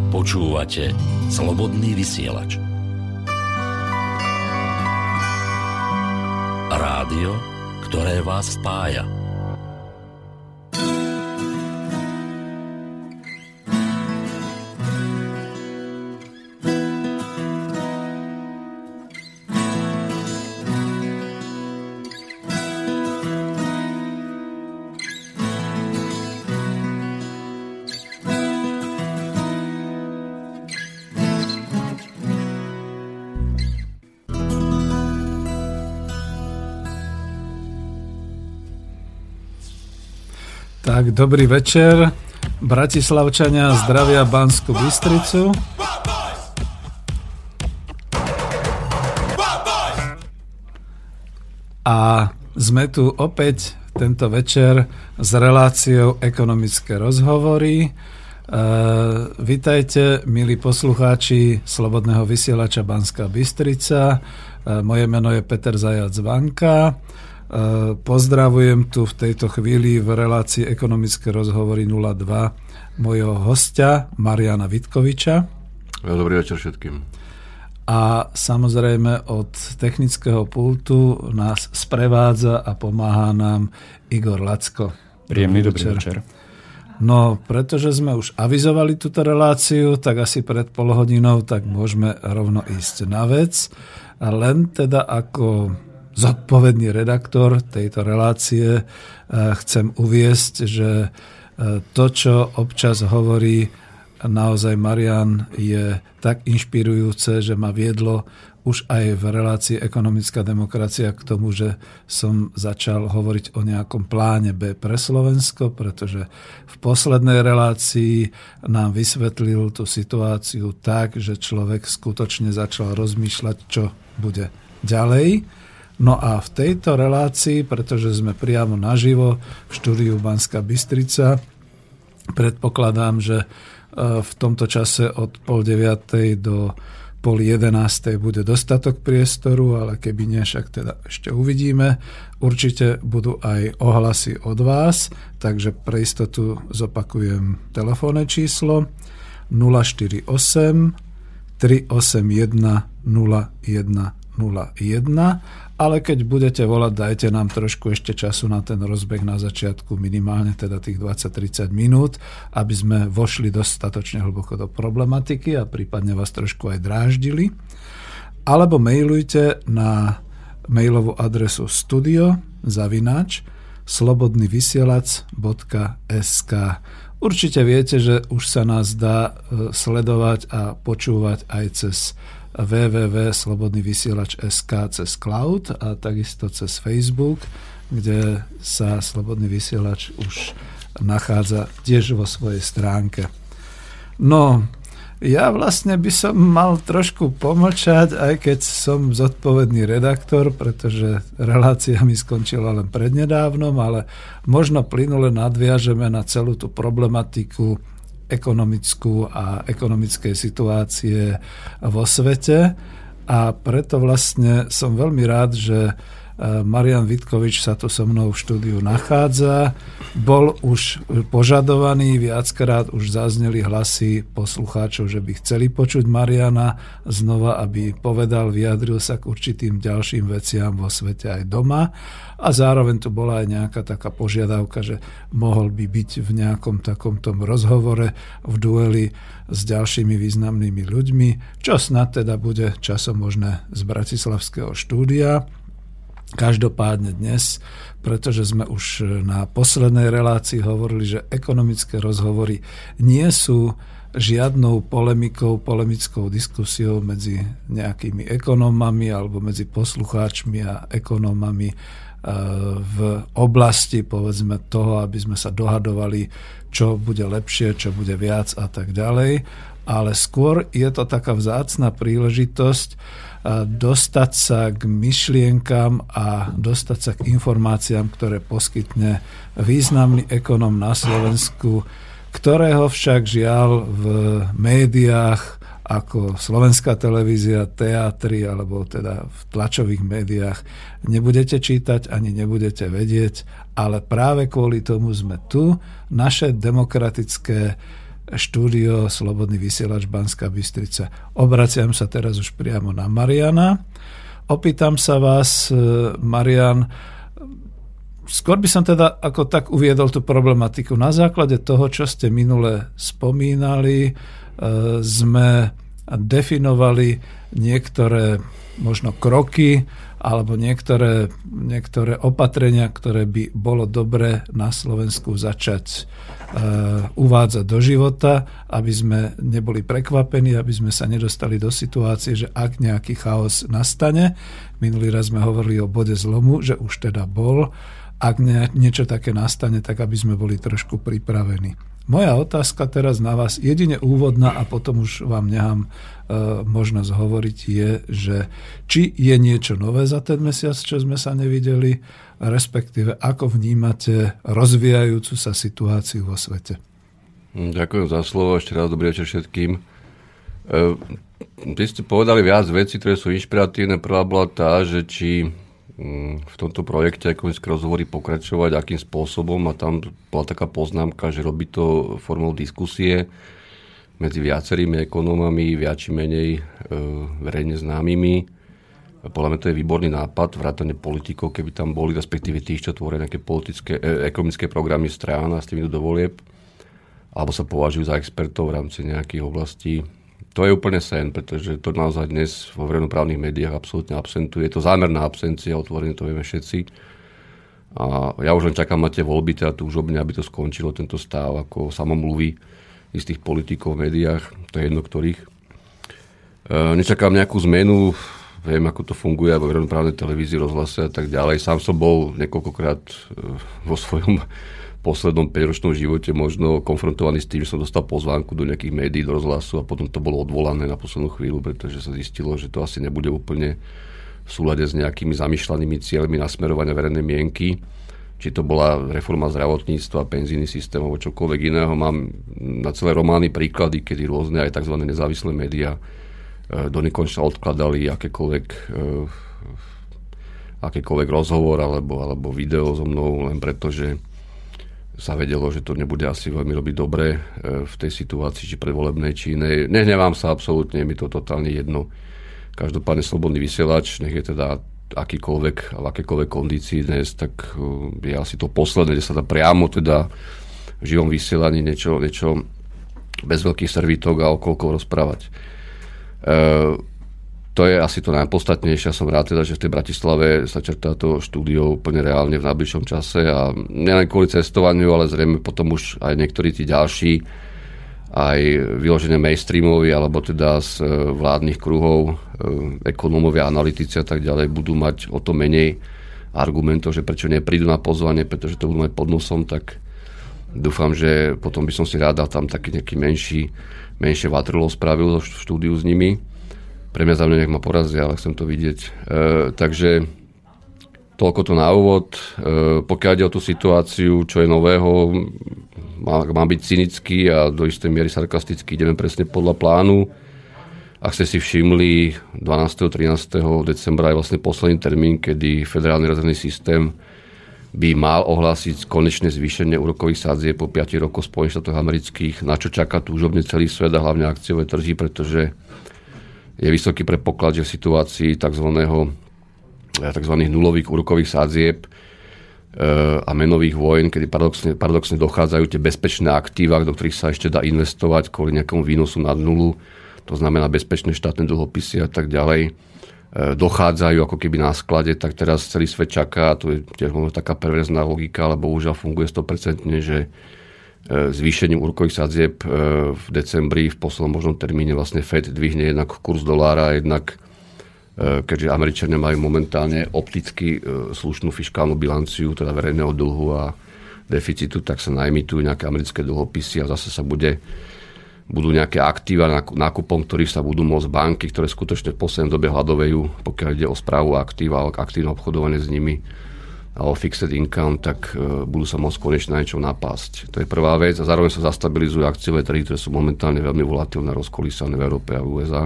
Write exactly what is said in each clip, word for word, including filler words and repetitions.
Počúvate Slobodný vysielač. Rádio, ktoré vás spája. Tak, dobrý večer. Bratislavčania zdravia Banskú Bystricu. A sme tu opäť tento večer s reláciou Ekonomické rozhovory. E, vitajte, milí poslucháči Slobodného vysielača Banská Bystrica. E, moje meno je Peter Zajac Vanka. Pozdravujem tu v tejto chvíli v relácii Ekonomické rozhovory nula dva mojho hostia Mariana Vitkoviča. Dobrý večer všetkým. A samozrejme od technického pultu nás sprevádza a pomáha nám Igor Lacko. Príjemný dobrý večer. No, pretože sme už avizovali túto reláciu, tak asi pred pol hodinou, tak môžeme rovno ísť na vec. A len teda ako zodpovedný redaktor tejto relácie chcem uviesť, že to, čo občas hovorí naozaj Marian, je tak inšpirujúce, že ma viedlo už aj v relácii Ekonomická demokracia k tomu, že som začal hovoriť o nejakom pláne B pre Slovensko, pretože v poslednej relácii nám vysvetlil tú situáciu tak, že človek skutočne začal rozmýšľať, čo bude ďalej. No a v tejto relácii, pretože sme priamo naživo v štúdiu Banská Bystrica, predpokladám, že v tomto čase od pol deviatej do pol jedenástej bude dostatok priestoru, ale keby nie, však teda ešte uvidíme. Určite budú aj ohlasy od vás, takže pre istotu zopakujem telefónne číslo nula štyri osem tri osem jeden nula jeden nula jeden, ale keď budete volať, dajte nám trošku ešte času na ten rozbeh na začiatku, minimálne teda tých dvadsať tridsať minút, aby sme vošli dostatočne hlboko do problematiky a prípadne vás trošku aj dráždili. Alebo mailujte na mailovú adresu studio zavináč slobodnyvysielac bodka es ká. Určite viete, že už sa nás dá sledovať a počúvať aj cez w w w bodka slobodný vysielač bodka es ká cez cloud a takisto cez Facebook, kde sa Slobodný vysielač už nachádza tiež vo svojej stránke. No, ja vlastne by som mal trošku pomlčať, aj keď som zodpovedný redaktor, pretože relácia mi skončila len prednedávnom, ale možno plynule nadviažeme na celú tú problematiku ekonomickú a ekonomickej situácie vo svete. A preto vlastne som veľmi rád, že Marian Vitkovič sa tu so mnou v štúdiu nachádza. Bol už požadovaný, viackrát už zazneli hlasy poslucháčov, že by chceli počuť Mariana znova, aby povedal, vyjadril sa k určitým ďalším veciam vo svete aj doma. A zároveň tu bola aj nejaká taká požiadavka, že mohol by byť v nejakom takomto rozhovore v dueli s ďalšími významnými ľuďmi, čo snad teda bude časom možné z bratislavského štúdia. Každopádne dnes, pretože sme už na poslednej relácii hovorili, že ekonomické rozhovory nie sú žiadnou polemikou, polemickou diskusiou medzi nejakými ekonómami alebo medzi poslucháčmi a ekonómami v oblasti, povedzme, toho, aby sme sa dohadovali, čo bude lepšie, čo bude viac a tak ďalej. Ale skôr je to taká vzácna príležitosť dostať sa k myšlienkam a dostať sa k informáciám, ktoré poskytne významný ekonóm na Slovensku, ktorého však žiaľ v médiách ako Slovenská televízia, teatri alebo teda v tlačových médiách nebudete čítať ani nebudete vedieť, ale práve kvôli tomu sme tu. Naše demokratické štúdio Slobodný vysielač Banská Bystrica. Obraciam sa teraz už priamo na Mariana. Opýtam sa vás, Marian, skôr by som teda ako tak uviedol tú problematiku. Na základe toho, čo ste minule spomínali, sme definovali niektoré možno kroky alebo niektoré, niektoré opatrenia, ktoré by bolo dobre na Slovensku začať uh, uvádzať do života, aby sme neboli prekvapení, aby sme sa nedostali do situácie, že ak nejaký chaos nastane, minulý raz sme hovorili o bode zlomu, že už teda bol, ak nie, niečo také nastane, tak aby sme boli trošku pripravení. Moja otázka teraz na vás, jedine úvodná a potom už vám nechám e, možnosť hovoriť, je, že či je niečo nové za ten mesiac, čo sme sa nevideli, respektíve ako vnímate rozvíjajúcu sa situáciu vo svete. Ďakujem za slovo, ešte raz dobrý večer všetkým. E, vy ste povedali viac vecí, ktoré sú inšpiratívne. Prvá bola tá, že či v tomto projekte ekonomické rozhovory pokračovať, akým spôsobom, a tam bola taká poznámka, že robí to formou diskusie medzi viacerými ekonómami, viac či menej e, verejne známymi. Podľa mňa to je výborný nápad, vrátane politikov, keby tam boli, respektíve tých, čo tvoria nejaké politické, e, ekonomické programy strán a s tým idú do volieb, alebo sa považujú za expertov v rámci nejakých oblastí. To je úplne sen, pretože to naozaj dnes vo verejnoprávnych médiách absolútne absentuje. Je to zámerná absencia, otvorene to vieme všetci. A ja už len čakám na tie voľby, teda túžobne, aby to skončilo, tento stav ako samomluvy istých politikov v médiách, to je jedno ktorých. E, nečakám nejakú zmenu, viem, ako to funguje vo verejnoprávnej televízii, rozhlase a tak ďalej. Sám som bol niekoľkokrát vo svojom poslednom päťročnom živote možno konfrontovaný s tým, že som dostal pozvánku do nejakých médií, do rozhlasu a potom to bolo odvolané na poslednú chvíľu, pretože sa zistilo, že to asi nebude úplne v súlade s nejakými zamýšľanými cieľmi nasmerovania verejnej mienky. Či to bola reforma zdravotníctva, penzijný systém alebo čokoľvek iného. Mám na celé romány príklady, kedy rôzne aj tzv. Nezávislé médiá do nekonečna odkladali akékoľvek, akékoľvek rozhovor alebo, alebo video so mnou len preto, že sa vedelo, že to nebude asi veľmi robiť dobre v tej situácii, či predvolebnej, či inej. Nehnevám sa absolútne, mi to totálne jedno. Každopádne Slobodný vysielač, nech je teda akýkoľvek, v akékoľvek kondícii dnes, tak je asi to posledné, kde sa dá priamo teda v živom vysielaní niečo, niečo bez veľkých servítok a okolkov rozprávať. E- To je asi to najpodstatnejšie. Som rád teda, že v tej Bratislave sa črtá to štúdio úplne reálne v najbližšom čase a nielen kvôli cestovaniu, ale zrejme potom už aj niektorí tí ďalší, aj vyložené mainstreamovi, alebo teda z vládnych kruhov, ekonómovia, analytici a tak ďalej budú mať o to menej argumentov, že prečo neprídu na pozvanie, pretože to budú mať pod nosom, tak dúfam, že potom by som si rád dal tam taký nejaký menší, menšie vatrlo spravil v štúdiu s nimi. Pre mňa za mňa nech ma porazia, ale chcem to vidieť. E, takže toľko to na úvod. E, pokiaľ ide o tú situáciu, čo je nového, má, má byť cynický a do istej miery sarkastický, ideme presne podľa plánu. Ak ste si všimli, dvanásteho trinásteho decembra je vlastne posledný termín, kedy Federálny rezervný systém by mal ohlásiť konečné zvýšenie úrokových sadzieb po piatich rokoch Spojených štátov amerických, na čo čaká túžobne celý svet a hlavne akciové trhy, pretože je vysoký predpoklad, že v situácii tzv. tzv. Nulových úrokových sadzieb a menových vojen, kedy paradoxne, paradoxne dochádzajú tie bezpečné aktíva, do ktorých sa ešte dá investovať kvôli nejakému výnosu nad nulu, to znamená bezpečné štátne dlhopisy a tak ďalej, dochádzajú ako keby na sklade, tak teraz celý svet čaká, a to je tiež možno taká perverzná logika, ale bohužiaľ funguje sto percent, že zvýšením úrokových sadzieb v decembri v poslednom možnom termíne vlastne Fed dvihne jednak kurz dolára, jednak keďže Američania majú momentálne opticky slušnú fiškálnu bilanciu, teda verejného dlhu a deficitu, tak sa naimitujú nejaké americké dlhopisy a zase sa bude, budú nejaké aktíva nákupom, ktorých sa budú môcť banky, ktoré skutočne v poslednej dobe hľadovejú, pokiaľ ide o správu aktíva, o aktívne obchodovanie s nimi, alebo fixed income, tak uh, budú sa môcť konečne na niečo napásť. To je prvá vec a zároveň sa zastabilizujú akciové trhy, ktoré sú momentálne veľmi volatilné, rozkolísané v Európe a v ú es á.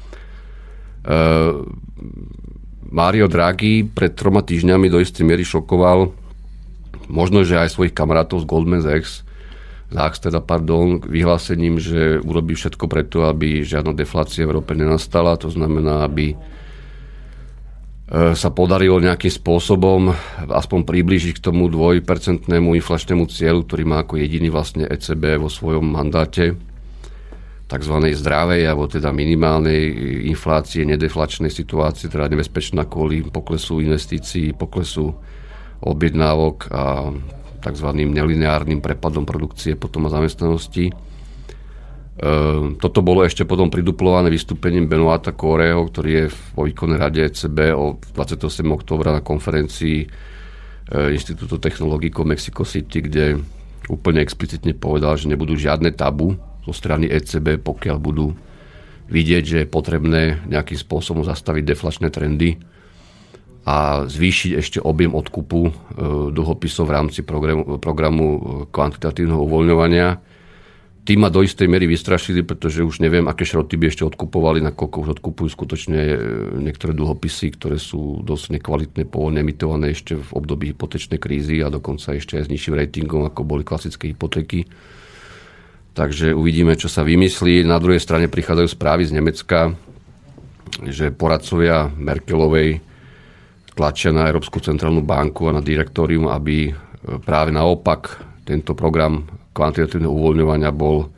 Uh, Mario Draghi pred troma týždňami do istej miery šokoval možno, že aj svojich kamarátov z Goldman Sachs Sachs teda, pardon, vyhlásením, že urobí všetko preto, aby žiadna deflácia v Európe nenastala. To znamená, aby sa podarilo nejakým spôsobom aspoň priblížiť k tomu dvojpercentnému inflačnému cieľu, ktorý má ako jediný vlastne é cé bé vo svojom mandáte, takzvanej zdravej, alebo teda minimálnej inflácie, nedeflačnej situácie, teda nebezpečná kvôli poklesu investícií, poklesu objednávok a takzvaným nelineárnym prepadom produkcie potom a zamestnanosti. E, toto bolo ešte potom priduplované vystúpením Benoita Cœureho, ktorý je vo výkonnej rade é cé bé o dvadsiateho siedmeho októbra na konferencii e, Inštitútu technológikov Mexico City, kde úplne explicitne povedal, že nebudú žiadne tabu zo strany é cé bé, pokiaľ budú vidieť, že je potrebné nejakým spôsobom zastaviť deflačné trendy a zvýšiť ešte objem odkupu dlhopisov v rámci programu, programu kvantitatívneho uvoľňovania. Tí ma do istej miery vystrašili, pretože už neviem, aké šroty by ešte odkupovali, nakoľko už odkupujú skutočne niektoré dlhopisy, ktoré sú dosť nekvalitné, povoľne emitované ešte v období hypotečnej krízy a dokonca ešte aj s nižším ratingom, ako boli klasické hypotéky. Takže uvidíme, čo sa vymyslí. Na druhej strane prichádzajú správy z Nemecka, že poradcovia Merkelovej tlačia na Európsku centrálnu banku a na direktórium, aby práve naopak tento program kvantitatívneho uvoľňovania bol e,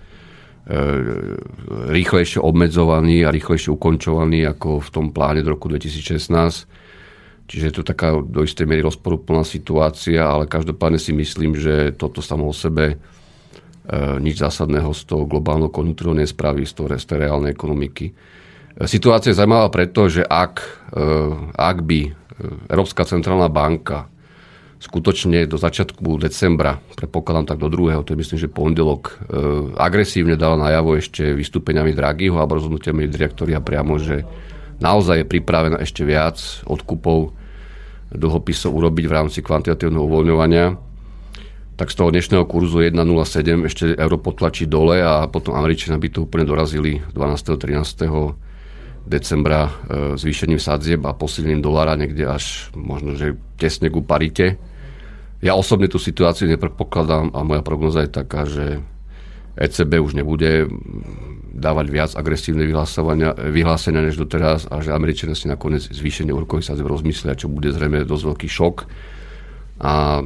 rýchlejšie obmedzovaný a rýchlejšie ukončovaný ako v tom pláne do roku dvetisícšestnásť. Čiže je to taká do istej miery rozporuplná situácia, ale každopádne si myslím, že toto samo o sebe e, nič zásadného z toho globálneho konjunktúrneho nespraví, z toho z tej reálnej ekonomiky. Situácia je zaujímavá preto, že ak, e, ak by Európska centrálna banka skutočne do začiatku decembra, predpokladám tak do druhého, to je myslím, že pondelok, agresívne dala najavo ešte vystúpeniami Draghiho alebo rozhodnutiami direktória priamo, že naozaj je pripravená ešte viac odkupov dlhopisov urobiť v rámci kvantitatívneho uvoľňovania, tak z toho dnešného kurzu jeden nula sedem ešte euro potlačí dole a potom Američania by to úplne dorazili dvanásteho trinásteho decembra e, zvýšením sadzieb a posilnením dolára niekde až možno, že tesne ku parite. Ja osobne tú situáciu nepredpokladám a moja prognoza je taká, že é cé bé už nebude dávať viac agresívne vyhlásenia než doteraz a že Američania si nakoniec zvýšenie úrokových sadzieb rozmyslia, čo bude zrejme dosť veľký šok. A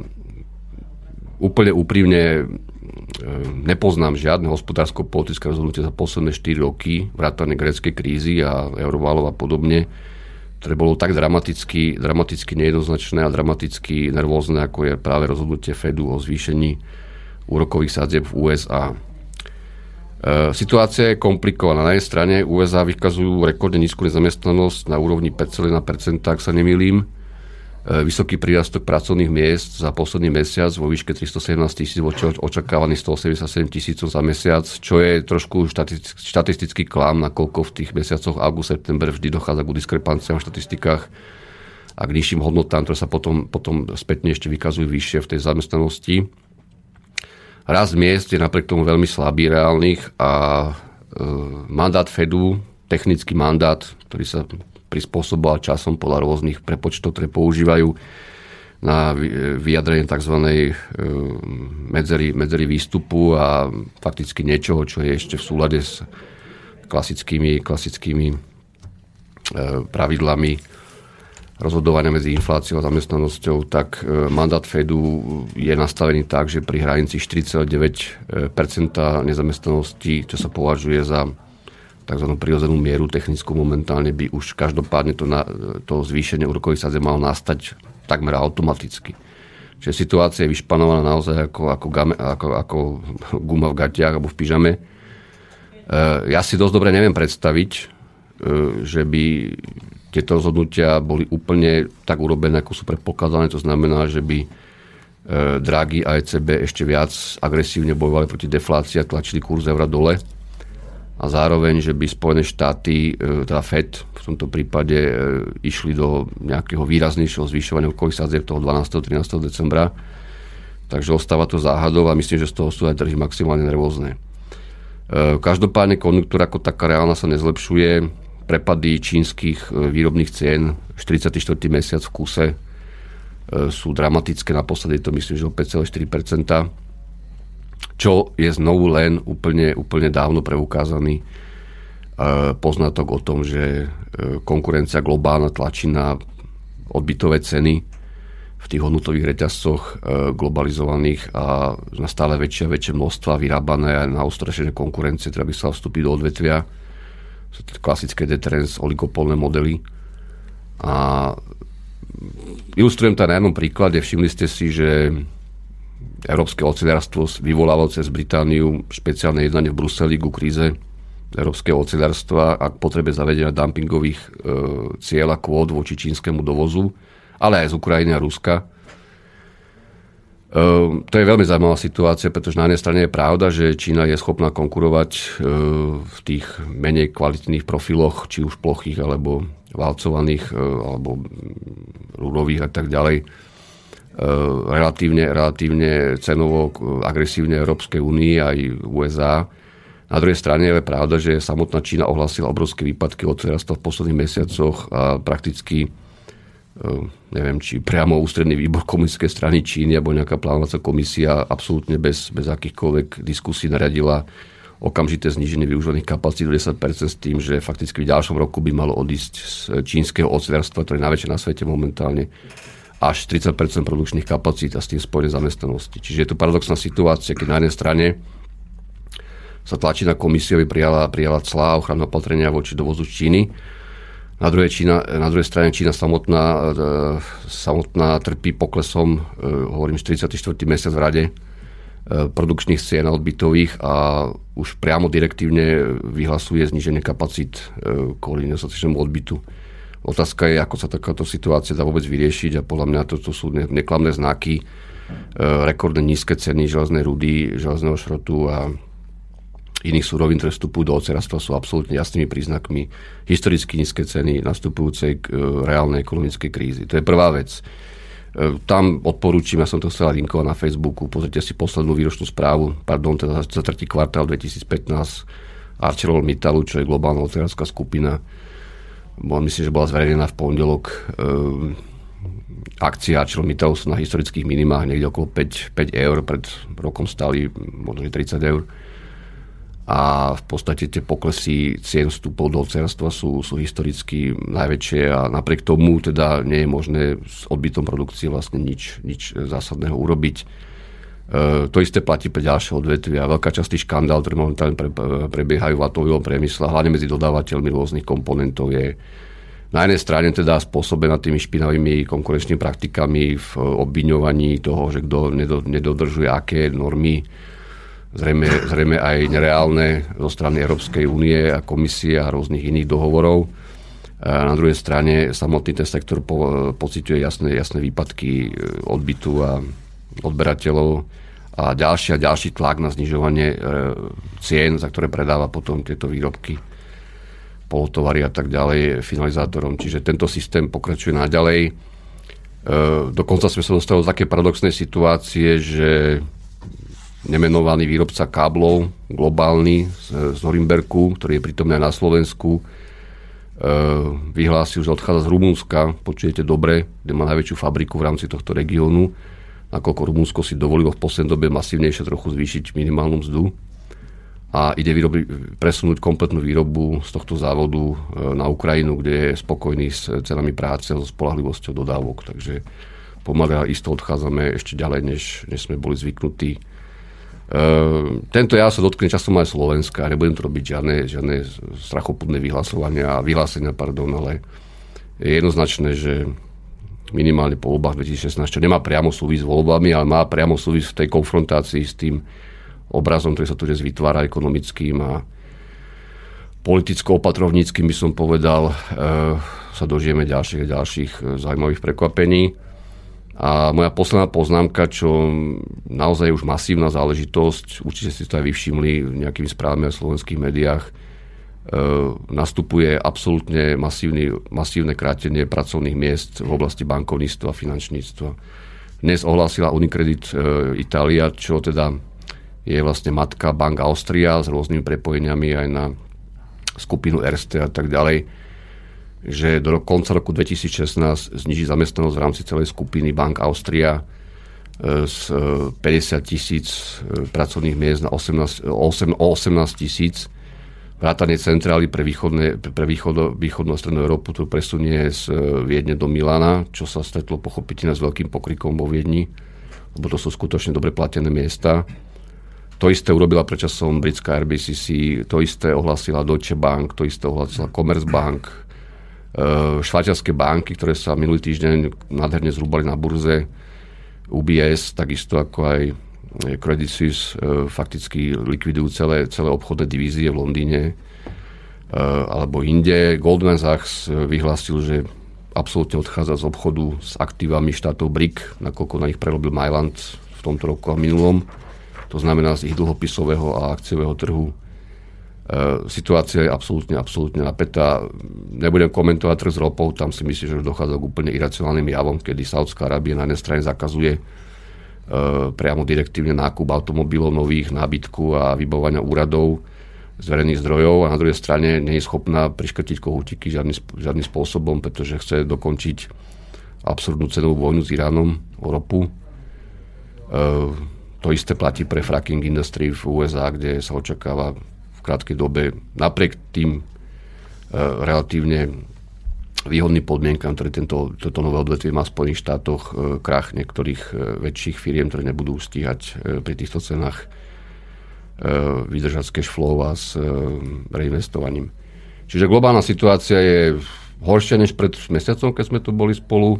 úplne úprimne nepoznám žiadne hospodársko-politické rozhodnutie za posledné štyri roky, vrátane gréckej krízy a eurovalov a podobne, ktoré bolo tak dramaticky, dramaticky nejednoznačné a dramaticky nervózne, ako je práve rozhodnutie Fedu o zvýšení úrokových sadzieb v ú es á. E, situácia je komplikovaná. Na jednej strane ú es á vykazujú rekordne nízku nezamestnanosť na úrovni päť celá jedna percenta, ak sa nemýlim. Vysoký prírastok pracovných miest za posledný mesiac vo výške tristosedemnásť tisíc voči očakávaných stoosemdesiatsedem tisícov za mesiac, čo je trošku štatistický klam, nakoľko v tých mesiacoch august, september vždy dochádza k diskrepanciám v štatistikách a k nižším hodnotám, ktoré sa potom, potom spätne ešte vykazujú vyššie v tej zamestnanosti. Rast miest je napriek tomu veľmi slabý reálnych a e, mandát Fedu, technický mandát, ktorý sa prispôsoboval časom podľa rôznych prepočtov, ktoré používajú na vyjadrenie tzv. Medzery, medzery výstupu a fakticky niečoho, čo je ešte v súlade s klasickými, klasickými pravidlami rozhodovania medzi infláciou a zamestnanosťou, tak mandát Fedu je nastavený tak, že pri hranici štyri celé deväť percenta nezamestnanosti, čo sa považuje za takzvanú prirodzenú mieru technickú, momentálne by už každopádne to, na, to zvýšenie úrokových sadzieb malo nastať takmer automaticky. Čiže situácia je vyšpanovaná naozaj ako, ako, game, ako, ako guma v gatiach alebo v pyžame. E, ja si dosť dobre neviem predstaviť, e, že by tieto rozhodnutia boli úplne tak urobené, ako sú predpokladané. To znamená, že by e, Draghi a é cé bé ešte viac agresívne bojovali proti deflácii a tlačili kurz eura dole. A zároveň, že by Spojené štáty, teda Fed v tomto prípade išli do nejakého výraznejšieho zvyšovania úrokových sadzieb toho dvanásteho trinásteho decembra. Takže ostáva to záhadou a myslím, že z toho sú aj trhy maximálne nervózne. Každopádne konjunktúra ako taká reálna sa nezlepšuje. Prepady čínskych výrobných cien štyridsiaty štvrtý mesiac v kuse sú dramatické. Naposledy to myslím, že o päť celá štyri percenta. čo je znovu len úplne, úplne dávno preukázaný poznatok o tom, že konkurencia globálna tlačí na odbytové ceny v tých hodnotových reťazcoch globalizovaných a na stále väčšie a väčšie množstva vyrábané na ustrašené konkurencie, teda by sa vstúpiť do odvetvia. Sú to klasické deterrence, oligopolné modely. A ilustrujem to na jednom príklade. Všimli ste si, že európske ocelárstvo vyvolalo cez Britániu špeciálne jednanie v Bruseli ku kríze európskeho ocelárstva a k potrebe zavedenia dumpingových e, cieľ a kvót voči čínskemu dovozu, ale aj z Ukrajiny a Ruska. E, to je veľmi zaujímavá situácia, pretože na jednej strane je pravda, že Čína je schopná konkurovať e, v tých menej kvalitných profiloch, či už plochých, alebo valcovaných, e, alebo rúrových a tak ďalej, e, relatívne, relatívne cenovo agresívne Európskej únii aj U S A. Na druhej strane je pravda, že samotná Čína ohlásila obrovské výpadky ocelárstva v posledných mesiacoch a prakticky, neviem, či priamo ústredný výbor komunistickej strany Číny alebo nejaká plánovacia komisia absolútne bez, bez akýchkoľvek diskusí naradila okamžité zníženie využívaných kapacít do desať percent s tým, že fakticky v ďalšom roku by malo odísť z čínskeho ocelárstva, ktoré je najväčšie na svete momentálne, až tridsať percent produkčných kapacít a s tým spojené zamestnanosti. Čiže je to paradoxná situácia, keď na jednej strane sa tlačí na komisiu, aby prijala, prijala clá ochranné opatrenia voči dovozu z Číny. Na druhej, Čína, na druhej strane Čína samotná, e, samotná trpí poklesom, e, hovorím, štyridsiaty štvrtý mesiac v rade, e, produkčných cien a odbytových a už priamo direktívne vyhlasuje zníženie kapacít e, kvôli nedostatečnému odbytu. Otázka je, ako sa takáto situácia dá vôbec vyriešiť a podľa mňa to, to sú neklamné znaky, e, rekordne nízke ceny železnej rudy, železného šrotu a iných surovín, ktoré vstupujú do ocelárstva, sú absolútne jasnými príznakmi historicky nízke ceny nastupujúcej k reálnej ekonomickej krízy. To je prvá vec. Tam odporúčam, ja som to chcela linkovať na Facebooku, pozrite si poslednú výročnú správu, pardon, teda za tretí kvartál dvetisícpätnásť ArcelorMittalu, čo je globálna ocelárska skupina. Myslím, že bola zverejnená v pondelok. Akcie ArcelorMittalu sú na historických minimách niekde okolo päť, päť eur, pred rokom stáli možno tridsať eur. A v podstate tie poklesy cien vstupov do ocelárstva sú, sú historicky najväčšie a napriek tomu teda nie je možné s odbytom produkcie vlastne nič, nič zásadného urobiť. E, to isté platí pre ďalšie odvetvia. Veľká časť tých škandál, ktoré momentálne pre, prebiehajú v atomovom priemysle, hlavne medzi dodávateľmi rôznych komponentov, je na jednej strane teda spôsobená tými špinavými konkurenčnými praktikami v obviňovaní toho, že kto nedodržuje aké normy, Zrejme, zrejme aj nereálne zo strany Európskej únie a komisie a rôznych iných dohovorov. A na druhej strane samotný ten sektor po, pociťuje jasné, jasné výpadky odbytu a odberateľov a ďalší a ďalší tlak na znižovanie e, cien, za ktoré predáva potom tieto výrobky, polotovary a tak ďalej finalizátorom. Čiže tento systém pokračuje naďalej. E, dokonca sme sa dostali do také paradoxnej situácie, že nemenovaný výrobca káblov, globálny z, z Norimberku, ktorý je prítomný aj na Slovensku, e, vyhlásil, že odchádza z Rumunska, počujete dobre, kde má najväčšiu fabriku v rámci tohto regiónu, nakoľko Rumunsko si dovolilo v poslednej dobe masívnejšie trochu zvýšiť minimálnu mzdu a ide výroby, presunúť kompletnú výrobu z tohto závodu e, na Ukrajinu, kde je spokojný s cenami práce a so spoľahlivosťou dodávok. Takže pomaly a isto odchádzame ešte ďalej, než, než sme boli zvyknutí. Uh, tento ja sa dotkne časom aj Slovenska, nebudem to robiť žiadne, žiadne strachopudné vyhlasovania a vyhlásenia, pardon, ale je jednoznačné, že minimálne po voľbách dvetisícšestnásť, čo nemá priamo súvisť s voľbami, ale má priamo súvisť v tej konfrontácii s tým obrazom, ktorý sa tu dnes vytvára ekonomickým a politicko-opatrovníckým, by som povedal, uh, sa dožijeme ďalších a ďalších zaujímavých prekvapení. A moja posledná poznámka, čo naozaj je už masívna záležitosť, určite si to aj vyvšimli v nejakými správami v slovenských médiách, e, nastupuje absolútne masívny, masívne krátenie pracovných miest v oblasti bankovníctva a finančníctva. Dnes ohlásila Unicredit e, Italia, čo teda je vlastne matka Bank Austria s rôznymi prepojeniami aj na skupinu Erste a tak ďalej, že do konca roku dvetisícšestnásť zniží zamestnanosť v rámci celej skupiny Bank Austria z päťdesiat tisíc pracovných miest na osemnásť, osemnásť tisíc. Vrátanie centrály pre, východné, pre východo, východnú a strednú Európu, to presunie z Viedne do Milána, čo sa stretlo pochopiteľne s veľkým pokrikom vo Viedni, lebo to sú skutočne dobre platené miesta. To isté urobila predčasom britská er bé cé cé, to isté ohlasila Deutsche Bank, to isté ohlasila Commerzbank, švajčiarske banky, ktoré sa minulý týždeň nádherne zrúbali na burze, ú bé es, takisto ako aj Credit Suisse, fakticky likvidujú celé, celé obchodné divízie v Londýne alebo inde. Goldman Sachs vyhlásil, že absolútne odchádza z obchodu s aktívami štátov bé er í cé, nakoľko na nich prerobil Mailand v tomto roku a minulom. To znamená z ich dlhopisového a akciového trhu. Situácia je absolútne, absolútne napätá. Nebudem komentovať trh s ropou, tam si myslím, že dochádza k úplne iracionálnym javom, kedy Saudská Arábia na jednej strane zakazuje priamo direktívne nákup automobilov nových, nábytku a vybavovania úradov z verejných zdrojov a na druhej strane nie je schopná priškrtiť kohútiky žiadnym, žiadnym spôsobom, pretože chce dokončiť absurdnú cenovú vojnu s Iránom o ropu. To isté platí pre fracking industry v ú es á, kde sa očakáva v krátkej dobe napriek tým relatívne výhodným podmienkam, ktoré tento, toto nové odvetvie má v Spojených štátoch, krach niektorých väčších firiem, ktoré nebudú stíhať pri týchto cenách vydržať s cash flow a s reinvestovaním. Čiže globálna situácia je horšia než pred mesiacom, keď sme tu boli spolu.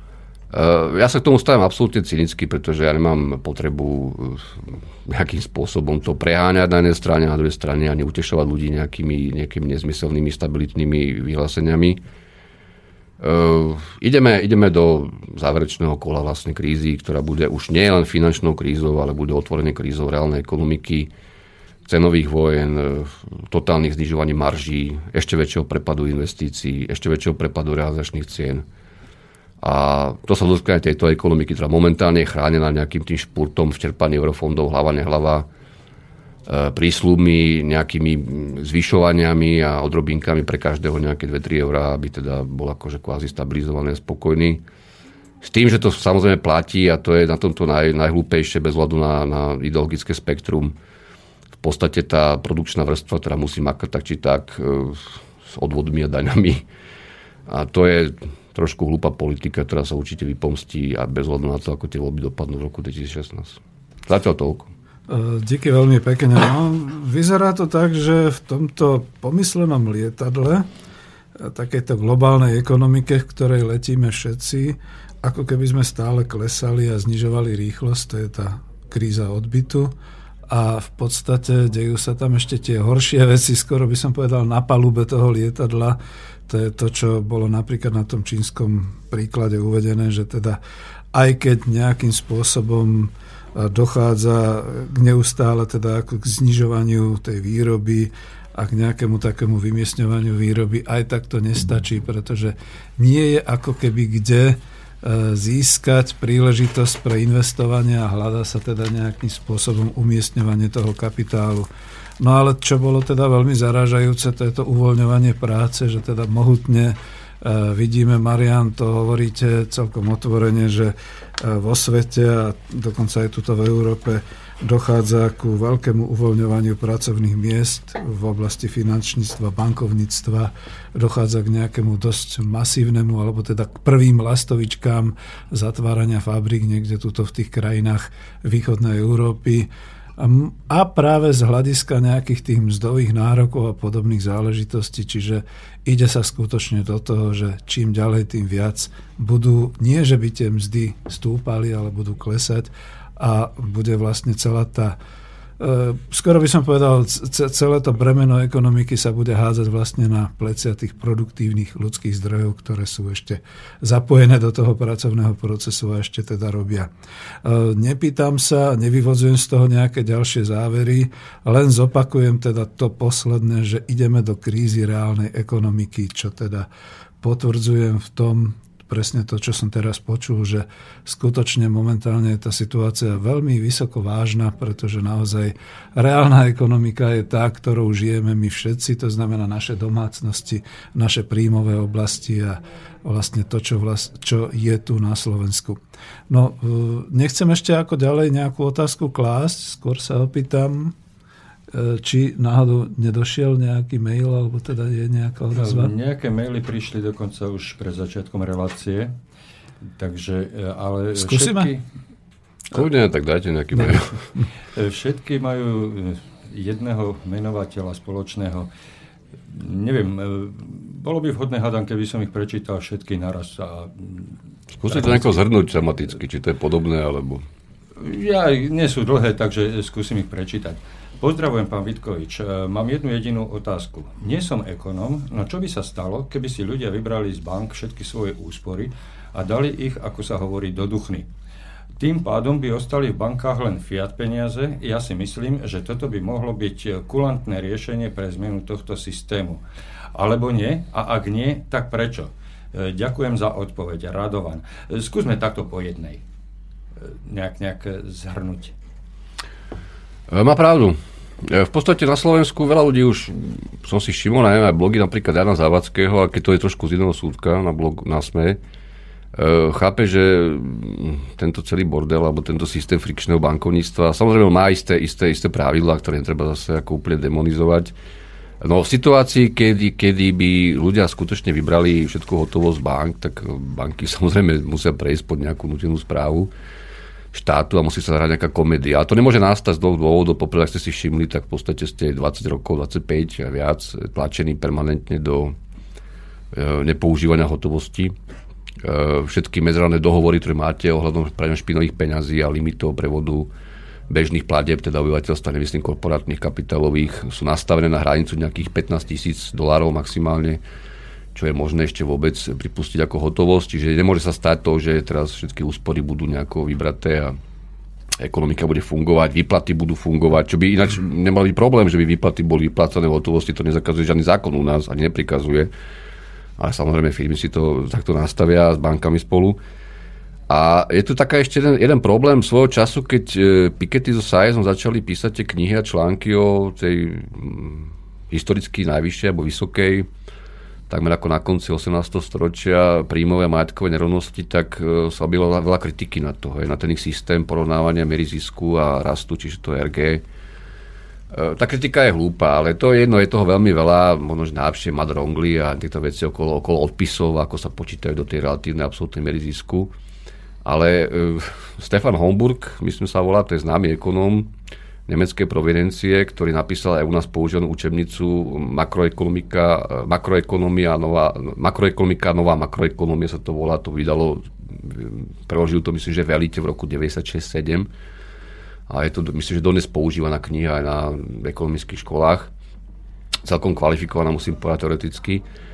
Ja sa k tomu stavím absolútne cynicky, pretože ja nemám potrebu nejakým spôsobom to preháňať na jednej strane, na druhej strane a neutešovať ľudí nejakými, nejakými nezmyselnými, stabilitnými vyhláseniami. Uh, ideme, ideme do záverečného kola vlastne krízy, ktorá bude už nie len finančnou krízou, ale bude otvorenou krízou reálnej ekonomiky, cenových vojen, totálnych znižovaní marží, ešte väčšieho prepadu investícií, ešte väčšieho prepadu realizačných cien. A to sa dotkne tejto ekonomiky, ktorá momentálne je chránená nejakým tým špurtom v čerpaní eurofondov hlava nehlava, prísľubmi, nejakými zvyšovaniami a odrobinkami pre každého nejaké dva tri eurá, aby teda bol akože kvázi stabilizovaný a spokojný. S tým, že to samozrejme platí a to je na tomto naj, najhlúpejšie bez hľadu na, na ideologické spektrum. V podstate tá produkčná vrstva, ktorá musí makať tak či tak s odvodmi a daňami. A to je trošku hlúpa politika, ktorá sa určite vypomstí a bez hľadu na to, ako tie voľby dopadnú v roku dvetisícšestnásť. Zatiaľ toľko. Díky veľmi pekne. No, vyzerá to tak, že v tomto pomyslenom lietadle, takéto globálnej ekonomike, v ktorej letíme všetci, ako keby sme stále klesali a znižovali rýchlosť, to je tá kríza odbytu. A v podstate dejú sa tam ešte tie horšie veci, skoro by som povedal na palube toho lietadla. To je to, čo bolo napríklad na tom čínskom príklade uvedené, že teda aj keď nejakým spôsobom dochádza k neustále teda ako k znižovaniu tej výroby a k nejakému takému vymiestňovaniu výroby, aj tak to nestačí, pretože nie je ako keby kde získať príležitosť pre investovanie a hľadá sa teda nejakým spôsobom umiestňovanie toho kapitálu. No ale čo bolo teda veľmi zarážajúce, to je to uvoľňovanie práce, že teda mohutne vidíme, Marián, to hovoríte celkom otvorene, že vo svete a dokonca aj tuto v Európe dochádza ku veľkému uvoľňovaniu pracovných miest v oblasti finančníctva, bankovníctva, dochádza k nejakému dosť masívnemu, alebo teda k prvým lastovičkám zatvárania fabrík niekde tuto v tých krajinách východnej Európy. A práve z hľadiska nejakých tých mzdových nárokov a podobných záležitostí, čiže ide sa skutočne do toho, že čím ďalej, tým viac budú, nie že by tie mzdy stúpali, ale budú klesať a bude vlastne celá tá, e, skoro by som povedal, c- celé to bremeno ekonomiky sa bude hádzať vlastne na plecia tých produktívnych ľudských zdrojov, ktoré sú ešte zapojené do toho pracovného procesu a ešte teda robia. E, nepýtam sa, nevyvodzujem z toho nejaké ďalšie závery, len zopakujem teda to posledné, že ideme do krízy reálnej ekonomiky, čo teda potvrdzujem v tom, presne to, čo som teraz počul, že skutočne momentálne je tá situácia veľmi vysoko vážna, pretože naozaj reálna ekonomika je tá, ktorou žijeme my všetci, to znamená naše domácnosti, naše príjmové oblasti a vlastne to, čo, vlast, čo je tu na Slovensku. No, nechcem ešte ako ďalej nejakú otázku klásť, skôr sa opýtam, či náhodou nedošiel nejaký mail, alebo teda je nejaká odozva? Nejaké maily prišli dokonca už pred začiatkom relácie, takže, ale skúsime? Všetky... Kľudne, tak dajte nejaký mail. Všetky majú jedného menovateľa spoločného. Neviem, bolo by vhodné, hádam, keby som ich prečítal všetky naraz. A... Skúste to nejako zhrnúť tematicky, či to je podobné, alebo... Ja, nie sú dlhé, takže skúsim ich prečítať. Pozdravujem, pán Vitkovič. Mám jednu jedinú otázku. Nie som ekonóm, no čo by sa stalo, keby si ľudia vybrali z bank všetky svoje úspory a dali ich, ako sa hovorí, do duchny? Tým pádom by ostali v bankách len fiat peniaze. Ja si myslím, že toto by mohlo byť kulantné riešenie pre zmenu tohto systému. Alebo nie? A ak nie, tak prečo? Ďakujem za odpoveď. Radovan. Skúsme takto po jednej. Nejak, nejak zhrnúť. Má pravdu. V podstate na Slovensku veľa ľudí už, som si všimol, neviem, aj blogy napríklad Jana Závodského, a keď to je trošku z iného súdka na blog na SME, chápe, že tento celý bordel alebo tento systém frikčného bankovníctva samozrejme má isté, isté, isté pravidlá, ktoré netreba zase ako úplne demonizovať. No v situácii, kedy, kedy by ľudia skutočne vybrali všetku hotovosť bank, tak banky samozrejme musia prejsť pod nejakú nútenú správu štátu a musí sa zahrať nejaká komédia. A to nemôže nastať z dvoch dôvodov. Poprvé, ak ste si všimli, tak v podstate ste dvadsať rokov, dvadsaťpäť a viac tlačení permanentne do e, nepoužívania hotovosti. E, všetky medzinárodné dohovory, ktoré máte ohľadom prania špinavých peňazí a limitov prevodu bežných platieb, teda obyvateľstva, nemyslím korporátnych, kapitálových, sú nastavené na hranicu nejakých pätnásť tisíc dolárov maximálne, čo je možné ešte vôbec pripustiť ako hotovosť. Čiže nemôže sa stať to, že teraz všetky úspory budú nejako vybraté a ekonomika bude fungovať, výplaty budú fungovať, čo by ináč nemal byť problém, že by výplaty boli vyplácané v hotovosti, to nezakazuje žiadny zákon u nás, ani neprikazuje. Ale samozrejme firmy si to takto nastavia s bankami spolu. A je tu taká ešte jeden, jeden problém svojho času, keď Piketty so Sayezom začali písať tie knihy a články o tej historicky najvyššej alebo vysokej, takmer ako na konci osemnásteho storočia príjmové a majetkové nerovnosti, tak sa objavilo veľa kritiky na to, na ten ich systém porovnávania miery zisku a rastu, čiže to er gé. Tá kritika je hlúpa, ale to je jedno, je toho veľmi veľa, možno, že najlepšie mať rongly a tieto veci okolo, okolo odpisov, ako sa počítajú do tej relatívnej absolútnej miery zisku. Ale uh, Stefan Homburg, myslím sa volá, to je známy ekonóm nemeckej providencie, ktorý napísal aj u nás používanú učebnicu makroekonomika, makroekonomia, nová, makroekonomika, nová makroekonomia sa to volá, to vydalo, preložil to myslím, že v Elite v roku deväťdesiatšesť sedem. A je to, myslím, že dodnes používaná kniha aj na ekonomických školách. Celkom kvalifikovaná, musím povedať teoreticky.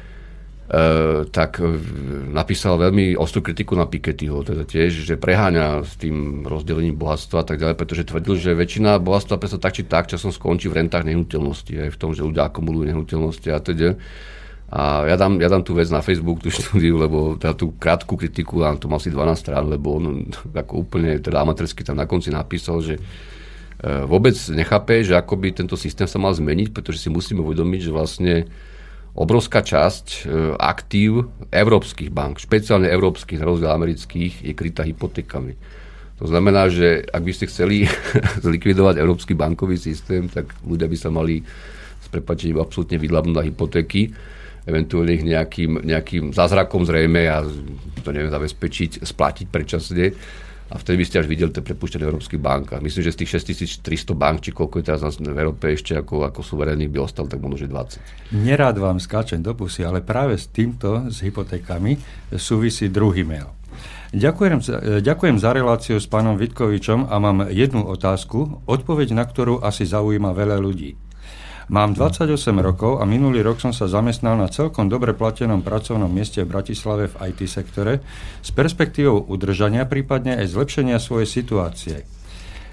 Uh, tak uh, napísal veľmi ostrú kritiku na Pikettyho, teda tiež, že preháňa s tým rozdelením bohatstva a tak ďalej, pretože tvrdil, že väčšina bohatstva presne tak či tak časom skončí v rentách nehnuteľnosti, aj v tom, že ľudia akumulujú nehnuteľnosti a teda. A ja dám, ja dám tú vec na Facebook, tú štúdiu, lebo teda tú krátku kritiku, to mal si dvanásť strán, lebo on ako úplne teda amatérsky tam na konci napísal, že uh, vôbec nechápe, že akoby tento systém sa mal zmeniť, pretože si musíme uvedomiť, že vlastne obrovská časť aktív európskych bank, špeciálne európskych, na rozdiel amerických, je krytá hypotékami. To znamená, že ak by ste chceli zlikvidovať európsky bankový systém, tak ľudia by sa mali s prepáčením absolútne vydlabnúť na hypotéky, eventuálne ich nejakým, nejakým zázrakom zrejme a to neviem zabezpečiť, splatiť predčasne. A vtedy by ste až videli to prepušťané v európskych bankách. Myslím, že z tých šesťtisíctristo bank, či koľko je teraz v Európe ešte ako, ako suverénnych, by ostal tak možno, že dvadsať. Nerád vám skáčem do pusy, ale práve s týmto, s hypotékami, súvisí druhý mail. Ďakujem, ďakujem za reláciu s pánom Vitkovičom a mám jednu otázku, odpoveď na ktorú asi zaujíma veľa ľudí. Mám dvadsaťosem rokov a minulý rok som sa zamestnal na celkom dobre platenom pracovnom mieste v Bratislave v í té sektore s perspektívou udržania, prípadne aj zlepšenia svojej situácie.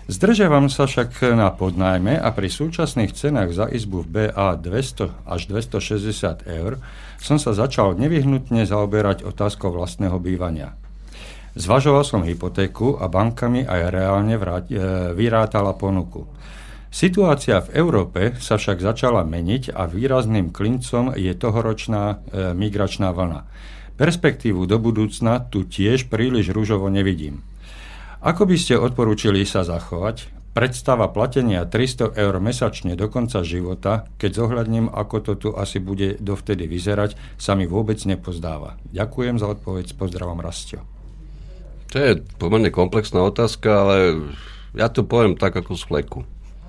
Zdržiavam sa však na podnájme a pri súčasných cenách za izbu v bé á dvesto až dvestošesťdesiat eur som sa začal nevyhnutne zaoberať otázkou vlastného bývania. Zvažoval som hypotéku a bankami aj reálne vrát, e, vyrátala ponuku. Situácia v Európe sa však začala meniť a výrazným klincom je tohoročná e, migračná vlna. Perspektívu do budúcna tu tiež príliš ružovo nevidím. Ako by ste odporúčili sa zachovať? Predstava platenia tristo eur mesačne do konca života, keď zohľadním, ako to tu asi bude dovtedy vyzerať, sa mi vôbec nepozdáva. Ďakujem za odpoveď, s pozdravom, Rastio. To je pomerne komplexná otázka, ale ja to poviem tak ako z fleku.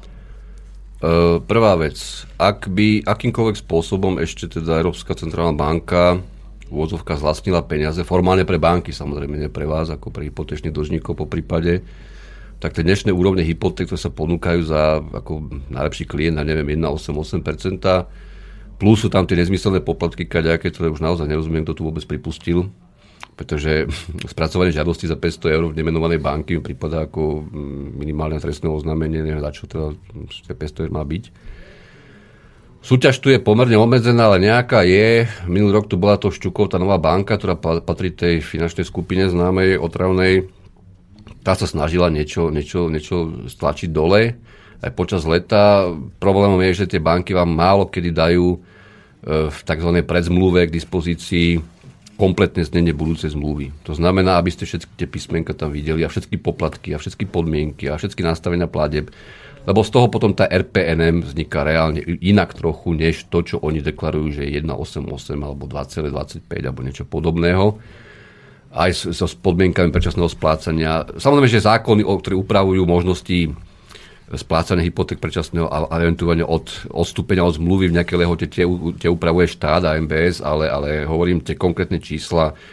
Uh, prvá vec, ak by akýmkoľvek spôsobom ešte teda Európska centrálna banka úvodzovka zlastnila peniaze, formálne pre banky, samozrejme nie pre vás, ako pre hypotečných dlžníkov po prípade, tak tie dnešné úrovne hypoték, ktoré sa ponúkajú za ako najlepší klient, na neviem, jeden celá osem osem percenta, plus sú tam tie nezmyselné poplatky, kaďaké, ktoré už naozaj nerozumiem, kto tu vôbec pripustil, pretože spracovanie žiadosti za päťsto eur v nemenovanej banky mi prípada ako minimálne trestné oznámenie, neviem, za čo teda päťsto eur má byť. Súťaž tu je pomerne obmedzená, ale nejaká je. Minulý rok tu bola to Šťukov, tá nová banka, ktorá patrí tej finančnej skupine známej, otravnej. Tá sa snažila niečo, niečo, niečo stlačiť dole aj počas leta. Problémom je, že tie banky vám málo kedy dajú v tzv. Predzmluve k dispozícii kompletné znenie budúcej zmluvy. To znamená, aby ste všetky tie písmenka tam videli a všetky poplatky a všetky podmienky a všetky nastavenia platieb. Lebo z toho potom tá er pé en em vzniká reálne inak trochu, než to, čo oni deklarujú, že je jeden celá osem osem alebo dva celé dvadsaťpäť alebo niečo podobného. Aj so, so podmienkami predčasného splácania. Samozrejme, že zákony, ktoré upravujú možnosti splácania hypoték predčasného a eventuálne od odstúpenia od zmluvy v nejakej lehote, tie, tie upravuje štát a em bé es, ale, ale hovorím tie konkrétne čísla. E,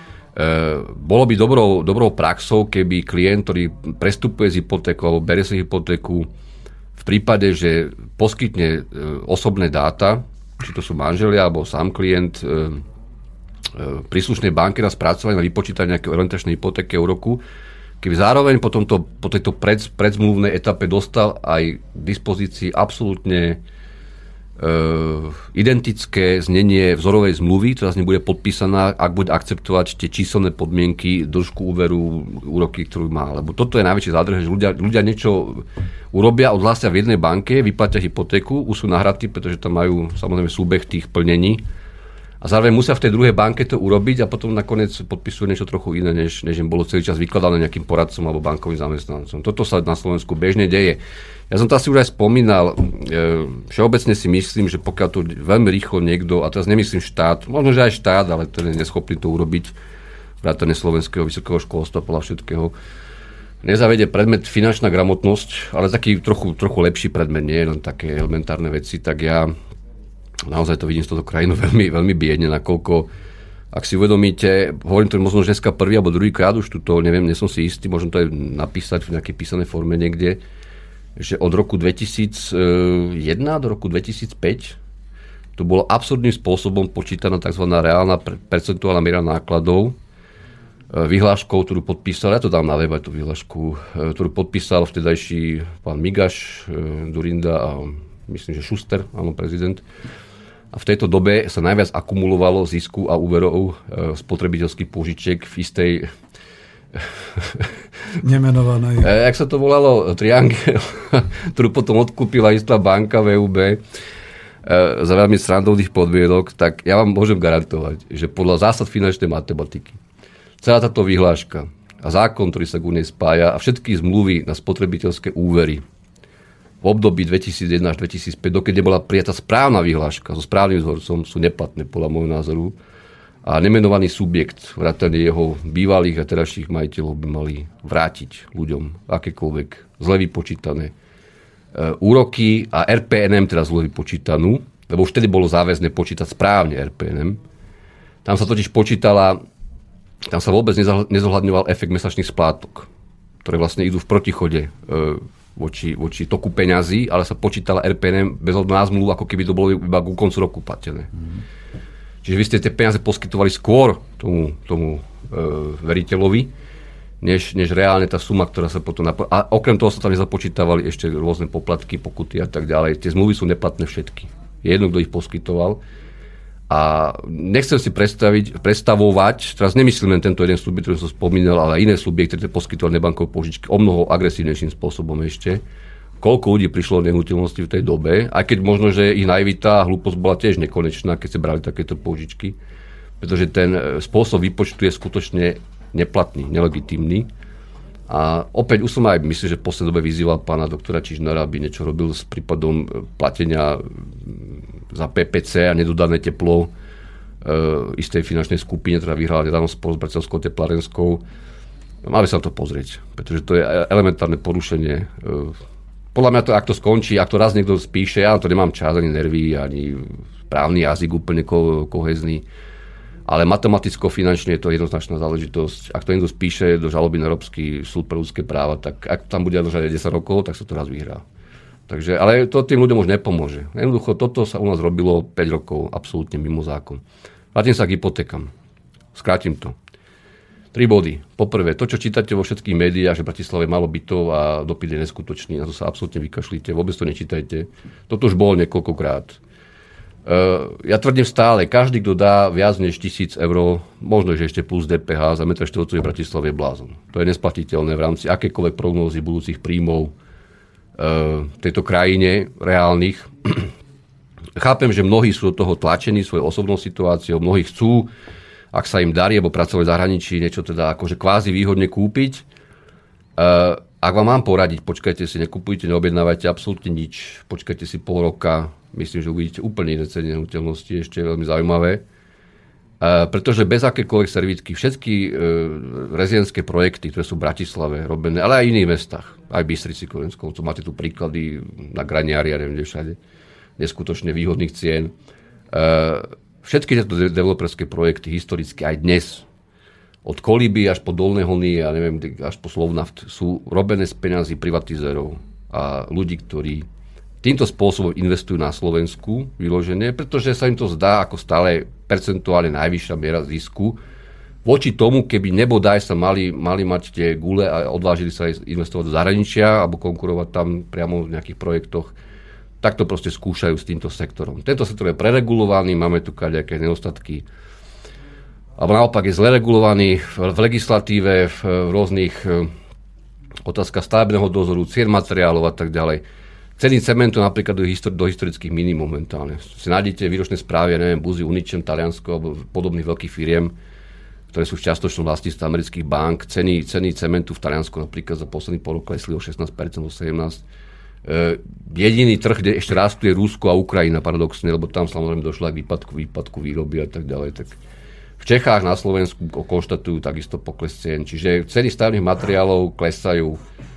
bolo by dobrou, dobrou praxou, keby klient, ktorý prestupuje z hypotéku alebo berie si hypotéku, v prípade, že poskytne osobné dáta, či to sú manželia alebo sám klient, príslušnej banke na spracovanie a vypočítanie nejaké orientačnej hypotéky v roku, keby zároveň po, tomto, po tejto pred, predzmluvnej etape dostal aj k dispozícii absolútne e, identické znenie vzorovej zmluvy, ktorá z nej bude podpísaná, ak bude akceptovať tie číselné podmienky, dĺžku úveru, úroky, ktorú má. Lebo toto je najväčší zádrhel, že ľudia, ľudia niečo urobia, odhlásia v jednej banke, vyplatia hypotéku, už sú nahratí, pretože tam majú samozrejme súbeh tých plnení. A zároveň musia v tej druhej banke to urobiť a potom nakoniec podpisujú niečo trochu iné, než, než im bolo celý čas vykladané nejakým poradcom alebo bankovým zamestnancom. Toto sa na Slovensku bežne deje. Ja som to asi už aj spomínal. Všeobecne si myslím, že pokiaľ to veľmi rýchlo niekto, a teraz nemyslím štát, možno, že aj štát, ale to je neschopný to urobiť, vrátane slovenského vysokého školstva, podľa všetkého, nezavede predmet finančná gramotnosť, ale taký trochu, trochu lepší predmet, nie len také elementárne veci, tak ja naozaj to vidím z toho krajinu veľmi, veľmi biedne, nakoľko, ak si uvedomíte, hovorím to možno dneska prvý alebo druhý krát už tuto, neviem, nie som si istý, môžem to aj napísať v nejakej písanej forme niekde, že od roku dvetisícjeden do roku dvetisícpäť to bolo absurdným spôsobom počítaná tzv. Reálna percentuálna miera nákladov vyhláškou, ktorú podpísal, ja to dám na web aj tú vyhlášku, ktorú podpísal vtedajší pán Migaš, Durinda a myslím, že Šuster, áno, prezident. A v tejto dobe sa najviac akumulovalo zisku a úverov e, spotrebiteľských pôžičiek v istej nemenovanej. E, jak sa to volalo? Triangel, ktorú potom odkúpila istá banka vé ú bé e, za veľmi srandovných podmienok, tak ja vám môžem garantovať, že podľa zásad finančnej matematiky celá táto vyhláška a zákon, ktorý sa k nej spája a všetky zmluvy na spotrebiteľské úvery v období dvetisícjeden až dvetisícpäť, dokedy bola prijatá správna vyhláška so správnym vzorcom, sú neplatné podľa môjho názoru. A nemenovaný subjekt, vrátane jeho bývalých a terajších majiteľov, by mali vrátiť ľuďom akékoľvek zle vypočítané e, úroky a er pé en em teda zle vypočítanú, lebo už vtedy bolo záväzné počítať správne er pé en em. Tam sa totiž počítala, tam sa vôbec nezohľadňoval efekt mesačných splátok, ktoré vlastne idú v protichode e, Voči, voči toku peňazí, ale sa počítala er pé en em bez ohľadu na zmluvu, ako keby to bolo iba ku koncu roku platené. Mm. Čiže vy ste tie peniaze poskytovali skôr tomu, tomu e, veriteľovi, než, než reálne tá suma, ktorá sa potom... Napo- a okrem toho sa tam nezapočítavali ešte rôzne poplatky, pokuty a tak ďalej. Tie zmluvy sú neplatné všetky. Je jedno, kto ich poskytoval. A nechcem si predstaviť, predstavovať, teraz nemyslím len tento jeden subjekt, ktorý som spomínal, ale iné subjekty, ktoré poskytovali nebankové požičky o mnoho agresívnejším spôsobom ešte. Koľko ľudí prišlo do nehnuteľnosti v tej dobe, aj keď možno, že ich naivita a hlúposť bola tiež nekonečná, keď si brali takéto požičky. Pretože ten spôsob výpočtu je skutočne neplatný, nelegitímny. A opäť už som aj myslím, že v poslednej dobe vyzýval pána doktora Čižnára, aby niečo robil s prípadom platenia za pé pé cé a nedodané teplo e, istej finančnej skupine, ktorá vyhrala nedávno spolu s Bratislavskou teplárenskou. Máme sa na to pozrieť, pretože to je elementárne porušenie. E, podľa mňa to, ak to skončí, ak to raz niekto spíše, ja na to nemám čas, ani nervy, ani právny jazyk úplne ko- kohezný, ale matematicko-finančne je to jednoznačná záležitosť. Ak to niekto spíše do žaloby na Európsky súd pre ľudské práva, tak ak tam bude držať desať rokov, tak sa to raz vyhrá. Takže, ale to tým ľuďom už nepomôže. Jednoducho, toto sa u nás robilo päť rokov, absolútne mimo zákon. Vrátim sa k hypotékam. Skrátim to. Tri body. Poprvé, to, čo čítate vo všetkých médiách, že v Bratislave malo bytov a dopyt je neskutočný, na to sa absolútne vykašlíte, vôbec to nečítajte. Toto už bolo niekoľkokrát. Uh, ja tvrdím stále, každý, kto dá viac než tisíc eur, možno, že ešte plus dé pé há za meter štvorcový v Bratislave je blázon. To je nesplatiteľné v rámci akékoľvek prognózy budúcich príjmov uh, tejto krajine reálnych. Chápem, že mnohí sú do toho tlačení svojou osobnou situáciou, mnohí chcú, ak sa im darí, alebo pracovať v zahraničí, niečo teda akože kvázi výhodne kúpiť. Uh, ak vám mám poradiť, počkajte si, nekupujte, neobjednávajte absolútne nič, počkajte si pol roka. Myslím, že uvidíte úplne iné ceny nehnuteľnosti, ešte je veľmi zaujímavé. E, pretože bez akékoľvek servítky, všetky e, rezidentské projekty, ktoré sú v Bratislave robené, ale aj v iných mestách, aj v Bystrici, Korenskovom, máte tu príklady na Graniári, ja neviem, kde všade, neskutočne výhodných cien. E, všetky tieto developerské projekty, historicky aj dnes, od Kolíby až po Dolné Hony, ja neviem, až po Slovnaft, sú robené z peňazí privatizérov a ľudí, ktorí týmto spôsobom investujú na Slovensku vyložené, pretože sa im to zdá ako stále percentuálne najvyššia miera zisku. Voči tomu, keby nebodaj sa mali, mali mať tie gule a odvážili sa investovať do zahraničia alebo konkurovať tam priamo v nejakých projektoch, tak to proste skúšajú s týmto sektorom. Tento sektor je preregulovaný, máme tu kadejaké nedostatky. Alebo naopak je zle regulovaný v, v legislatíve, v, v rôznych otázkach stavebného dozoru, cien materiálov a tak ďalej. Ceny cementu napríklad do, histori- do historických miní momentálne. Si nájdete výročné správy, neviem, Buzy, Uničem, Taliansko alebo podobných veľkých firiem, ktoré sú v čiastočnom vlastníctve amerických bank. Ceny, ceny cementu v Taliansku napríklad za posledný pol rok klesli o šestnásť percent, o sedemnásť percent. E, jediný trh, kde ešte rastú, je Rusko a Ukrajina, paradoxne, lebo tam samozrejme došlo aj k výpadku, výpadku výroby a tak ďalej. Tak v Čechách, na Slovensku konštatujú takisto pokles cien. Čiže ceny stavebných materiálov klesajú.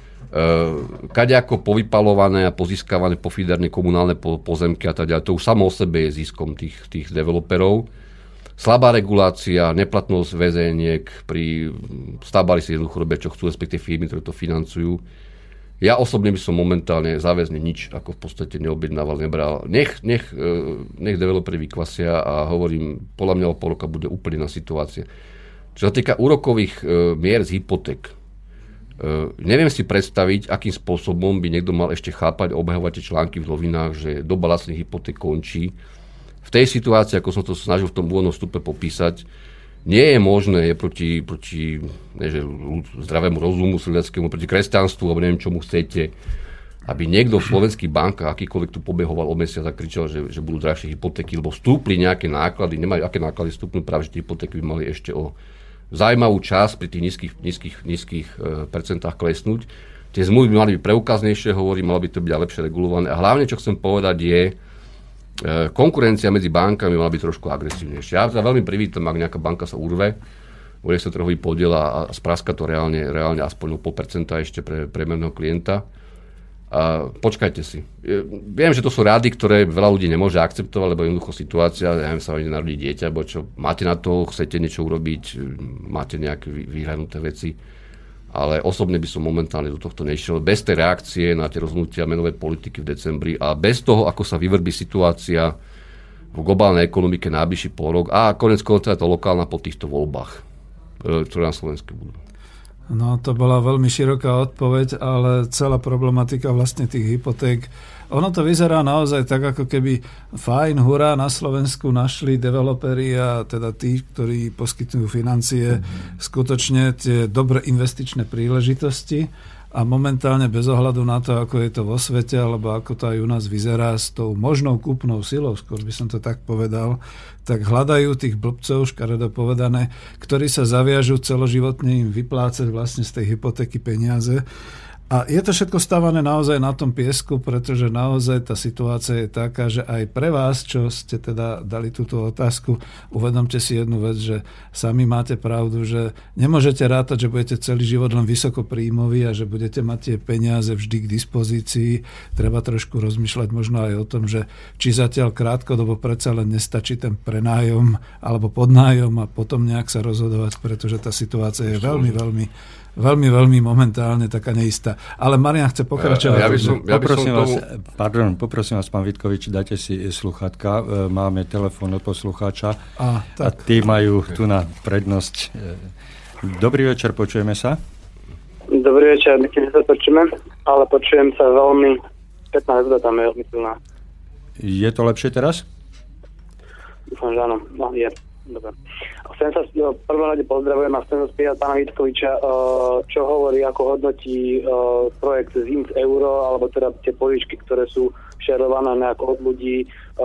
Uh, kadeako povypalované a pozískavané pofiderne komunálne po, pozemky a teda to už samo o sebe je ziskom tých, tých developerov. Slabá regulácia, neplatnosť väzeniek, pri stavbali si jednoducho robia, čo chcú, respektíve firmy, ktoré to financujú. Ja osobne by som momentálne záväzne nič ako v podstate neobjednával, nebral. Nech, nech, uh, nech developeri vykvasia a hovorím, podľa mňa o pol roka bude úplne iná situácia. Čo sa týka úrokových uh, mier z hypoték, Uh, neviem si predstaviť, akým spôsobom by niekto mal ešte chápať, obhajovať tie články v novinách, že doba lacných hypoték končí. V tej situácii, ako som to snažil v tom úvodnom vstupe popísať, nie je možné, je proti, proti ne, že zdravému rozumu, sedliackému, proti kresťanstvu, alebo neviem, čomu chcete, aby niekto v slovenských bankách, akýkoľvek tu pobehoval o mesiac a kričal, že, že budú drahšie hypotéky, lebo vstúpli nejaké náklady, nemajú aké náklady vstúpnú, práve že tie hypotéky by mali ešte o zaujímavú časť pri tých nízkych, nízkych, nízkych e, percentách klesnúť. Tie zmluvy by mali byť preukaznejšie, hovorím, malo by to byť lepšie regulované. A hlavne, čo chcem povedať, je, e, konkurencia medzi bankami mala byť trošku agresívnejšia. Ja veľmi privítam, ak nejaká banka sa urve, bude sa trhový podiel a, a spraska to reálne, reálne aspoň o pol percenta ešte pre priemerného klienta. A počkajte si. Viem, že to sú rády, ktoré veľa ľudí nemôže akceptovať, lebo jednoducho situácia, ja neviem, sa vám narodí dieťa, alebo čo, máte na to, chcete niečo urobiť, máte nejaké vyhľadnuté veci, ale osobne by som momentálne do tohto nešiel. Bez tej reakcie na tie rozhodnutia menovej politiky v decembri a bez toho, ako sa vyvrbí situácia v globálnej ekonomike najbližší pol rok a konec konca je to lokálna po týchto voľbách, ktoré na Slovensku budú. No, to bola veľmi široká odpoveď, ale celá problematika vlastne tých hypoték, ono to vyzerá naozaj tak, ako keby fajn, hurá, na Slovensku našli developeri a teda tí, ktorí poskytujú financie, skutočne tie dobré investičné príležitosti a momentálne bez ohľadu na to, ako je to vo svete, alebo ako to aj u nás vyzerá s tou možnou kúpnou silou, skôr by som to tak povedal, tak hľadajú tých blbcov, škaredo povedané, ktorí sa zaviažú celoživotne im vyplácať vlastne z tej hypotéky peniaze. A je to všetko stávané naozaj na tom piesku, pretože naozaj tá situácia je taká, že aj pre vás, čo ste teda dali túto otázku, uvedomte si jednu vec, že sami máte pravdu, že nemôžete rátať, že budete celý život len vysokopríjmoví a že budete mať tie peniaze vždy k dispozícii. Treba trošku rozmýšľať možno aj o tom, že či zatiaľ krátkodobo predsa len nestačí ten prenájom alebo podnájom a potom nejak sa rozhodovať, pretože tá situácia je veľmi, veľmi veľmi, veľmi momentálne taká neistá. Ale Marian chce pokračovať. Ja by som, ja by poprosím, som vás, tomu... pardon, poprosím vás, pán Vitkovič, dajte si sluchátka. Máme telefón od poslucháča a, a tí majú tu na prednosť. Dobrý večer, počujeme sa? Dobrý večer, my sa počujeme, ale počujem sa veľmi, spätná väzba tam je veľmi silná. Je to lepšie teraz? Dúfam, že áno. No, je. Dobre. Chcem sa v prvom rade pozdravujem a chcem sa spýtať pána Vitkoviča, čo hovorí, ako hodnotí projekt Zinc Euro, alebo teda tie požičky, ktoré sú šerované nejako od ľudí.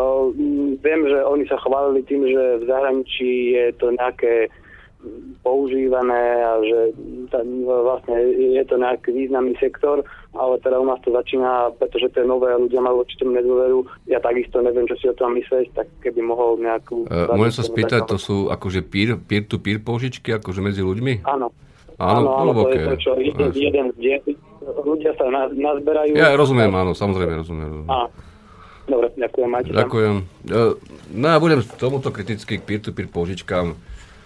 Viem, že oni sa chválili tým, že v zahraničí je to nejaké používané a že vlastne je to nejaký významný sektor, ale teda u nás to začína, pretože to je nové a ľudia majú určite nedôveru. Ja takisto neviem, čo si o tom myslieť, tak keby mohol nejakú... Uh, môžem sa spýtať, to sú akože peer, peer-to-peer požičky, akože medzi ľuďmi? Áno. Áno, áno, to je to, čo jeden, jeden diel, ľudia sa nazberajú. Ja rozumiem, áno, samozrejme rozumiem. Á, dobre, ďakujem, majte tam. Ďakujem. No ja budem tomuto kritický k peer-to-peer požičkám.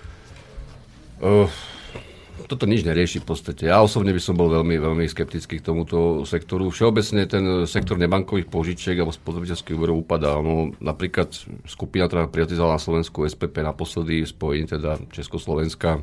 Uh, toto nič nerieši v podstate. Ja osobne by som bol veľmi, veľmi skeptický k tomuto sektoru. Všeobecne ten sektor nebankových požičiek alebo spotrebiteľských úverov upadá. No, napríklad skupina, ktorá privatizovala na Slovensku es pé pé naposledy, spojení teda Československa,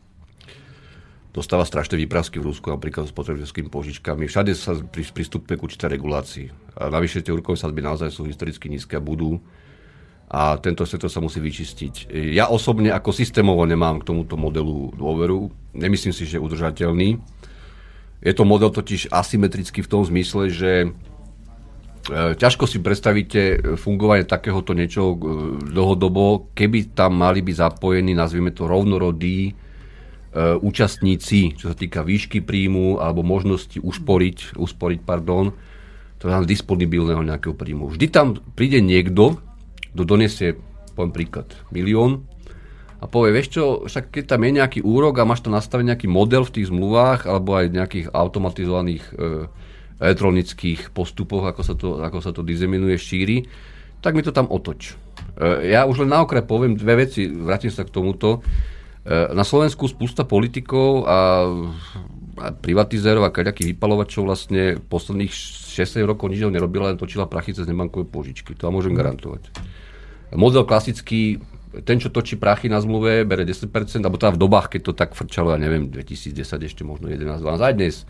dostáva strašné výprasky v Rusku, napríklad s spotrebiteľskými požičkami. Všade sa pristupuje k určitej regulácii. A navyše tie úrokové sadzby naozaj sú historicky nízke a budú. A tento sektor sa musí vyčistiť. Ja osobne ako systémovo nemám k tomuto modelu dôveru. Nemyslím si, že je udržateľný. Je to model totiž asymetrický v tom zmysle, že ťažko si predstavíte fungovanie takéhoto niečoho dlhodobo, keby tam mali byť zapojení, nazvime to rovnorodí, účastníci, čo sa týka výšky príjmu alebo možnosti usporiť, usporiť pardon, to je disponibilného nejakého príjmu. Vždy tam príde niekto, kto donesie, poviem príklad, milión a povie, vieš čo, však keď tam je nejaký úrok a máš to nastavený nejaký model v tých zmluvách alebo aj nejakých automatizovaných e, elektronických postupoch, ako sa to, ako sa to diseminuje, šíri, tak mi to tam otoč. E, ja už len na okraj poviem dve veci, vrátim sa k tomuto. E, na Slovensku spústa politikov a, a privatizérov a kaďakých vypalovačov vlastne posledných šesť rokov nič nerobila, len točila prachy cez nebankové požičky. To vám môžem garantovať. Model klasický, ten, čo točí prachy na zmluve, bere desať percent, alebo teda v dobách, keď to tak frčalo, ja neviem, dvetisícdesať, ešte možno jedenásť dvanásť, aj dnes.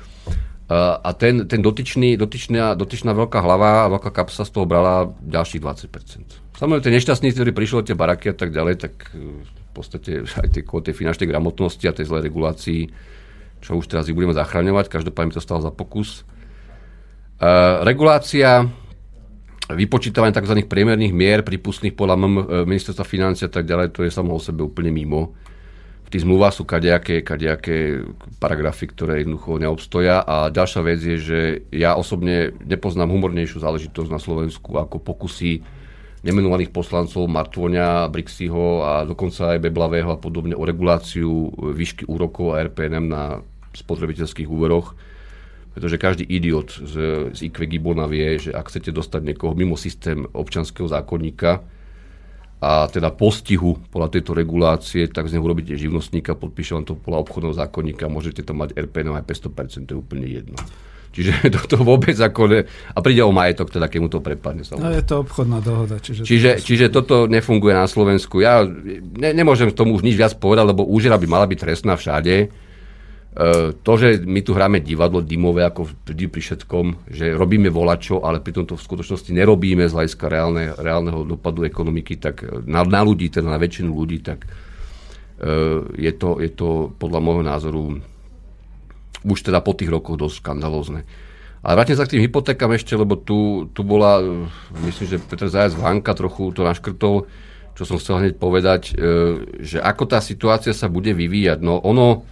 A ten, ten dotyčný, dotyčná, dotyčná veľká hlava, veľká kapsa z toho brala ďalších dvadsať percent. Samozrejme, tie nešťastní, ktorí prišli od tie baraky a tak ďalej, tak v podstate aj tie, tie finančnej gramotnosti a tej zlej regulácii, čo už teraz ich budeme zachraňovať, každopádne mi to stalo za pokus. Uh, regulácia, vypočítavanie tzv. Priemerných mier prípustných podľa ministerstva financií a tak ďalej, to je samo o sebe úplne mimo. V tých zmluvách sú kadejaké, kadejaké paragrafy, ktoré jednoducho neobstoja. A ďalšia vec je, že ja osobne nepoznám humornejšiu záležitosť na Slovensku ako pokusy nemenovaných poslancov Martvoňa, Brixiho a dokonca aj Beblavého a podobne o reguláciu výšky úrokov a er pé en em na spotrebiteľských úveroch. Pretože každý idiot z, z í kvé Gibona vie, že ak chcete dostať niekoho mimo systém občianskeho zákonníka a teda postihu podľa tejto regulácie, tak z neho urobíte živnostníka, podpíše vám to podľa obchodného zákonníka a môžete tam mať er pé en em aj päťsto percent, to je úplne jedno. Čiže to vôbec ako ne... A príde o majetok, teda keď mu to prepadne. No je to obchodná dohoda. Čiže, čiže, to čiže toto nefunguje na Slovensku. Ja ne, nemôžem k tomu už nič viac povedať, lebo úžera by mala byť trestná všade. to, že my tu hráme divadlo dymové, ako vždy pri všetkom, že robíme volačo, ale pritom to v skutočnosti nerobíme z hľadiska reálne, reálneho dopadu ekonomiky, tak na, na ľudí, teda na väčšinu ľudí, tak je to, je to podľa môjho názoru už teda po tých rokoch dosť skandalózne. Ale vrátim sa k tým hypotékam ešte, lebo tu, tu bola, myslím, že Peter Zajac Vanka trochu to naškrtol, čo som chcel hneď povedať, že ako tá situácia sa bude vyvíjať. No ono,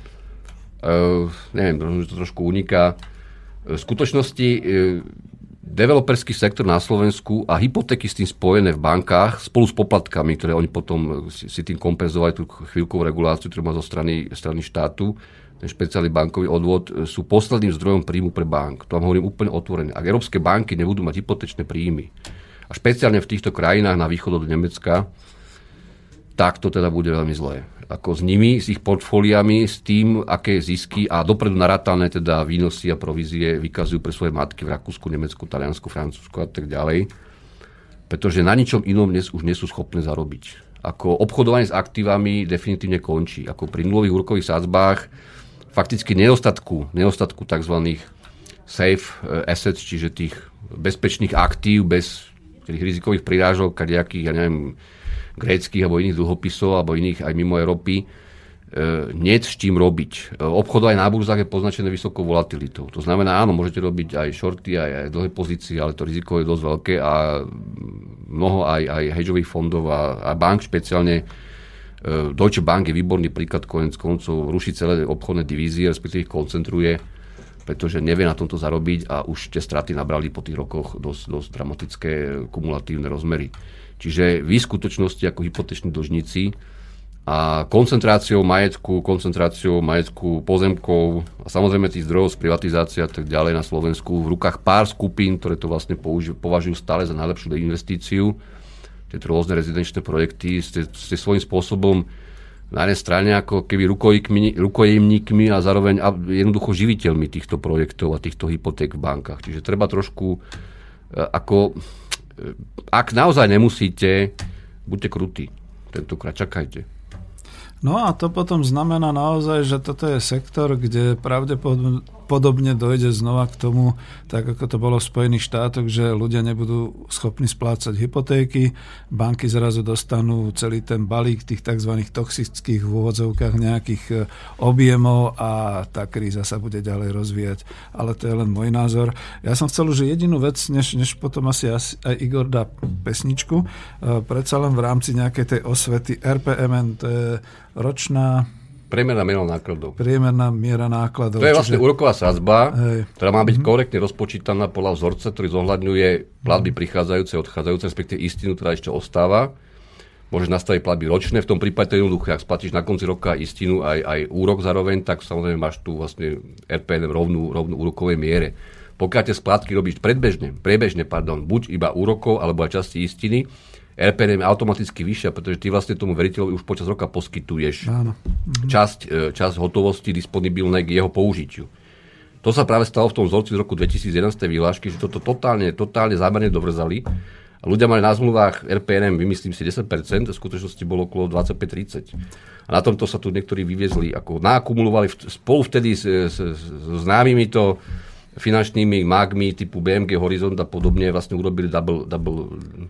neviem, to trošku uniká. V skutočnosti developerský sektor na Slovensku a hypotéky s tým spojené v bankách spolu s poplatkami, ktoré oni potom si tým kompenzovali tú chvíľkovú reguláciu, ktorú má zo strany, strany štátu, ten špeciálny bankový odvod, sú posledným zdrojom príjmu pre bank. To vám hovorím úplne otvorene. Ak európske banky nebudú mať hypotečné príjmy, a špeciálne v týchto krajinách na východ od Nemecka, tak to teda bude veľmi zlé. Ako s nimi, s ich portfóliami, s tým, aké zisky a dopredu narátané teda výnosy a provízie vykazujú pre svoje matky v Rakúsku, Nemecku, Taliansku, Francúzsku a tak ďalej. Pretože na ničom inom dnes už nie sú schopné zarobiť. Ako obchodovanie s aktívami definitívne končí. Ako pri nulových úrokových sadzbách fakticky nedostatku, nedostatku tzv. Safe assets, čiže tých bezpečných aktív bez tých rizikových prirážok, kadejakých, ja neviem, gréckych alebo iných dlhopisov alebo iných aj mimo Európy, e, nie s čím robiť. E, obchodovanie na burzách je poznačené vysokou volatilitou. To znamená, áno, môžete robiť aj shorty, aj, aj dlhé pozície, ale to riziko je dosť veľké a mnoho aj, aj hedžových fondov a, a bank špeciálne. E, Deutsche Bank je výborný príklad, konec koncov ruší celé obchodné divízie, respektíve ich koncentruje, pretože nevie na tomto zarobiť a už tie straty nabrali po tých rokoch dosť, dosť dramatické kumulatívne rozmery. Čiže vy v skutočnosti ako hypoteční dlžníci a koncentráciou majetku, koncentráciou majetku pozemkov a samozrejme tých zdrojov z privatizácie a tak ďalej na Slovensku v rukách pár skupín, ktoré to vlastne použi- považujú stále za najlepšiu investíciu, tieto rôzne rezidenčné projekty, ste, ste svojím spôsobom na jednej strane ako keby rukojemníkmi a zároveň jednoducho živiteľmi týchto projektov a týchto hypoték v bankách. Čiže treba trošku ako... Ak naozaj nemusíte, buďte krutí. Tentokrát čakajte. No a to potom znamená naozaj, že toto je sektor, kde pravdepodobne dojde znova k tomu, tak ako to bolo v Spojených štátoch, že ľudia nebudú schopní splácať hypotéky, banky zrazu dostanú celý ten balík tých tzv. Toxických v úvodzovkách nejakých objemov a tá kríza sa bude ďalej rozvíjať. Ale to je len môj názor. Ja som chcel už jedinú vec, než, než potom asi aj Igor dá pesničku, predsa len v rámci nejakej tej osvety er pé em en, to je ročná... Priemerná miera nákladov. Priemerná miera nákladov. To je vlastne čiže... úroková sadzba, Hej. ktorá má byť mm-hmm. korektne rozpočítaná podľa vzorca, ktorý zohľadňuje platby prichádzajúce, odchádzajúce, respektíve istinu, ktorá ešte ostáva. Môžeš nastaviť platby ročné, v tom prípade to je jednoduché. Ak splatíš na konci roka istinu aj, aj úrok zároveň, tak samozrejme máš tu vlastne er pé en rovnú, rovnú úrokovej miere. Pokiaľ tie splátky robíš predbežne, prebežne, pardon, buď iba úrokov, alebo aj časti istiny, er pé en je automaticky vyššia, pretože ty vlastne tomu veriteľovi už počas roka poskytuješ Áno. časť, časť hotovosti disponibilnej k jeho použitiu. To sa práve stalo v tom vzorci z roku dvetisícjedenásť vyhlášky, že toto totálne, totálne zámerne dovrzali a ľudia mali na zmluvách er pé en, vymyslím si desať percent, v skutočnosti bolo okolo dvadsaťpäť tridsať. A na tomto sa tu niektorí vyviezli, ako naakumulovali spolu vtedy s, s, s známymi to finančnými mágmi typu bé em gé Horizont a podobne, vlastne urobili double, double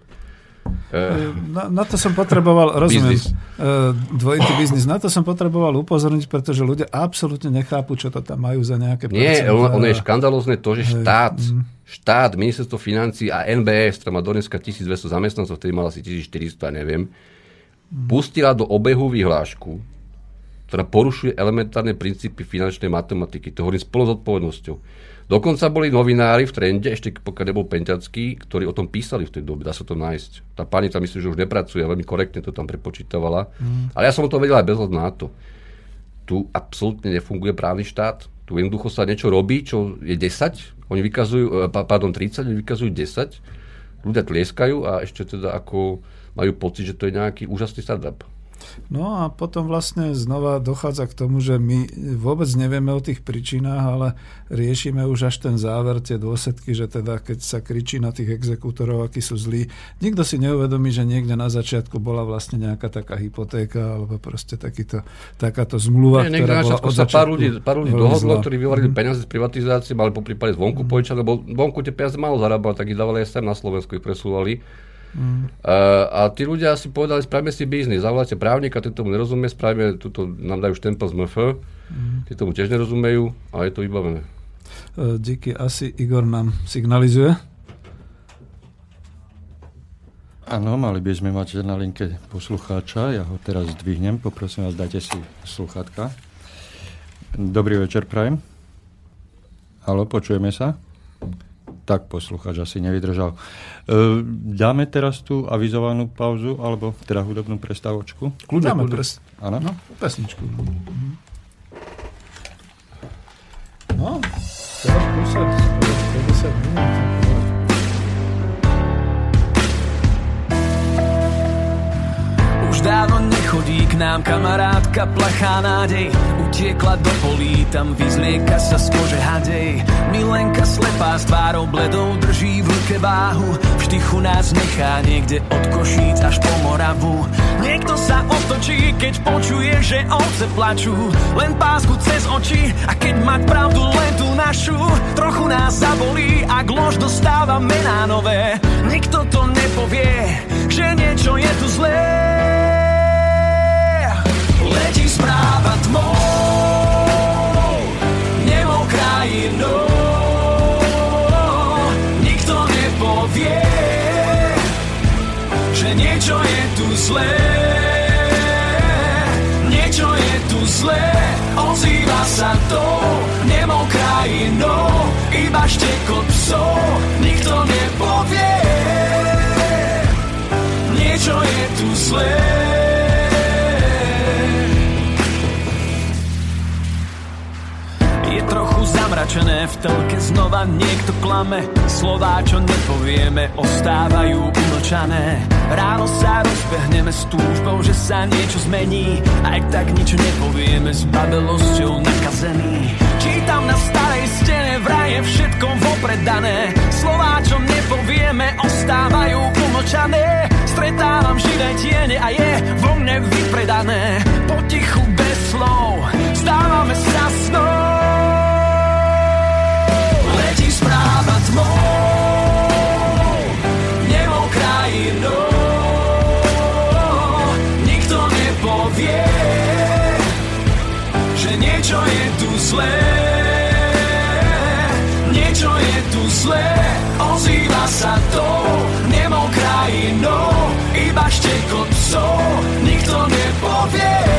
Na, na to som potreboval, rozumiem, Business. dvojitý biznis, na to som potreboval upozorniť, pretože ľudia absolútne nechápu, čo to tam majú za nejaké Nie, percentá. ono je škandalózne to, že štát, štát, ministerstvo financií a en bé es, ktorá má do dneska tisícdvesto zamestnancov, vtedy mala asi tisícštyristo, ja neviem, pustila do obehu vyhlášku, ktorá porušuje elementárne princípy finančnej matematiky. To hovorím s plnou zodpovednosťou. Dokonca boli novinári v Trende, ešte pokiaľ nebol Penťacký, ktorí o tom písali v tej dobe, dá sa to nájsť. Tá pani tam myslím, že už nepracuje, veľmi korektne to tam prepočítavala. Mm. Ale ja som o tom vedel aj bez hľadu na to. Tu absolútne nefunguje právny štát. Tu jednoducho sa niečo robí, čo je desať, oni vykazujú, pardon, tridsať, oni vykazujú desať. Ľudia tlieskajú a ešte teda ako majú pocit, že to je nejaký úžasný startup. No a potom vlastne znova dochádza k tomu, že my vôbec nevieme o tých príčinách, ale riešime už až ten záver, tie dôsledky, že teda keď sa kričí na tých exekútorov, akí sú zlí, nikto si neuvedomí, že niekde na začiatku bola vlastne nejaká taká hypotéka alebo proste takýto, takáto zmluva, Nie, ktorá bola od začiatku pár ľudí, pár ľudí dohodlo, ktorí vyvarili mm. peniaze z privatizácie, ale po prípade zvonku mm. požičali, lebo vonku tie peniaze málo zarábali, tak ich dávali aj sem na Slovensku, ich presúvali. Mm. Uh, a tí ľudia si povedali, spravíme si biznis, zavoláte právnika, ten tomu nerozumie, spravíme, tuto nám dajú štempel z em ef, mm. tí tomu tiež nerozumejú a je to vybavené. Uh, díky, asi Igor nám signalizuje. Áno, mali by sme mať na linke poslucháča, ja ho teraz zdvihnem, poprosím vás, dajte si sluchátka. Dobrý večer, prajem. Haló, počujeme sa? Tak poslucháč asi nevydržal. Dáme teraz tú avizovanú pauzu, alebo teda hudobnú prestávočku? Kľudne, kľudne. Pres... Áno? No, pesničku. No, teraz púsať päťdesiat minút. Už dávno nechodí k nám kamarátka plachá nádej. Utiekla do polí, tam vyzlieka sa z kože hadej. Milenka slepá s tvárou bledou drží v ruke váhu. V štychu nás nechá niekde od Košíc až po Moravu. Niekto sa otočí, keď počuje, že ovce plačú. Len pásku cez oči a keď mať pravdu len tú našu. Trochu nás zabolí, ak lož dostáva mená nové. Nikto to nepovie, že niečo je tu zlé. Letí správa tmou, nemou krajinou. Nikto nepovie, že niečo je tu zlé. Niečo je tu zlé, ozýva sa to nemou krajinou. Iba štekot psov, nikto nepovie, niečo je tu zlé. Je trochu zamračené, v telke znova niekto klame. Slová, čo nepovieme, ostávajú umlčané. Ráno sa rozbehneme s túžbou, že sa niečo zmení. Aj tak nič nepovieme, s babelosťou nakazený. Čítam na starej stene, vraj je všetko vopred dané. Slová, čo nepovieme, ostávajú umlčané. Stretávam živé tiene a je vo mne vypredané. Potichu bez slov, stávame sa snou. Letí správa tmou, nemou krajinou. Nikto nepovie, že niečo je tu zlé. Niečo je tu zlé, ozýva sa to nemou krajinou. Iba štekot psov, nikto nepovie,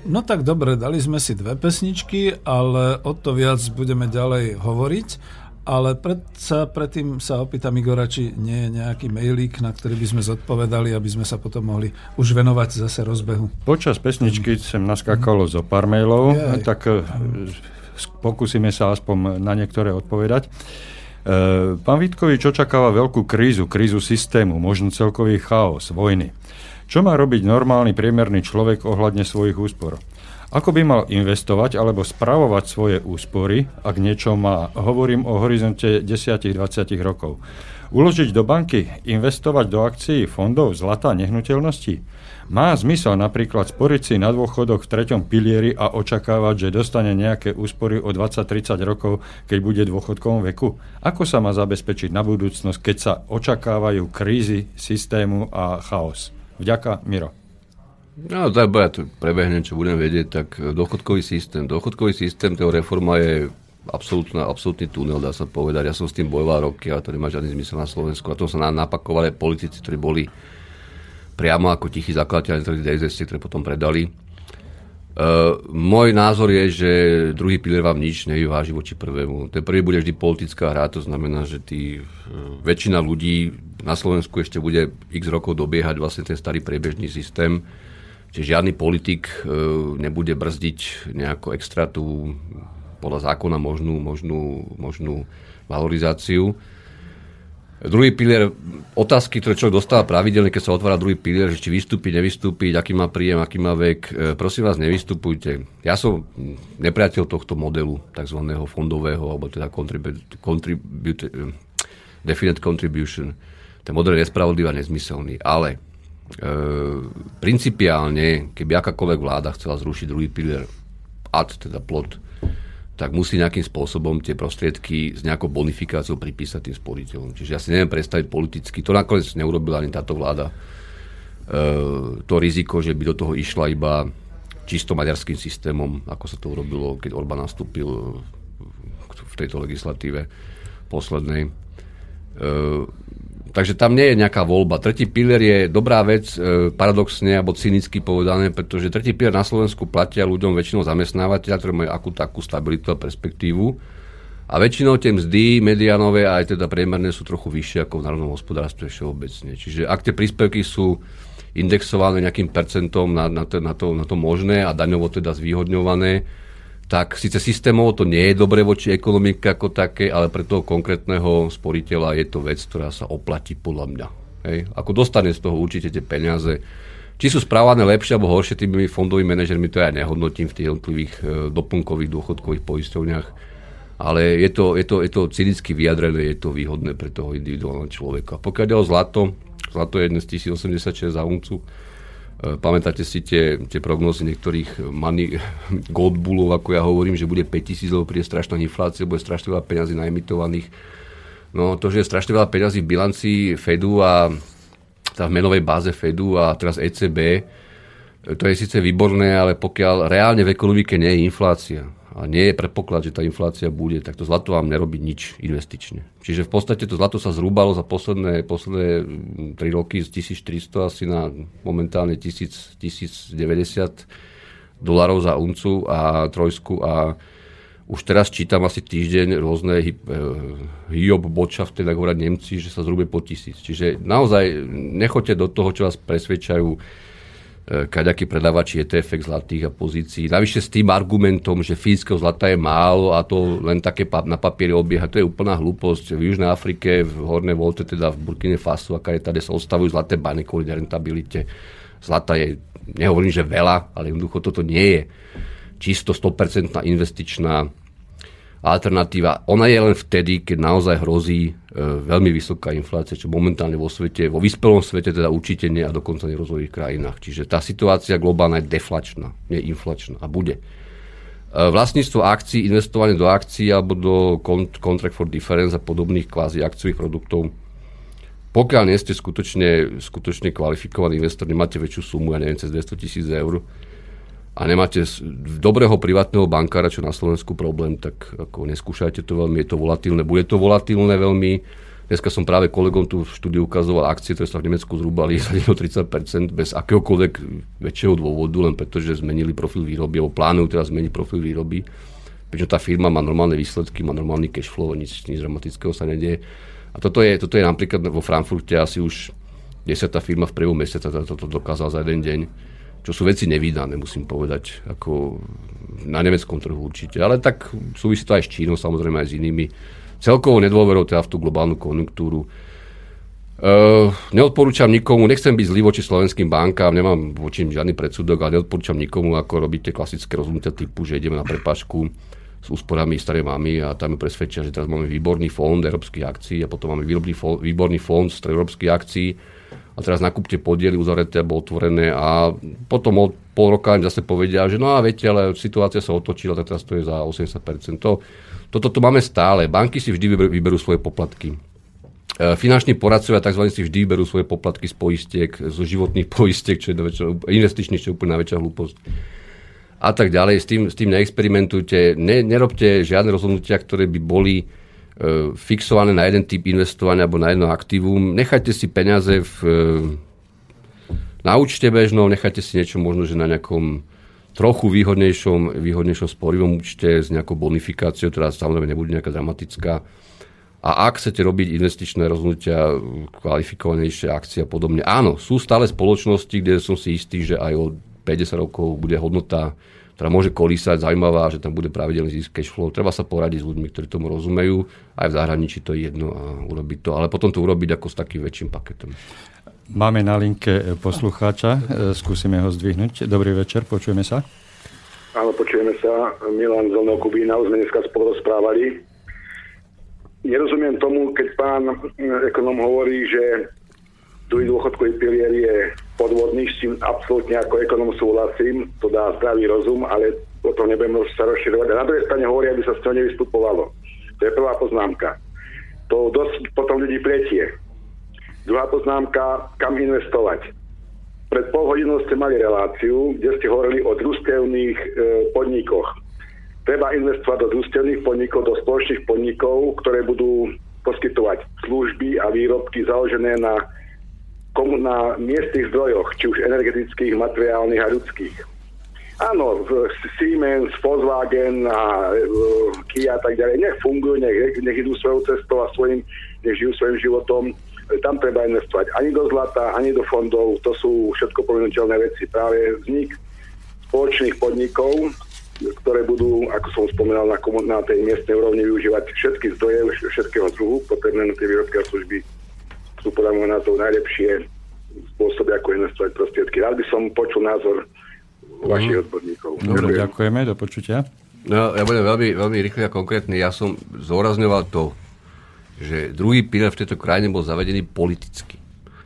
No tak dobre, dali sme si dve pesničky, ale o to viac budeme ďalej hovoriť. Ale predsa, predtým sa opýtam Igora, či nie je nejaký mailík, na ktorý by sme zodpovedali, aby sme sa potom mohli už venovať zase rozbehu. Počas pesničky sem naskakalo zo pár mailov, Jej. tak pokúsime sa aspoň na niektoré odpovedať. Pán Vítkovič očakáva veľkú krízu, krízu systému, možno celkový chaos, vojny. Čo má robiť normálny priemerný človek ohľadne svojich úspor? Ako by mal investovať alebo spravovať svoje úspory, ak niečo má? Hovorím o horizonte desať až dvadsať rokov. Uložiť do banky, investovať do akcií, fondov, zlata, nehnuteľností? Má zmysel napríklad sporiť si na dôchodok v treťom pilieri a očakávať, že dostane nejaké úspory o dvadsať tridsať rokov, keď bude v dôchodkovom veku? Ako sa má zabezpečiť na budúcnosť, keď sa očakávajú krízy systému a chaos? Vďaka, Miro. No, tak ja to prebehnem, čo budem vedieť, tak dôchodkový systém. Dôchodkový systém, toho reforma je absolútny tunel, dá sa povedať. Ja som s tým bojoval roky, ale to nemá žiadny zmysel na Slovensku. A to sa napakovali politici, ktorí boli priamo ako tichí zakladateľi dé es es, ktoré potom predali. Uh, môj názor je, že druhý pilier vám nič nevyváži voči prvému. Ten prvý bude vždy politická hra, to znamená, že tí, uh, väčšina ľudí na Slovensku ešte bude x rokov dobiehať vlastne ten starý priebežný systém. Čiže žiadny politik nebude brzdiť nejako extra tú podľa zákona možnú, možnú, možnú valorizáciu. Druhý pilier, otázky, ktoré človek dostáva pravidelne, keď sa otvára druhý pilier, že či vystúpiť, nevystúpiť, aký má príjem, aký má vek. Prosím vás, nevystupujte. Ja som nepriateľ tohto modelu, takzvaného fondového, alebo teda contribute, contribute, definite contribution. Ten model je nespravodlivý a nezmyselný, ale E, principiálne, keby akákoľvek vláda chcela zrušiť druhý pilier ad, teda plot, tak musí nejakým spôsobom tie prostriedky s nejakou bonifikáciou pripísať tým sporiteľom. Čiže ja si neviem predstaviť politicky, to nakoniec neurobila ani táto vláda, e, to riziko, že by do toho išla iba čisto maďarským systémom, ako sa to urobilo, keď Orbán nastúpil v tejto legislatíve poslednej. E, Takže tam nie je nejaká voľba. Tretí pilier je dobrá vec, e, paradoxne alebo cynicky povedané, pretože tretí pilier na Slovensku platia ľuďom väčšinou zamestnávateľa, ktorí majú akú takú stabilitu a perspektívu. A väčšinou tie mzdy mediánové aj teda priemerné sú trochu vyššie ako v národnom hospodárstve všeobecne. Čiže ak tie príspevky sú indexované nejakým percentom na, na, to, na, to, na to možné a daňovo teda zvýhodňované, tak síce systémovo to nie je dobre voči ekonomike ako také, ale pre toho konkrétneho sporiteľa je to vec, ktorá sa oplatí podľa mňa. Hej. Ako dostane z toho určite tie peniaze. Či sú správané lepšie alebo horšie tými fondovými manažermi, to ja nehodnotím v tých jednotlivých e, doplnkových dôchodkových poisťovniach, ale je to, je, to, je to cynicky vyjadrené, je to výhodné pre toho individuálneho človeka. Pokiaľ ide o zlato, zlato je dnes tisíc osemdesiatšesť za uncu. Pamätáte si tie, tie prognózy niektorých money gold bullov, ako ja hovorím, že bude päťtisíc, lebo príde strašná inflácia, bude strašne veľa peňazí naimitovaných. No to, že je strašne veľa peňazí v bilancii Fedu a v menovej báze Fedu a teraz é cé bé, to je síce výborné, ale pokiaľ reálne v ekonomike nie je inflácia a nie je predpoklad, že tá inflácia bude, tak to zlato vám nerobí nič investične. Čiže v podstate to zlato sa zrúbalo za posledné, posledné tri roky z tisícštyristo asi na momentálne tisícdeväťdesiat dolárov za uncu a trojsku a už teraz čítam asi týždeň rôzne hyob bočafty, tak hovorať Nemci, že sa zrúbe po tisíc. Čiže naozaj nechoďte do toho, čo vás presvedčajú kaďakí predávači é té ef zlatých a pozícií. Navyše s tým argumentom, že fyzického zlata je málo a to len také na papieri obieha, to je úplná hlúposť. V Južnej Afrike, v Hornej Volte, teda v Burkine Faso, aká je tady, sa odstavujú zlaté bane kvôli rentabilite. Zlata je, nehovorím, že veľa, ale jednoducho toto nie je čisto sto percent investičná alternatíva. Ona je len vtedy, keď naozaj hrozí e, veľmi vysoká inflácia, čo momentálne vo svete, vo vyspelom svete teda určite nie a dokonca v rozvojových krajinách. Čiže tá situácia globálna je deflačná, nie inflačná a bude. E, vlastníctvo akcií, investovanie do akcií alebo do contract for difference a podobných kvázi akciových produktov. Pokiaľ nie ste skutočne, skutočne kvalifikovaní investor, nemáte väčšiu sumu, ja neviem, cez dvestotisíc eur, a nemáte dobrého privátneho bankára, čo na Slovensku problém, tak ako neskúšajte to veľmi, je to volatilné. Bude to volatilné veľmi, Dneska som práve kolegom tu v štúdiu ukazoval akcie, ktoré sa v Nemecku zrúbali za tridsať percent bez akéhokoľvek väčšieho dôvodu, len pretože zmenili profil výroby, alebo plánujú teraz zmeniť profil výroby. Pretože tá firma má normálne výsledky, má normálny cash flow, nič, nič dramatického sa nedieje. A toto je, toto je napríklad vo Frankfurte asi už desiatá firma v priebehu mesiaca toto dokázala za jeden deň. Čo sú veci nevídané, musím povedať, ako na nemeckom trhu určite. Ale tak súvisí to aj s Čínou, samozrejme aj s inými. Celkovou nedôverou teda v tú globálnu konjunktúru. Uh, neodporúčam nikomu, nechcem byť zlý voči slovenským bankám, nemám voči žiadny predsudok, ale neodporúčam nikomu, ako robíte klasické rozhodnutia typu, že ideme na prepážku s úsporami starej mamy a tam ju presvedčia, že teraz máme výborný fond európskych akcií a potom máme výborný fond, výborný fond stredoeurópskych akcií a teraz nakúpte podiely uzavreté alebo otvorené a potom od pol roka im zase povedia, že no a viete, ale situácia sa otočila, tak teraz to je za osemdesiat percent. To, toto to máme stále. Banky si vždy vyberú, vyberú svoje poplatky. Finanční poradcovia tzv. Si vždy vyberú svoje poplatky z poistiek, zo životných poistiek, čo je investičných, čo je úplne najväčšia hlúposť. A tak ďalej. S tým, s tým neexperimentujte. Ne, nerobte žiadne rozhodnutia, ktoré by boli fixované na jeden typ investovania alebo na jedno aktívum. Nechajte si peniaze v, na účte bežnom, nechajte si niečo možno, že na nejakom trochu výhodnejšom, výhodnejšom sporivom účte s nejakou bonifikáciou, ktorá samozrejme nebude nejaká dramatická. A ak chcete robiť investičné rozhodnutia, kvalifikovanejšie akcie a podobne, áno, sú stále spoločnosti, kde som si istý, že aj o päťdesiat rokov bude hodnota, ktorá môže kolísať, zaujímavá, že tam bude pravidelný zisk cash flow. Treba sa poradiť s ľuďmi, ktorí tomu rozumejú. Aj v zahraničí to je jedno a urobiť to. Ale potom to urobiť ako s takým väčším paketom. Máme na linke poslucháča. Skúsime ho zdvihnúť. Dobrý večer, počujeme sa. Áno, počujeme sa. Milan z Dolného Kubína, už sme dneska spolu rozprávali. Nerozumiem tomu, keď pán ekonom hovorí, že druhý dôchodkový pilier je podvodný, s tým absolútne ako ekonom súhlasím, to dá zdravý rozum, ale o tom nebudem sa rozširovať. A na druhej strane hovorí, aby sa s ňou nevystupovalo. To je prvá poznámka. To dosť potom ľudí pletie. Druhá poznámka, kam investovať. Pred pol hodinou ste mali reláciu, kde ste hovorili o družstevných e, podnikoch. Treba investovať do družstevných podnikov, do spoločných podnikov, ktoré budú poskytovať služby a výrobky založené na na miestnych zdrojoch, či už energetických, materiálnych a ľudských. Áno, Siemens, Volkswagen a Kia a tak ďalej, nech fungujú, nech, nech idú svojou cestou a svojim, nech žijú svojim životom. Tam treba investovať ani do zlata, ani do fondov, to sú všetko pomenuteľné veci. Práve vznik spoločných podnikov, ktoré budú, ako som spomínal, na, na tej miestnej úrovni využívať všetky zdroje všetkého druhu, potrebné na tie výrobky a služby, sú podľa môjho názoru najlepšie spôsoby, ako investovať prostriedky. Rád by som počul názor mm. vašich odborníkov. Dobre, ďakujem. ďakujeme, do počutia. No, ja budem veľmi, veľmi rýchly a konkrétny. Ja som zdôrazňoval to, že druhý pilier v tejto krajine bol zavedený politicky.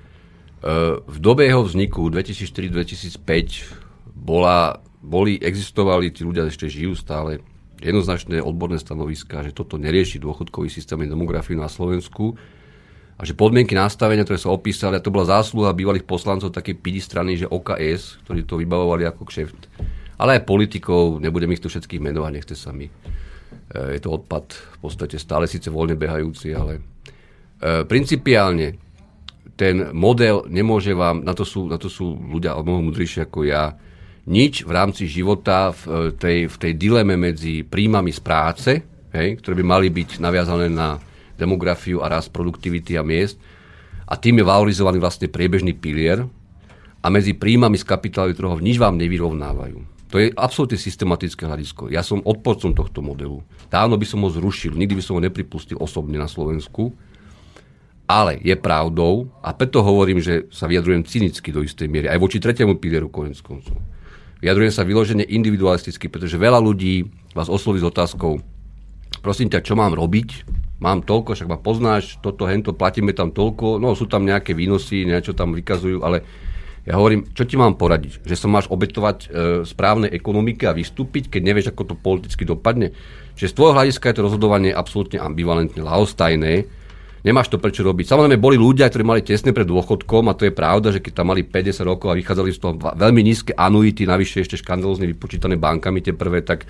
V dobe jeho vzniku dvetisícštyri dvetisícpäť bola, boli, existovali, tí ľudia ešte žijú stále, jednoznačné odborné stanoviská, že toto nerieši dôchodkový systém a demografiu na Slovensku a že podmienky nastavenia, ktoré sa opísali, a to bola zásluha bývalých poslancov také pidi strany, že ó ká es, ktorí to vybavovali ako kšeft, ale aj politikov, nebudem ich tu všetkých menovať, nechte sa mi. Je to odpad v podstate stále síce voľne behajúci, ale principiálne ten model nemôže vám, na to sú, na to sú ľudia o mnoho múdrejšie ako ja, nič v rámci života v tej, v tej dileme medzi príjmami z práce, hej, ktoré by mali byť naviazané na demografiu a rast produktivity a miest, a tým je valorizovaný vlastne priebežný pilier, a medzi príjmami z kapitálových trhov nič vám nevyrovnávajú. To je absolútne systematické hľadisko. Ja som odporcom tohto modelu. Dávno by som ho zrušil, nikdy by som ho nepripustil osobne na Slovensku, ale je pravdou, a preto hovorím, že sa vyjadrujem cynicky do istej miery, aj voči tretiemu pilieru konec koncov. Vyjadrujem sa vyložene individualisticky, pretože veľa ľudí vás osloví s otázkou: prosím ťa, čo mám robiť? Mám toľko, však ma poznáš, toto, hento, platíme tam toľko, no sú tam nejaké výnosy, niečo tam vykazujú, ale ja hovorím, čo ti mám poradiť? Že sa máš obetovať e, správnej ekonomike a vystúpiť, keď nevieš, ako to politicky dopadne? Čiže z tvojho hľadiska je to rozhodovanie absolútne ambivalentné, ľahostajné. Nemáš to prečo robiť. Samozrejme, boli ľudia, ktorí mali tesne pred dôchodkom, a to je pravda, že keď tam mali päťdesiat rokov a vychádzali z toho veľmi nízke anuity, navyše ešte škandalózne vypočítané bankami tie prvé, tak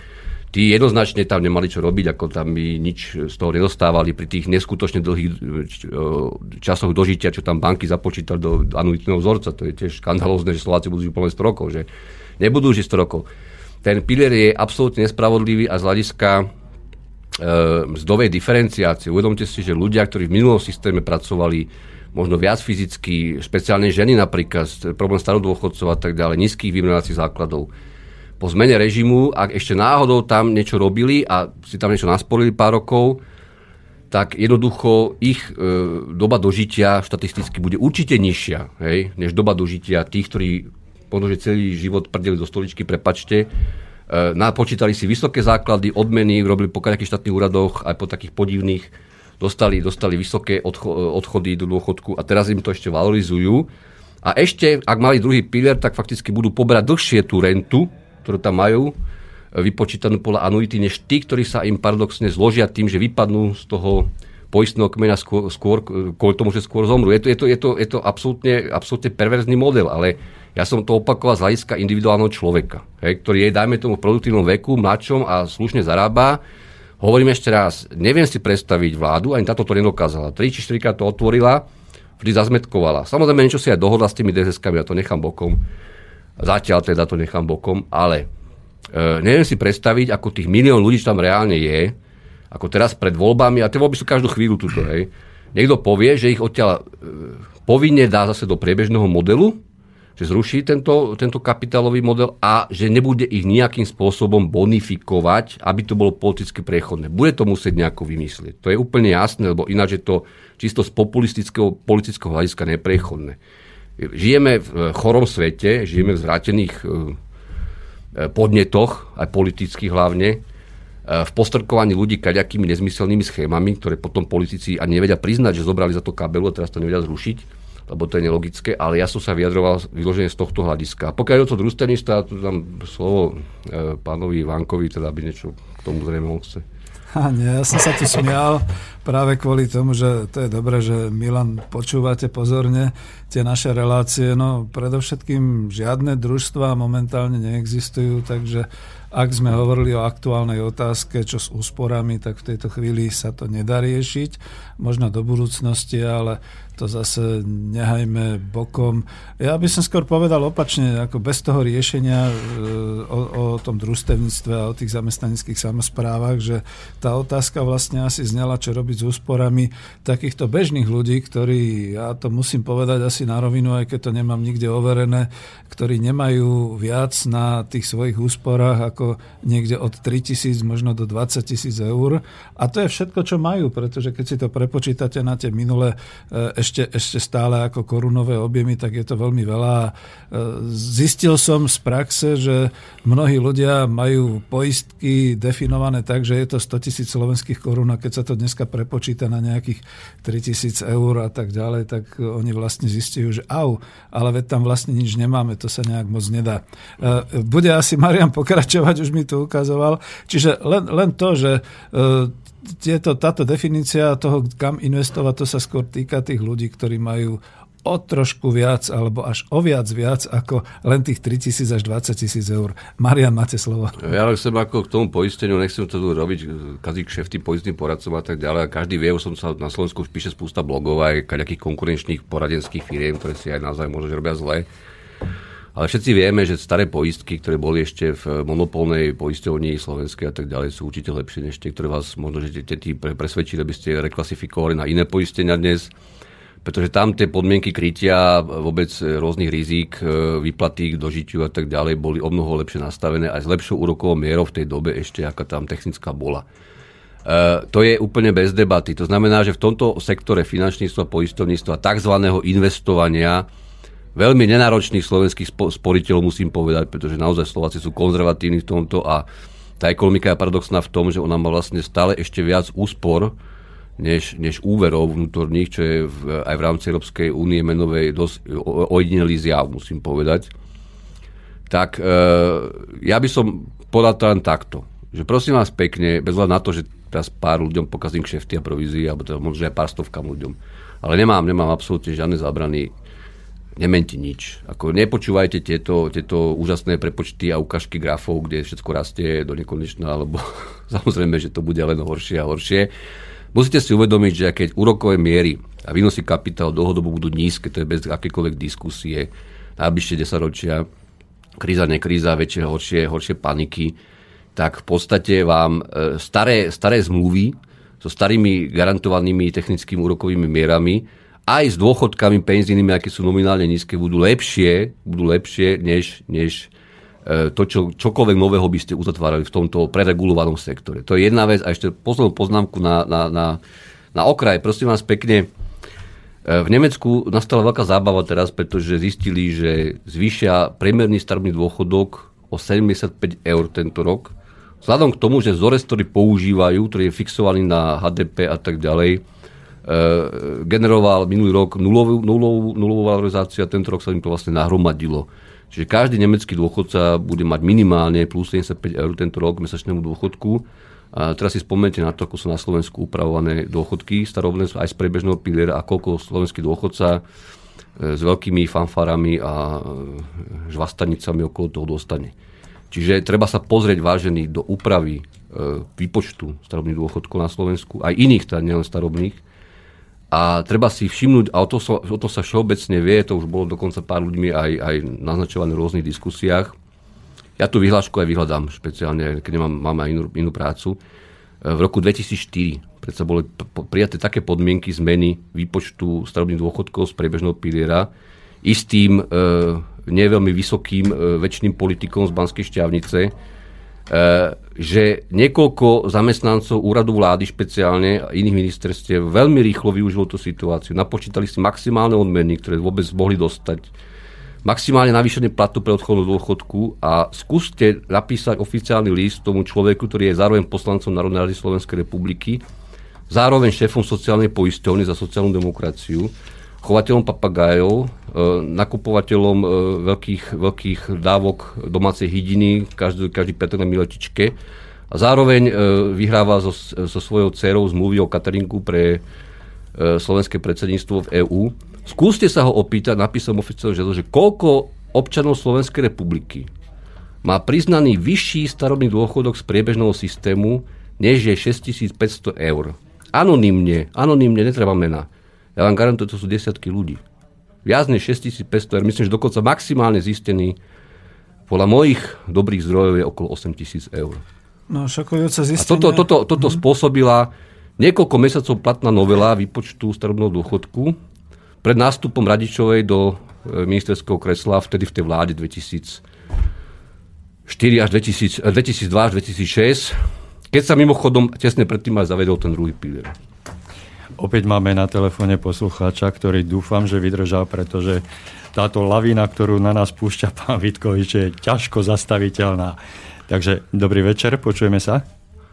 tí jednoznačne tam nemali čo robiť, ako tam by nič z toho nedostávali pri tých neskutočne dlhých časoch dožitia, čo tam banky započítali do anuitného vzorca. To je tiež škandalózne, že Slováci budú žiť plne sto rokov, že nebudú žiť sto rokov. Ten pilier je absolútne nespravodlivý a z hľadiska e, mzdovej diferenciácie. Uvedomte si, že ľudia, ktorí v minulom systéme pracovali možno viac fyzicky, špeciálne ženy napríklad, problém starodôchodcov a tak ďalej, nízkych vymenovacích základov. Po zmene režimu, ak ešte náhodou tam niečo robili a si tam niečo nasporili pár rokov, tak jednoducho ich e, doba dožitia štatisticky bude určite nižšia, hej, než doba dožitia tých, ktorí možno, že celý život prdeli do stoličky, prepačte, e, napočítali si vysoké základy, odmeny, robili po nejakých štátnych úradoch, aj po takých podivných, dostali, dostali vysoké odcho- odchody do dôchodku a teraz im to ešte valorizujú. A ešte, ak mali druhý pilier, tak fakticky budú poberať dlhšie tú rentu, ktorú tam majú, vypočítanú podľa anuity, než tí, ktorí sa im paradoxne zložia tým, že vypadnú z toho poistného kmeňa skôr, skôr kvôli tomu, že skôr zomrú. Je to, je to, je to, je to absolútne, absolútne perverzný model, ale ja som to opakoval z hľadiska individuálneho človeka, hej, ktorý je, dajme tomu, v produktívnom veku, mladšom a slušne zarába. Hovorím ešte raz, neviem si predstaviť vládu, ani táto to nedokázala. Tri či štyrikrát to otvorila, vždy zazmetkovala. Samozrejme, niečo si aj dohodla s tými dé es eskami, ja to nechám bokom. Zatiaľ teda to nechám bokom, ale e, neviem si predstaviť, ako tých milión ľudí, čo tam reálne je, ako teraz pred voľbami, a tie voľby sú každú chvíľu tuto, hej. Niekto povie, že ich odtiaľ e, povinne dá zase do priebežného modelu, že zruší tento, tento kapitálový model a že nebude ich nejakým spôsobom bonifikovať, aby to bolo politicky prechodné. Bude to musieť nejako vymyslieť. To je úplne jasné, lebo ináč je to čisto z populistického politického hľadiska neprechodné. Žijeme v chorom svete, žijeme v zvrátených podnetoch, aj politických hlavne, v postrkovaní ľudí kaďakými nezmyselnými schémami, ktoré potom politici ani nevedia priznať, že zobrali za to kabelu a teraz to nevedia zrušiť, lebo to je nelogické, ale ja som sa vyjadroval vyložene z tohto hľadiska. A pokiaľ je to družstevníctvo, tu tam slovo e, pánovi Vánkovi, teda by niečo k tomu zrejme on chce. Ha, nie, ja som sa tu smial práve kvôli tomu, že to je dobré, že Milan, počúvate pozorne tie naše relácie. No predovšetkým žiadne družstvá momentálne neexistujú, takže ak sme hovorili o aktuálnej otázke, čo s úsporami, tak v tejto chvíli sa to nedá riešiť. Možno do budúcnosti, ale to zase nehajme bokom. Ja by som skôr povedal opačne, ako bez toho riešenia o, o tom družstevníctve a o tých zamestnaneckých samosprávach, že tá otázka vlastne asi znela, čo robiť s úsporami takýchto bežných ľudí, ktorí, ja to musím povedať asi na rovinu, aj keď to nemám nikde overené, ktorí nemajú viac na tých svojich úsporách ako niekde od tritisíc možno do dvadsať tisíc eur. A to je všetko, čo majú, pretože keď si to prepočítate na tie minulé ešte, ešte stále ako korunové objemy, tak je to veľmi veľa. Zistil som z praxe, že mnohí ľudia majú poistky definované tak, že je to sto tisíc slovenských korún a keď sa to dneska prepočíta na nejakých tritisíc eur a tak ďalej, tak oni vlastne zistujú, že au, ale veď tam vlastne nič nemáme, to sa nejak moc nedá. Bude asi Marian pokračovať, už mi to ukazoval. Čiže len, len to, že tieto, táto definícia toho, kam investovať, to sa skôr týka tých ľudí, ktorí majú o trošku viac, alebo až o viac viac, ako len tých tritisíc až dvadsať tisíc eur. Marian, máte slovo. Ja chcem ako k tomu poisteniu, nechcem to tu robiť, kazí kšefty poistným poradcom a tak ďalej. Každý vie, už som sa na Slovensku už píše spústa blogov aj nejakých konkurenčných poradenských firiem, ktoré si aj naozaj možno, že robia zle. Ale všetci vieme, že staré poistky, ktoré boli ešte v monopolnej poisťovni slovenskej a tak ďalej, sú určite lepšie než tie, ktoré vás možno, že tie presvedčili, aby ste reklasifikovali na iné poistenia dnes. Pretože tam tie podmienky krytia vôbec rôznych rizík, výplaty k dožitiu a tak ďalej boli o mnoho lepšie nastavené aj s lepšou úrokovou mierou v tej dobe ešte, aká tam technická bola. Uh, to je úplne bez debaty. To znamená, že v tomto sektore finančníctva, poisťovníctva, takzvaného investovania veľmi nenáročných slovenských sporiteľov musím povedať, pretože naozaj Slováci sú konzervatívni v tomto a tá ekonomika je paradoxná v tom, že ona má vlastne stále ešte viac úspor než, než úverov vnútorných, čo je v, aj v rámci Európskej únie menovej dosť ojedinelý zjav, musím povedať. Tak e, ja by som povedal to len takto, že prosím vás pekne, bez hľadu na to, že teraz pár ľuďom pokazím kšefty a provízie, alebo teda možno aj pár stovkám ľuďom, ale nemám, nemám absolútne žiadne zábrany. nemente nič. Ako nepočúvajte tieto, tieto úžasné prepočty a ukážky grafov, kde všetko rastie do nekonečna, alebo samozrejme, že to bude len horšie a horšie. Musíte si uvedomiť, že keď úrokové miery a výnosy kapitálu dlhodobo budú nízke, to je bez akékoľvek diskusie, najbližšie desaťročia, kríza, nekríza, väčšie, horšie, horšie paniky, tak v podstate vám staré, staré zmluvy so starými garantovanými technickými úrokovými mierami aj s dôchodkami penzijnými, aké sú nominálne nízke, budú lepšie, budú lepšie než, než to, čo, čokoľvek nového by ste uzatvárali v tomto preregulovanom sektore. To je jedna vec. A ešte poslednú poznámku na, na, na, na okraj. Prosím vás pekne, v Nemecku nastala veľká zábava teraz, pretože zistili, že zvýšia priemerný starobný dôchodok o sedemdesiatpäť eur tento rok. Vzhľadom k tomu, že vzorec, ktorý používajú, ktorý je fixovaný na há dé pé a tak ďalej, generoval minulý rok nulovú, nulovú, nulovú valorizáciu a tento rok sa im to vlastne nahromadilo. Čiže každý nemecký dôchodca bude mať minimálne plus sedemdesiatpäť eur tento rok mesačnému dôchodku. A teraz si spomente na to, ako sú na Slovensku upravované dôchodky starobné aj z priebežného piliera a koľko slovenský dôchodca s veľkými fanfárami a žvastanicami okolo toho dostane. Čiže treba sa pozrieť, vážený, do úpravy výpočtu starobných dôchodkov na Slovensku, aj iných, teda nielen starobných. A treba si všimnúť, a o to, sa, o to sa všeobecne vie, to už bolo dokonca pár ľuďmi aj, aj naznačované v rôznych diskusiách. Ja tú vyhlášku aj vyhľadám špeciálne, keď nemám, mám aj inú, inú prácu. V roku dvetisícštyri predsa boli prijaté také podmienky zmeny výpočtu starobných dôchodkov z priebežného piliera istým e, nie veľmi vysokým e, väčšným politikom z Banskej Štiavnice, že niekoľko zamestnancov úradu vlády špeciálne a iných ministerstiev veľmi rýchlo využilo tú situáciu. Napočítali si maximálne odmeny, ktoré vôbec mohli dostať. Maximálne navýšenie platu pre odchod do dôchodku a skúste napísať oficiálny list tomu človeku, ktorý je zároveň poslancom Národnej rady Slovenskej republiky, zároveň šéfom sociálnej poisťovne za sociálnu demokraciu, chovateľom papagájov, nakupovateľom veľkých, veľkých dávok domácej hydiny, každý, každý piatok na miletičke a zároveň vyhráva so, so svojou dcerou zmluvy o cateringu pre slovenské predsedníctvo v EÚ. Skúste sa ho opýtať, napísom oficiálne, že koľko občanov Slovenskej republiky má priznaný vyšší starobný dôchodok z priebežného systému, než je šesťtisícpäťsto eur. Anonymne, anonymne, netreba mená. Ja vám garantujem, to sú desiatky ľudí. Viac než šesťtisícpäťsto eur, myslím, že dokonca maximálne zistený podľa mojich dobrých zdrojov je okolo osemtisíc eur. No, šokujúce zistenie. A toto, toto, toto mm-hmm. spôsobila niekoľko mesiacov platná novela výpočtu starobného dôchodku pred nástupom Radičovej do ministerského kresla, vtedy v tej vláde dvetisícštyri až dvetisícdva až dvetisícšesť, keď sa mimochodom tesne predtým aj zavedol ten druhý pilier. Opäť máme na telefóne poslucháča, ktorý dúfam, že vydržal, pretože táto lavína, ktorú na nás púšťa pán Vitkovič, je ťažko zastaviteľná. Takže dobrý večer, počujeme sa?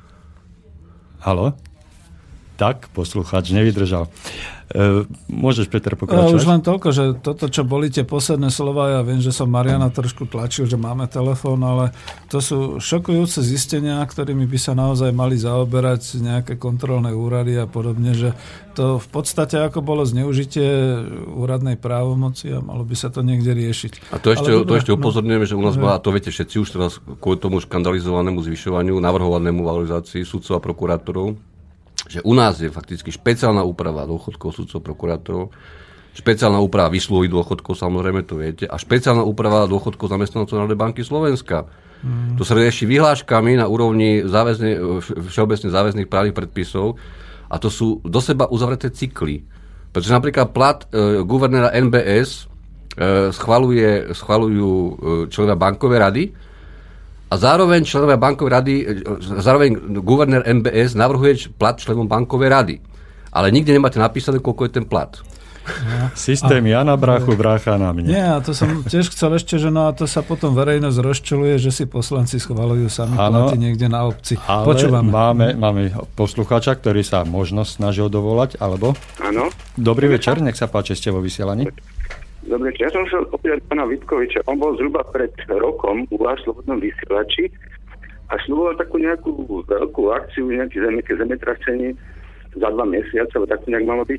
Haló? Tak, poslucháč nevydržal. E, môžeš, Peter, pokračovať? Už len toľko, že toto, čo boli tie posledné slova, ja viem, že som Mariana trošku tlačil, že máme telefón, ale to sú šokujúce zistenia, ktorými by sa naozaj mali zaoberať nejaké kontrolné úrady a podobne, že to v podstate ako bolo zneužitie úradnej právomoci a malo by sa to niekde riešiť. A to ešte, ale, to ešte upozorňujeme, že u nás bola, a to viete všetci už teraz kvôli tomu škandalizovanému zvyšovaniu, navrhovanému valorizácii sudcov a prokurátorov, že u nás je fakticky špeciálna úprava dôchodkov sudcov prokurátorov, špeciálna úprava výsluhových dôchodkov, samozrejme to viete, a špeciálna úprava dôchodkov zamestnancov Národnej banky Slovenska. Mm. To sa rieši vyhláškami na úrovni záväzne, všeobecne záväzných právnych predpisov a to sú do seba uzavreté cykly. Pretože napríklad plat e, guvernéra en bé es e, schvaluje, schvalujú e, členovia bankovej rady, a zároveň členovia bankovej rady, zároveň guvernér en bé es navrhuje plat členom bankovej rady. Ale nikde nemáte napísané, koľko je ten plat. Ja. Systém a, ja na bráchu, brácha na mne. Nie, a to som tiež chcel ešte, že no a to sa potom verejnosť rozčuluje, že si poslanci schvaľujú sami ano, platy niekde na obci. Ale počúvame. Máme, máme poslucháča, ktorý sa možno snažil dovolať, alebo? Áno. Dobrý večer, nech sa páči, ste vo vysielaní. Dobre, ja som chcel opýtať pána Vitkoviča. On bol zhruba pred rokom u vás v Slobodnom vysielači a sľuboval takú nejakú veľkú akciu, nejaké zemetrasenie za dva mesiace, alebo tak to nejak malo byť.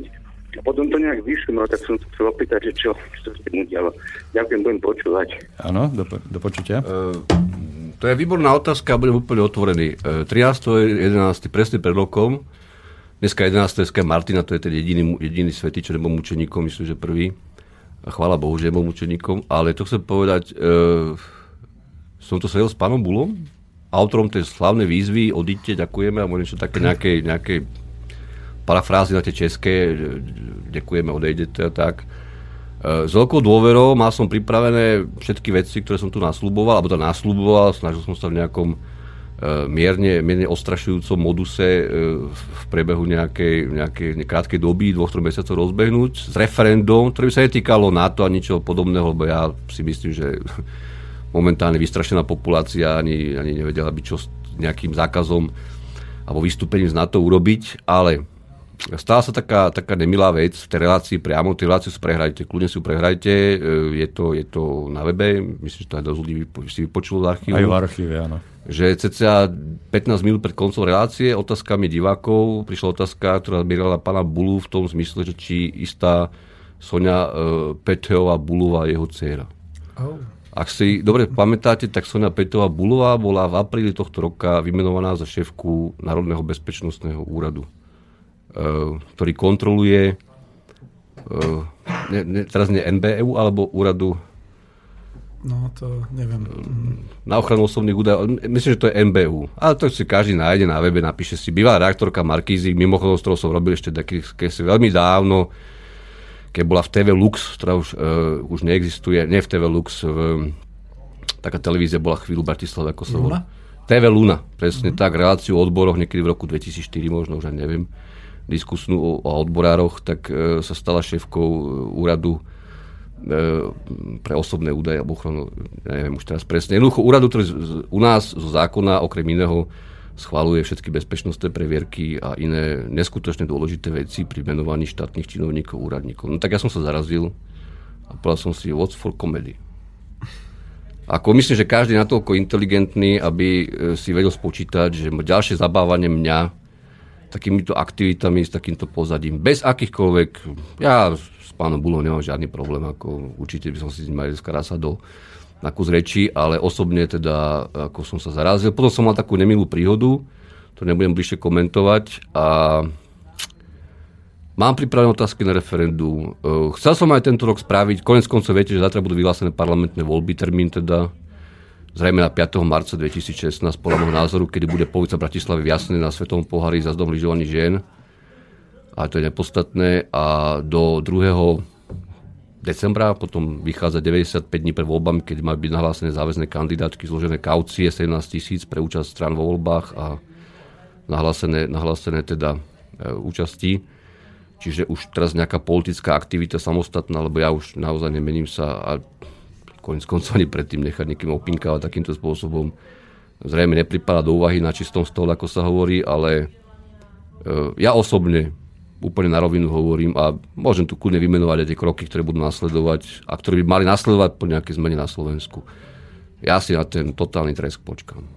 A potom to nejak vyšlo, tak som sa chcel opýtať, že čo, čo sa mu dialo. Ďakujem, budem počúvať. Áno, do, do počutia. Uh, to je výborná otázka a budem úplne otvorený. Uh, trinásteho jedenásteho presne pred rokom, dneska jedenásteho dneska je Martina, to je ten jediný, jediný svätý, čo nebol mučeníkom, myslím, že prvý. A chvála Bohu, že nebol mučeníkom. Ale to chcem povedať, uh, som to sedel s pánom Bulom, autorom tej slavnej výzvy, odíďte, ďakujeme, a možno také nejakej, nejakej parafrázy na tie české, ďakujeme, odejdete a tak. S veľkou dôverou mal som pripravené všetky veci, ktoré som tu nasľuboval, alebo to nasľuboval, snažil som sa v nejakom mierne, mierne ostrašujúcom moduse v priebehu nejakej, nejakej krátkej doby, dvoch, troch mesiacov rozbehnúť s referendum, ktoré by sa netýkalo NATO a ničoho podobného, lebo ja si myslím, že momentálne vystrašená populácia ani, ani nevedela by čo s nejakým zákazom alebo vystúpením z NATO urobiť, ale stala sa taká, taká nemilá vec v tej relácii priamo, tej reláciu si prehrajte, kľudne si ju prehrajte, je to, je to na webe, myslím, že to aj dosť ľudí si vypočulo z archívu. Aj v archíve, áno. Že cca pätnásť minút pred koncom relácie otázkami divákov prišla otázka, ktorá mierala pána Bulu v tom zmysle, že či istá Soňa uh, Peteová Bulová je jeho dcéra. Oh. Ak si dobre pamätáte, tak Soňa Peteová Bulová bola v apríli tohto roka vymenovaná za šéfku Národného bezpečnostného úradu, ktorý kontroluje uh, ne, ne, teraz nie en bé ú alebo úradu no to neviem na ochranu osobných údajov, myslím, že to je en bé ú, ale to si každý nájde na webe, napíše si bývalá reaktorka Markízy, mimochodom, z toho som robil ešte taký, keď si veľmi dávno, keď bola v té vé Lux, ktorá už, uh, už neexistuje, nie v té vé Lux, v, taká televízia bola chvíľu v Bratislave, ako sa volá té vé Luna, presne mm-hmm. tak, reláciu o odboroch niekedy v roku dvetisícštyri, možno už aj neviem, diskusnú o, o odborároch, tak e, sa stala šéfkou úradu e, pre osobné údaje alebo ochranu, ja neviem už teraz presne. Jednoducho úradu, ktorý z, z, u nás zo zákona okrem iného schvaľuje všetky bezpečnostné previerky a iné neskutočne dôležité veci pri menovaní štátnych činovníkov, úradníkov. No tak ja som sa zarazil a povedal som si, what's for comedy? Ako myslím, že každý je natoľko inteligentný, aby si vedel spočítať, že ďalšie zabávanie mňa takýmito aktivitami, s takýmto pozadím, bez akýchkoľvek, ja s pánom Bulom nemám žiadny problém, ako určite by som si s ním aj dneska rásadol na kus reči, ale osobne teda, ako som sa zarazil. Potom som mal takú nemilú príhodu, to nebudem bližšie komentovať a mám pripravené otázky na referendum. Chcel som aj tento rok spraviť, konec koncov viete, že zajtra budú vyhlásené parlamentné voľby, termín teda zrejme na piateho marca dvetisícšestnásť, podľa môjho názoru, kedy bude polovica Bratislavy vyjasnené na svetovom pohári za zdom lyžovaní žien. A to je nepodstatné. A do druhého decembra potom vychádza deväťdesiatpäť dní pred voľbami, keď majú byť nahlásené záväzné kandidátky, zložené kaucie sedemnásť tisíc pre účasť strán vo voľbách a nahlásené, nahlásené teda e, účasti. Čiže už teraz nejaká politická aktivita samostatná, lebo ja už naozaj nemením sa a koniec koncov ani predtým nechať niekým opinkávať takýmto spôsobom. Zrejme nepripadá do úvahy na čistom stole, ako sa hovorí, ale e, ja osobne úplne na rovinu hovorím a môžem tu kľudne vymenovať aj tie kroky, ktoré budú nasledovať a ktoré by mali nasledovať po nejakej zmene na Slovensku. Ja si na ten totálny tresk počkám.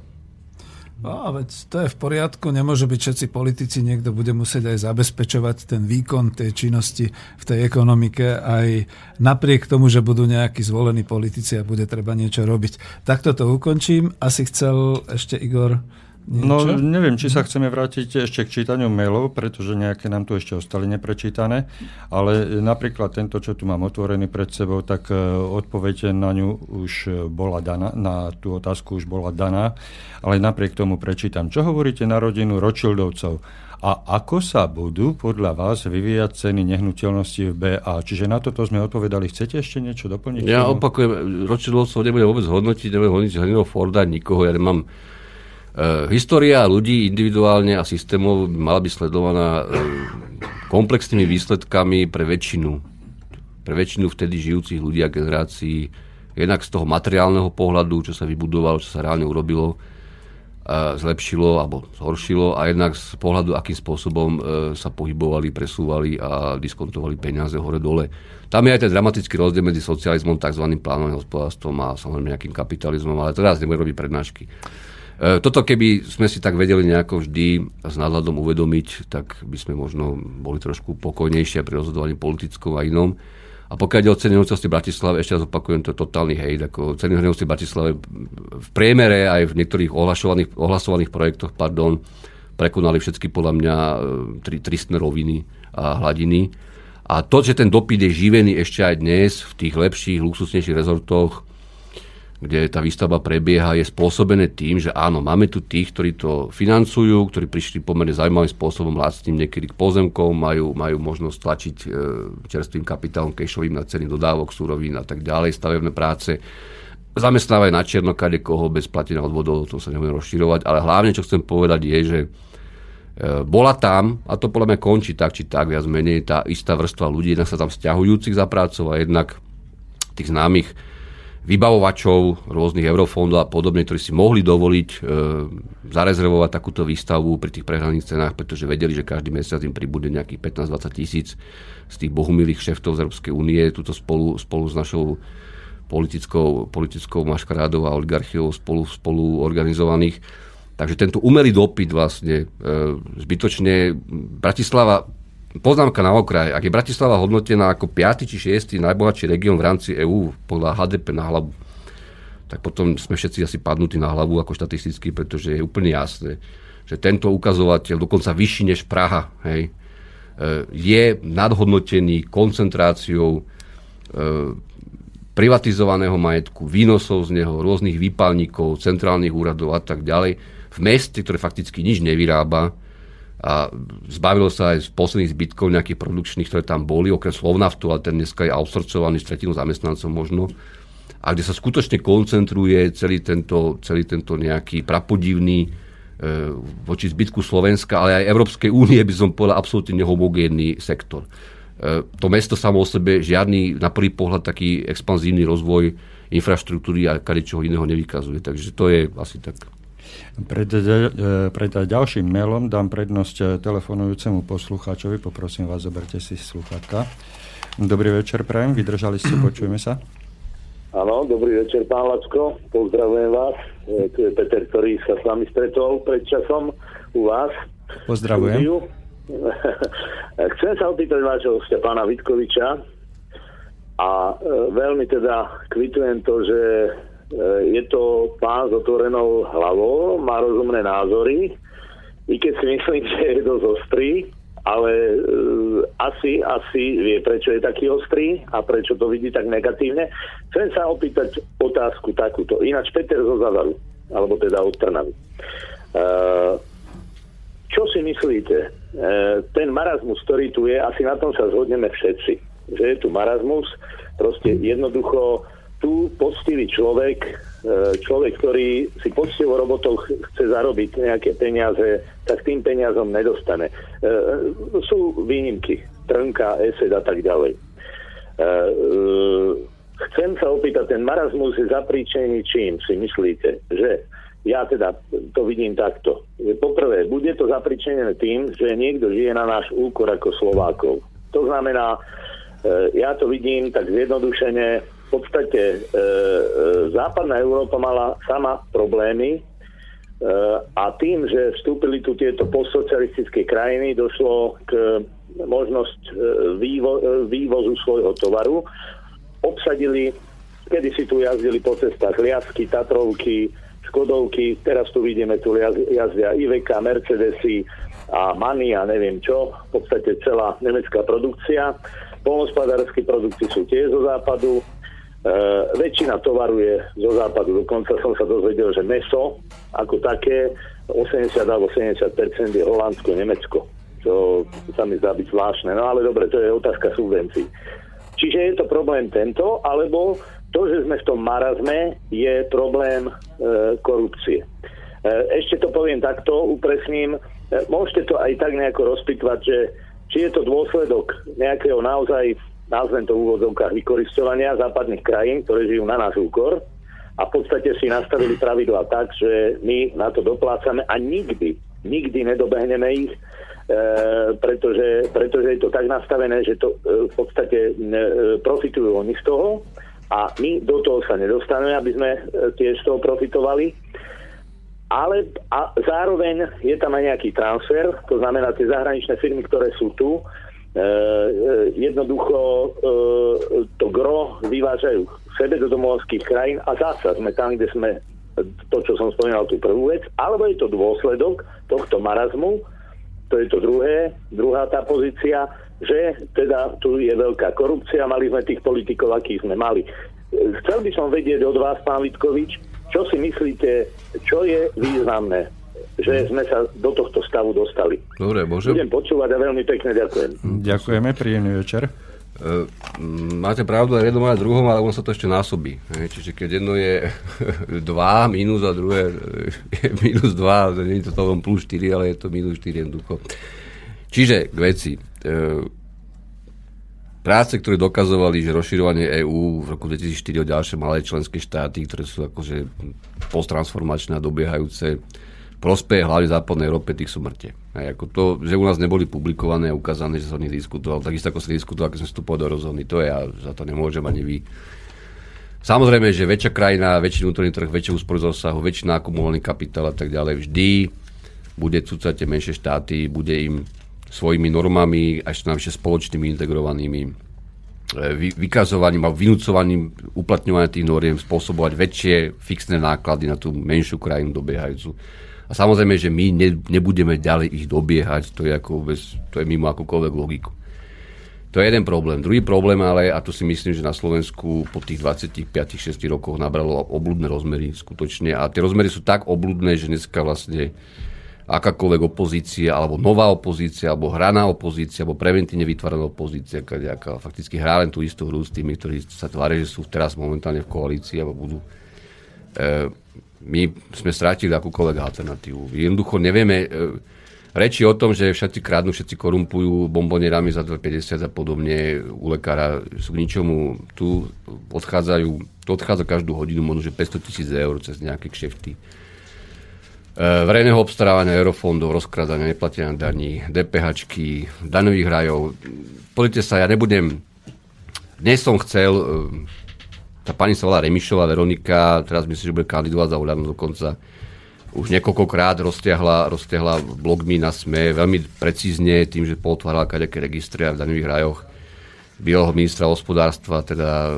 No, veď to je v poriadku, nemôže byť všetci politici, niekto bude musieť aj zabezpečovať ten výkon tej činnosti v tej ekonomike, aj napriek tomu, že budú nejakí zvolení politici a bude treba niečo robiť. Takto to ukončím. Asi chcel ešte Igor niečo? No, neviem, či sa chceme vrátiť ešte k čítaniu mailov, pretože nejaké nám tu ešte ostali neprečítané, ale napríklad tento, čo tu mám otvorený pred sebou, tak odpoveď na ňu už bola daná, na tú otázku už bola daná, ale napriek tomu prečítam. Čo hovoríte na rodinu Rothschildovcov? A ako sa budú podľa vás vyvíjať ceny nehnuteľnosti v bé á? Čiže na toto sme odpovedali. Chcete ešte niečo doplniť? Ja opakujem, Rothschildovcov nebudem vôbec hodnotiť, nebudem hodnotiť Henryho Forda, nikoho, ja nemám. Uh, história ľudí individuálne a systémov mala byť sledovaná uh, komplexnými výsledkami pre väčšinu. Pre väčšinu vtedy žijúcich ľudí a generácií. Jednak z toho materiálneho pohľadu, čo sa vybudovalo, čo sa reálne urobilo, uh, zlepšilo alebo zhoršilo, a jednak z pohľadu, akým spôsobom uh, sa pohybovali, presúvali a diskontovali peniaze hore-dole. Tam je aj ten dramatický rozdiel medzi socializmom, tzv. Plánovaným hospodárstvom a samozrejme nejakým kapitalizmom, ale teraz nebudem robiť prednášky. Toto keby sme si tak vedeli nejako vždy s nadhľadom uvedomiť, tak by sme možno boli trošku pokojnejšie pri rozhodovaní politickom a inom. A pokiaľ ide o ceny nehnuteľnosti v Bratislave, ešte raz opakujem, to je totálny hejt. Ako ceny nehnuteľnosti v Bratislave v priemere aj v niektorých ohlasovaných, ohlasovaných projektoch pardon, prekonali všetky podľa mňa tri, tristné roviny a hladiny. A to, že ten dopyt je živený ešte aj dnes v tých lepších, luxusnejších rezortoch, kde tá výstavba prebieha, je spôsobené tým, že áno, máme tu tých, ktorí to financujú, ktorí prišli pomerne zaujímavým spôsobom lacným niekedy k pozemkom, majú, majú možnosť tlačiť e, čerstvým kapitálom kešovým na ceny dodávok, surovín a tak ďalej, stavebné práce. Zamestnávajú na čierno kade koho bez platenia odvodov, to sa nebudem rozširovať, ale hlavne, čo chcem povedať, je, že e, bola tam, a to podľa mňa končí tak, či tak, viac menej, tá istá vrstva ľudí, jednak sa tam sťahujúcich za prácou a jednak tých známych vybavovačov rôznych eurofondov a podobne, ktorí si mohli dovoliť e, zarezervovať takúto výstavu pri tých prehraných cenách, pretože vedeli, že každý mesiac im pribúde nejakých pätnásť dvadsať tisíc z tých bohumilých šeftov z Európskej únie, túto spolu, spolu s našou politickou, politickou maškarádou a oligarchiou spolu, spolu organizovaných. Takže tento umelý dopyt vlastne e, zbytočne Bratislava. Poznámka na okraj. Ak je Bratislava hodnotená ako piaty či šiesty najbohatší región v rámci EÚ podľa há dé pé na hlavu, tak potom sme všetci asi padnutí na hlavu ako štatisticky, pretože je úplne jasné, že tento ukazovateľ, dokonca vyšší než Praha, hej, je nadhodnotený koncentráciou privatizovaného majetku, výnosov z neho, rôznych výpalníkov, centrálnych úradov a tak ďalej, v meste, ktoré fakticky nič nevyrába, a zbavilo sa aj z posledných zbytkov nejakých produkčných, ktoré tam boli, okrem Slovnaftu, ale ten dneska je outsourcovaný s tretinou zamestnancov možno. A kde sa skutočne koncentruje celý tento, celý tento nejaký prapodivný e, voči zbytku Slovenska, ale aj Európskej únie, by som povedal, absolútne nehomogénny sektor. E, to mesto samo o sebe žiadny, na prvý pohľad, taký expanzívny rozvoj infraštruktúry a kadečoho iného nevykazuje. Takže to je asi tak. Pred, pred ďalším mailom dám prednosť telefonujúcemu poslucháčovi. Poprosím vás, zoberte si slúchadka. Dobrý večer, prajem. Vydržali ste, počujeme sa. Áno, dobrý večer, pán Lacko. Pozdravujem vás. Tu je Peter, ktorý sa s vami stretol pred časom u vás. Pozdravujem. Chcem sa opýtať vášho hostia, pána Vitkoviča. A veľmi teda kvitujem to, že je to pán s otvorenou hlavou, má rozumné názory, i keď si myslím, že je dosť ostrý, ale e, asi, asi vie, prečo je taký ostrý a prečo to vidí tak negatívne. Chcem sa opýtať otázku takúto. Ináč Peter zo Zavaru, alebo teda od Trnavy. E, čo si myslíte? E, ten marazmus, ktorý tu je, asi na tom sa zhodneme všetci. Že je tu marazmus, proste jednoducho tu poctivý človek, človek, ktorý si poctivo robotou chce zarobiť nejaké peniaze, tak tým peniazom nedostane. Sú výnimky, Trnka, Esed a tak ďalej. Chcem sa opýtať, ten marazmus je zapríčený čím, si myslíte? Že ja teda to vidím takto. Poprvé, bude to zapríčené tým, že niekto žije na náš úkor ako Slovákov. To znamená, ja to vidím tak zjednodušene. V podstate e, e, západná Európa mala sama problémy e, a tým, že vstúpili tu tieto postsocialistické krajiny, došlo k možnosť e, vývo, e, vývozu svojho tovaru. Obsadili, kedysi tu jazdili po cestách Liasky, Tatrovky, Škodovky, teraz tu vidíme, tu jazdia Iveka, Mercedesy a Mani a neviem čo, v podstate celá nemecká produkcia. Poľnohospodárske produkty sú tiež zo západu. Uh, väčšina tovaru je zo západu, dokonca som sa dozvedel, že mäso ako také osemdesiat alebo sedemdesiat percent je Holandsko, Nemecko, čo sa mi zdá byť zvláštne, no ale dobre, to je otázka subvencií. Čiže je to problém tento, alebo to, že sme v tom marazme, je problém uh, korupcie. Uh, ešte to poviem takto, upresním, uh, môžete to aj tak nejako rozpitvať, že či je to dôsledok nejakého naozaj, nazvem to v úvodzovkách, vykorisťovania západných krajín, ktoré žijú na náš úkor a v podstate si nastavili pravidlá tak, že my na to doplácame a nikdy, nikdy nedobehneme ich, e, pretože, pretože je to tak nastavené, že to e, v podstate e, profitujú oni z toho a my do toho sa nedostaneme, aby sme e, tiež z toho profitovali. ale a zároveň je tam aj nejaký transfer, to znamená tie zahraničné firmy, ktoré sú tu, e, e, jednoducho e, to gro vyvážajú sebe do domovských krajín a zasa sme tam, kde sme, to, čo som spomínal, tú prvú vec, alebo je to dôsledok tohto marazmu, to je to druhé, druhá tá pozícia, že teda tu je veľká korupcia, mali sme tých politikov, akých sme mali. Chcel by som vedieť od vás, pán Vitkovič, čo si myslíte, čo je významné, že sme sa do tohto stavu dostali. Dobre, môžem? Budem počúvať a veľmi pekne ďakujem. Ďakujeme, príjemný večer. Uh, máte pravdu aj v jednom a druhom, ale on sa to ešte násobí. Čiže keď jedno je dva minus a druhé je minus dva, nie je to tom plus štyri, ale je to minus štyri jednoducho. Čiže k veci. Uh, práce, ktoré dokazovali, že rozširovanie EÚ v roku dvetisícštyri o ďalšie malé členské štáty, ktoré sú akože posttransformačné a dobiehajúce, prospeje hlavne západnej Európe, tých sú mŕte. Aj ako to, že u nás neboli publikované a ukázané, že sa o nich diskutoval, takisto ako sa diskutoval, keď sme vstupovali do eurozóny, to je, ja za to nemôžem ani vy. Samozrejme, že väčšia krajina, väčší vnútorný trh, väčšie úspory z rozsahu, väčší akumulovaný kapitál a tak ďalej, vždy bude cucať tie menšie štáty, bude im svojimi normami a ešte navyše spoločnými integrovanými vy, vykazovaním a vynúcovaním uplatňovania tých noriem spôsobovať väčšie fixné náklady na tú menšiu krajinu dobiehajúcu. A samozrejme, že my ne, nebudeme ďalej ich dobiehať, to je, ako vôbec, to je mimo akúkoľvek logiku. To je jeden problém. Druhý problém, ale, a to si myslím, že na Slovensku po tých dvadsaťpäť šesť rokoch nabralo obľudné rozmery skutočne. A tie rozmery sú tak obľudné, že dneska vlastne akákoľvek opozícia, alebo nová opozícia, alebo hraná opozícia, alebo preventívne vytváraná opozícia, aká fakticky hrá len tú istú hru s tými, ktorí sa tvária, že sú teraz momentálne v koalícii, alebo budú. E, my sme strátili akúkoľvek alternatívu. Jednoducho nevieme, e, reči o tom, že všetci kradnú, všetci korumpujú bombonierami za dva päťdesiat a podobne u lekára sú k ničomu. Tu odchádzajú, tu odchádza každú hodinu možno, že päťsto tisíc eur cez nejaké kšefty. Verejného obstarávania eurofondov, rozkrádania, neplatenia daní, DPHčky, daňových rajov. Pozrite sa, ja nebudem... Dnes som chcel... Tá pani sa volá Remišová Veronika, teraz myslím, že bude kandidovať za Oľano dokonca. Už niekoľkokrát roztiahla, roztiahla blogmi na SME, veľmi precízne tým, že potvárala kadejaké registre v daňových rajoch bývalého ministra hospodárstva, teda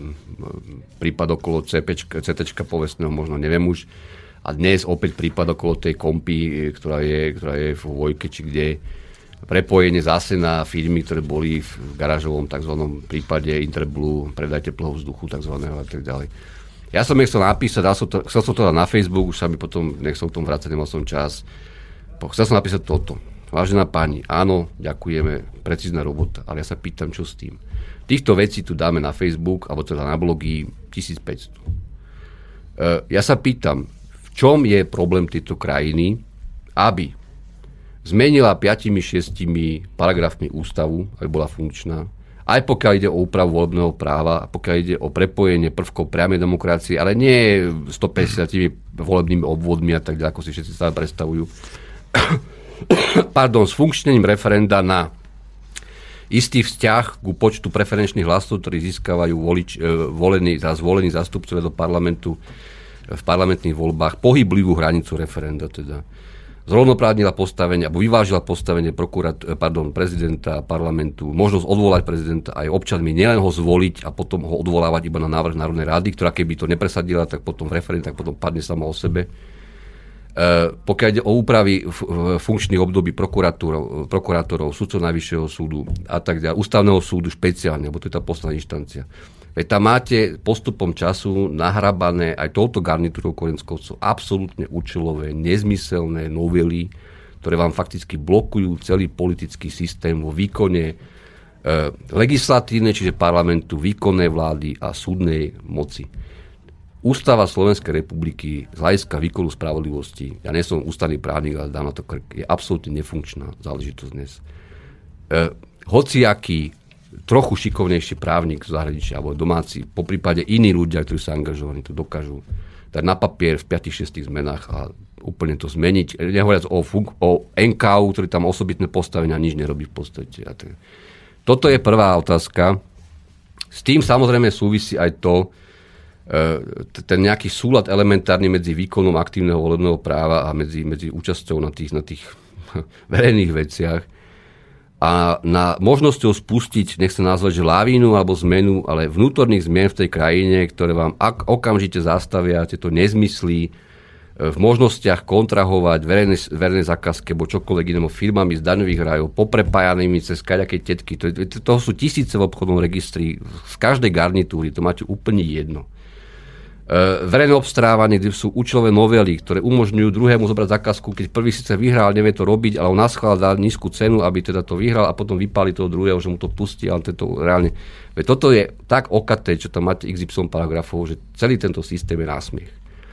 prípad okolo cé téčka povestného, možno neviem už. A dnes opäť prípad okolo tej kompy, ktorá je, ktorá je v Vojke, či kde prepojenie zase na firmy, ktoré boli v garážovom tzv. Prípade Interblu, predaj teplého vzduchu tzv. A tak ďalej. Ja som nechcel napísať, dal som to, chcel som to dať na Facebook, už sa mi potom nechcel k tomu vrácať, nemal som čas. Chcel som napísať toto. Vážená pani, áno, ďakujeme, precízna robota, ale ja sa pýtam, čo s tým. Týchto vecí tu dáme na Facebook, alebo teda na blogy tisícpäťsto. Uh, ja sa pýtam, v čom je problém tejto krajiny, aby zmenila piatimi šiestimi paragrafmi ústavu, aby bola funkčná, aj pokiaľ ide o úpravu volebného práva, a pokiaľ ide o prepojenie prvkov priamej demokracie, ale nie stopäťdesiat volebnými obvodmi a tak ďalej, ako si všetci stále predstavujú. Pardon, s funkčnením referenda na istý vzťah ku počtu preferenčných hlasov, ktorí získavajú volič, volení, zvolení zástupcovia do parlamentu v parlamentných voľbách, pohyblivú hranicu referenda teda. Zrovnoprávnila postavenie, alebo vyvážila postavenie prokurat, pardon, prezidenta parlamentu, možnosť odvolať prezidenta aj občanmi, nielen ho zvoliť a potom ho odvolávať iba na návrh Národnej rady, ktorá keby to nepresadila, tak potom v referende, tak potom padne sama o sebe. E, pokiaľ ide o úpravy f- funkčných období prokurátorov, prokurátorov, sudcov Najvyššieho súdu a tak ďalej, ústavného súdu špeciálne, lebo to je tá posledná inštancia. Veď tam máte postupom času nahrabané aj touto garnitúrou Korenskoucov absolútne účelové, nezmyselné novely, ktoré vám fakticky blokujú celý politický systém vo výkone e, legislatívnej, čiže parlamentu, výkonnej vlády a súdnej moci. Ústava Slovenskej republiky z hľadiska výkonu spravodlivosti, ja nie som ústavný právnik, ale dám na to krk, je absolútne nefunkčná záležitosť dnes. E, hociaký trochu šikovnejší právnik z zahraničia alebo domáci, po prípade iní ľudia, ktorí sú angažovaní, to dokážu dať na papier v päť šesť zmenách a úplne to zmeniť. Nehovoriac o, fun- o en ká ú, ktorý tam osobitné postavenia nič nerobí v podstate. Toto je prvá otázka. S tým samozrejme súvisí aj to, ten nejaký súlad elementárny medzi výkonom aktívneho volebného práva a medzi, medzi účasťou na tých, na tých verejných veciach a na možnosťou spustiť, nech sa nazvať, že lavínu alebo zmenu, ale vnútorných zmien v tej krajine, ktoré vám ak, okamžite zastavia tieto nezmysly v možnostiach kontrahovať verejné, verejné zákazky alebo čokoľvek inému firmami z daňových rajov, poprepájanými cez kaďaké tetky. To, to, toho sú tisíce v obchodnom registri z každej garnitúry, to máte úplne jedno. Verejné obstarávanie, kde sú účelové novely, ktoré umožňujú druhému zobrať zákazku, keď prvý síce vyhral, nevie to robiť, ale on naschvál dá nízku cenu, aby teda to vyhral a potom vypáli toho druhého, že mu to pustí, ale to reálne. Veď toto je tak okaté, čo tam máte iks ypsilon paragrafov, že celý tento systém je násmiech.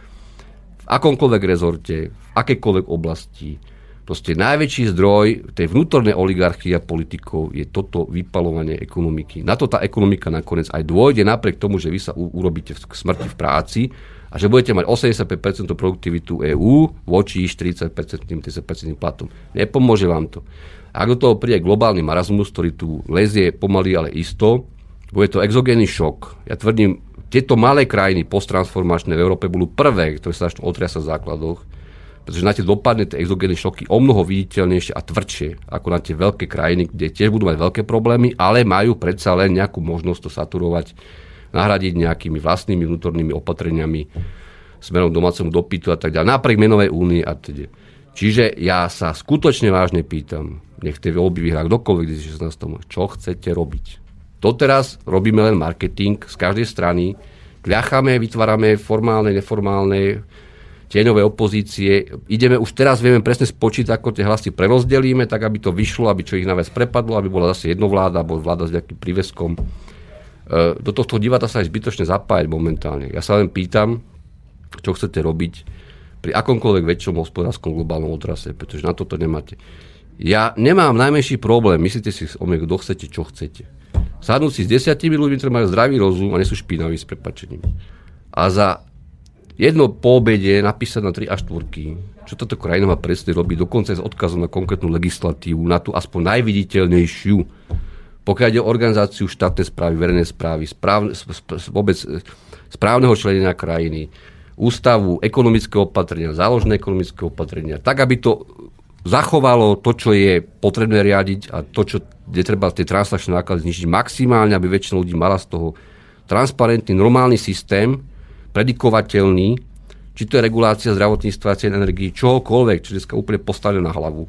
V akomkoľvek rezorte, v akejkoľvek oblasti, proste najväčší zdroj tej vnútornej oligarchie a politikov je toto vypaľovanie ekonomiky. Na to tá ekonomika nakoniec aj dôjde, napriek tomu, že vy sa u- urobíte k smrti v práci a že budete mať osemdesiatpäť percent produktivitu EÚ voči štyridsať percent, tridsať percent platom. Nepomôže vám to. Ak do toho príde globálny marazmus, ktorý tu lezie pomaly, ale isto, bude to exogénny šok. Ja tvrdím, tieto malé krajiny posttransformačné v Európe budú prvé, ktoré sa začnú otriasať v základoch, pretože na tie dopadne tie exogénne šoky o mnoho viditeľnejšie a tvrdšie ako na tie veľké krajiny, kde tiež budú mať veľké problémy, ale majú predsa len nejakú možnosť to saturovať, nahradiť nejakými vlastnými vnútornými opatreniami smerom k domácemu dopytu a tak ďalej, napriek menovej únii a teda. Čiže ja sa skutočne vážne pýtam, nech tie voľby vyhrá kdokoľvek v dvetisícšestnásť, čo chcete robiť. Doteraz robíme len marketing z každej strany, kľacháme, vytvárame formálne, neformálne tieňové opozície. Ideme, už teraz vieme presne spočítať, ako tie hlasy prerozdelíme, tak aby to vyšlo, aby čo ich naviac prepadlo, aby bola zase jednovláda, alebo vláda s nejakým príveskom. Do tohto divadla sa aj zbytočne zapájať momentálne. Ja sa len pýtam, čo chcete robiť pri akomkoľvek väčšom hospodárskom globálnom otrase, pretože na toto nemáte. Ja nemám najmenší problém, myslíte si o mne, kto chcete, čo chcete. Sadnúť si s desiatimi ľuďmi, ktorí majú zdravý rozum a nie sú špinaví s prepáčením. A za jedno po obede napísať na tri a štvorky, čo táto krajina má presne robiť, dokonca s odkazom na konkrétnu legislatívu, na tú aspoň najviditeľnejšiu, pokiaľ ide o organizáciu štátnej správy, verejnej správy, správ, vôbec správneho členenia krajiny, ústavu, ekonomické opatrenia, záložné ekonomické opatrenia, tak, aby to zachovalo to, čo je potrebné riadiť a to, čo je treba tie transakčné náklady znižiť maximálne, aby väčšina ľudí mala z toho transparentný, normálny systém, predikovateľný, či to je regulácia zdravotníctva, cien energií, čohokoľvek, čo je dneska úplne postavené na hlavu.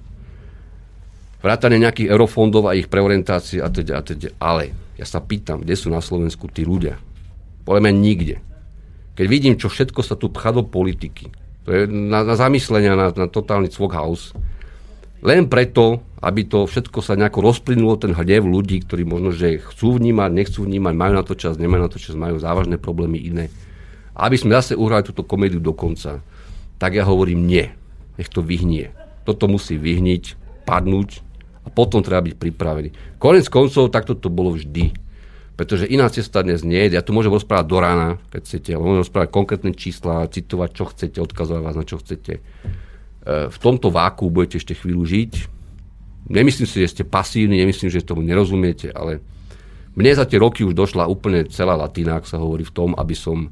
Vrátane nejakých eurofondov a ich preorientácie a teda, a teda. Ale ja sa pýtam, kde sú na Slovensku tí ľudia? Poviem nikde. Keď vidím, čo všetko sa tu pchá do politiky, to je na, na zamyslenia, na, na totálny cvokhaus, len preto, aby to všetko sa nejako rozplynulo, ten hnev ľudí, ktorí možno, že chcú vnímať, nechcú vnímať, majú na to čas, nemajú na to čas, majú závažné problémy iné. Aby sme zase uhrali túto komédiu do konca, tak ja hovorím nie. Nech to vyhnie. Toto musí vyhniť, padnúť a potom treba byť pripravený. Koniec koncov, takto to bolo vždy. Pretože iná cesta dnes nie je. Ja tu môžem rozprávať do rána, keď chcete, ale môžem rozprávať konkrétne čísla, citovať, čo chcete, odkazovať vás na čo chcete. V tomto váku budete ešte chvíľu žiť. Nemyslím si, že ste pasívni, nemyslím, že tomu nerozumiete, ale mne za tie roky už došla úplne celá latina, ak sa hovorí v tom, aby som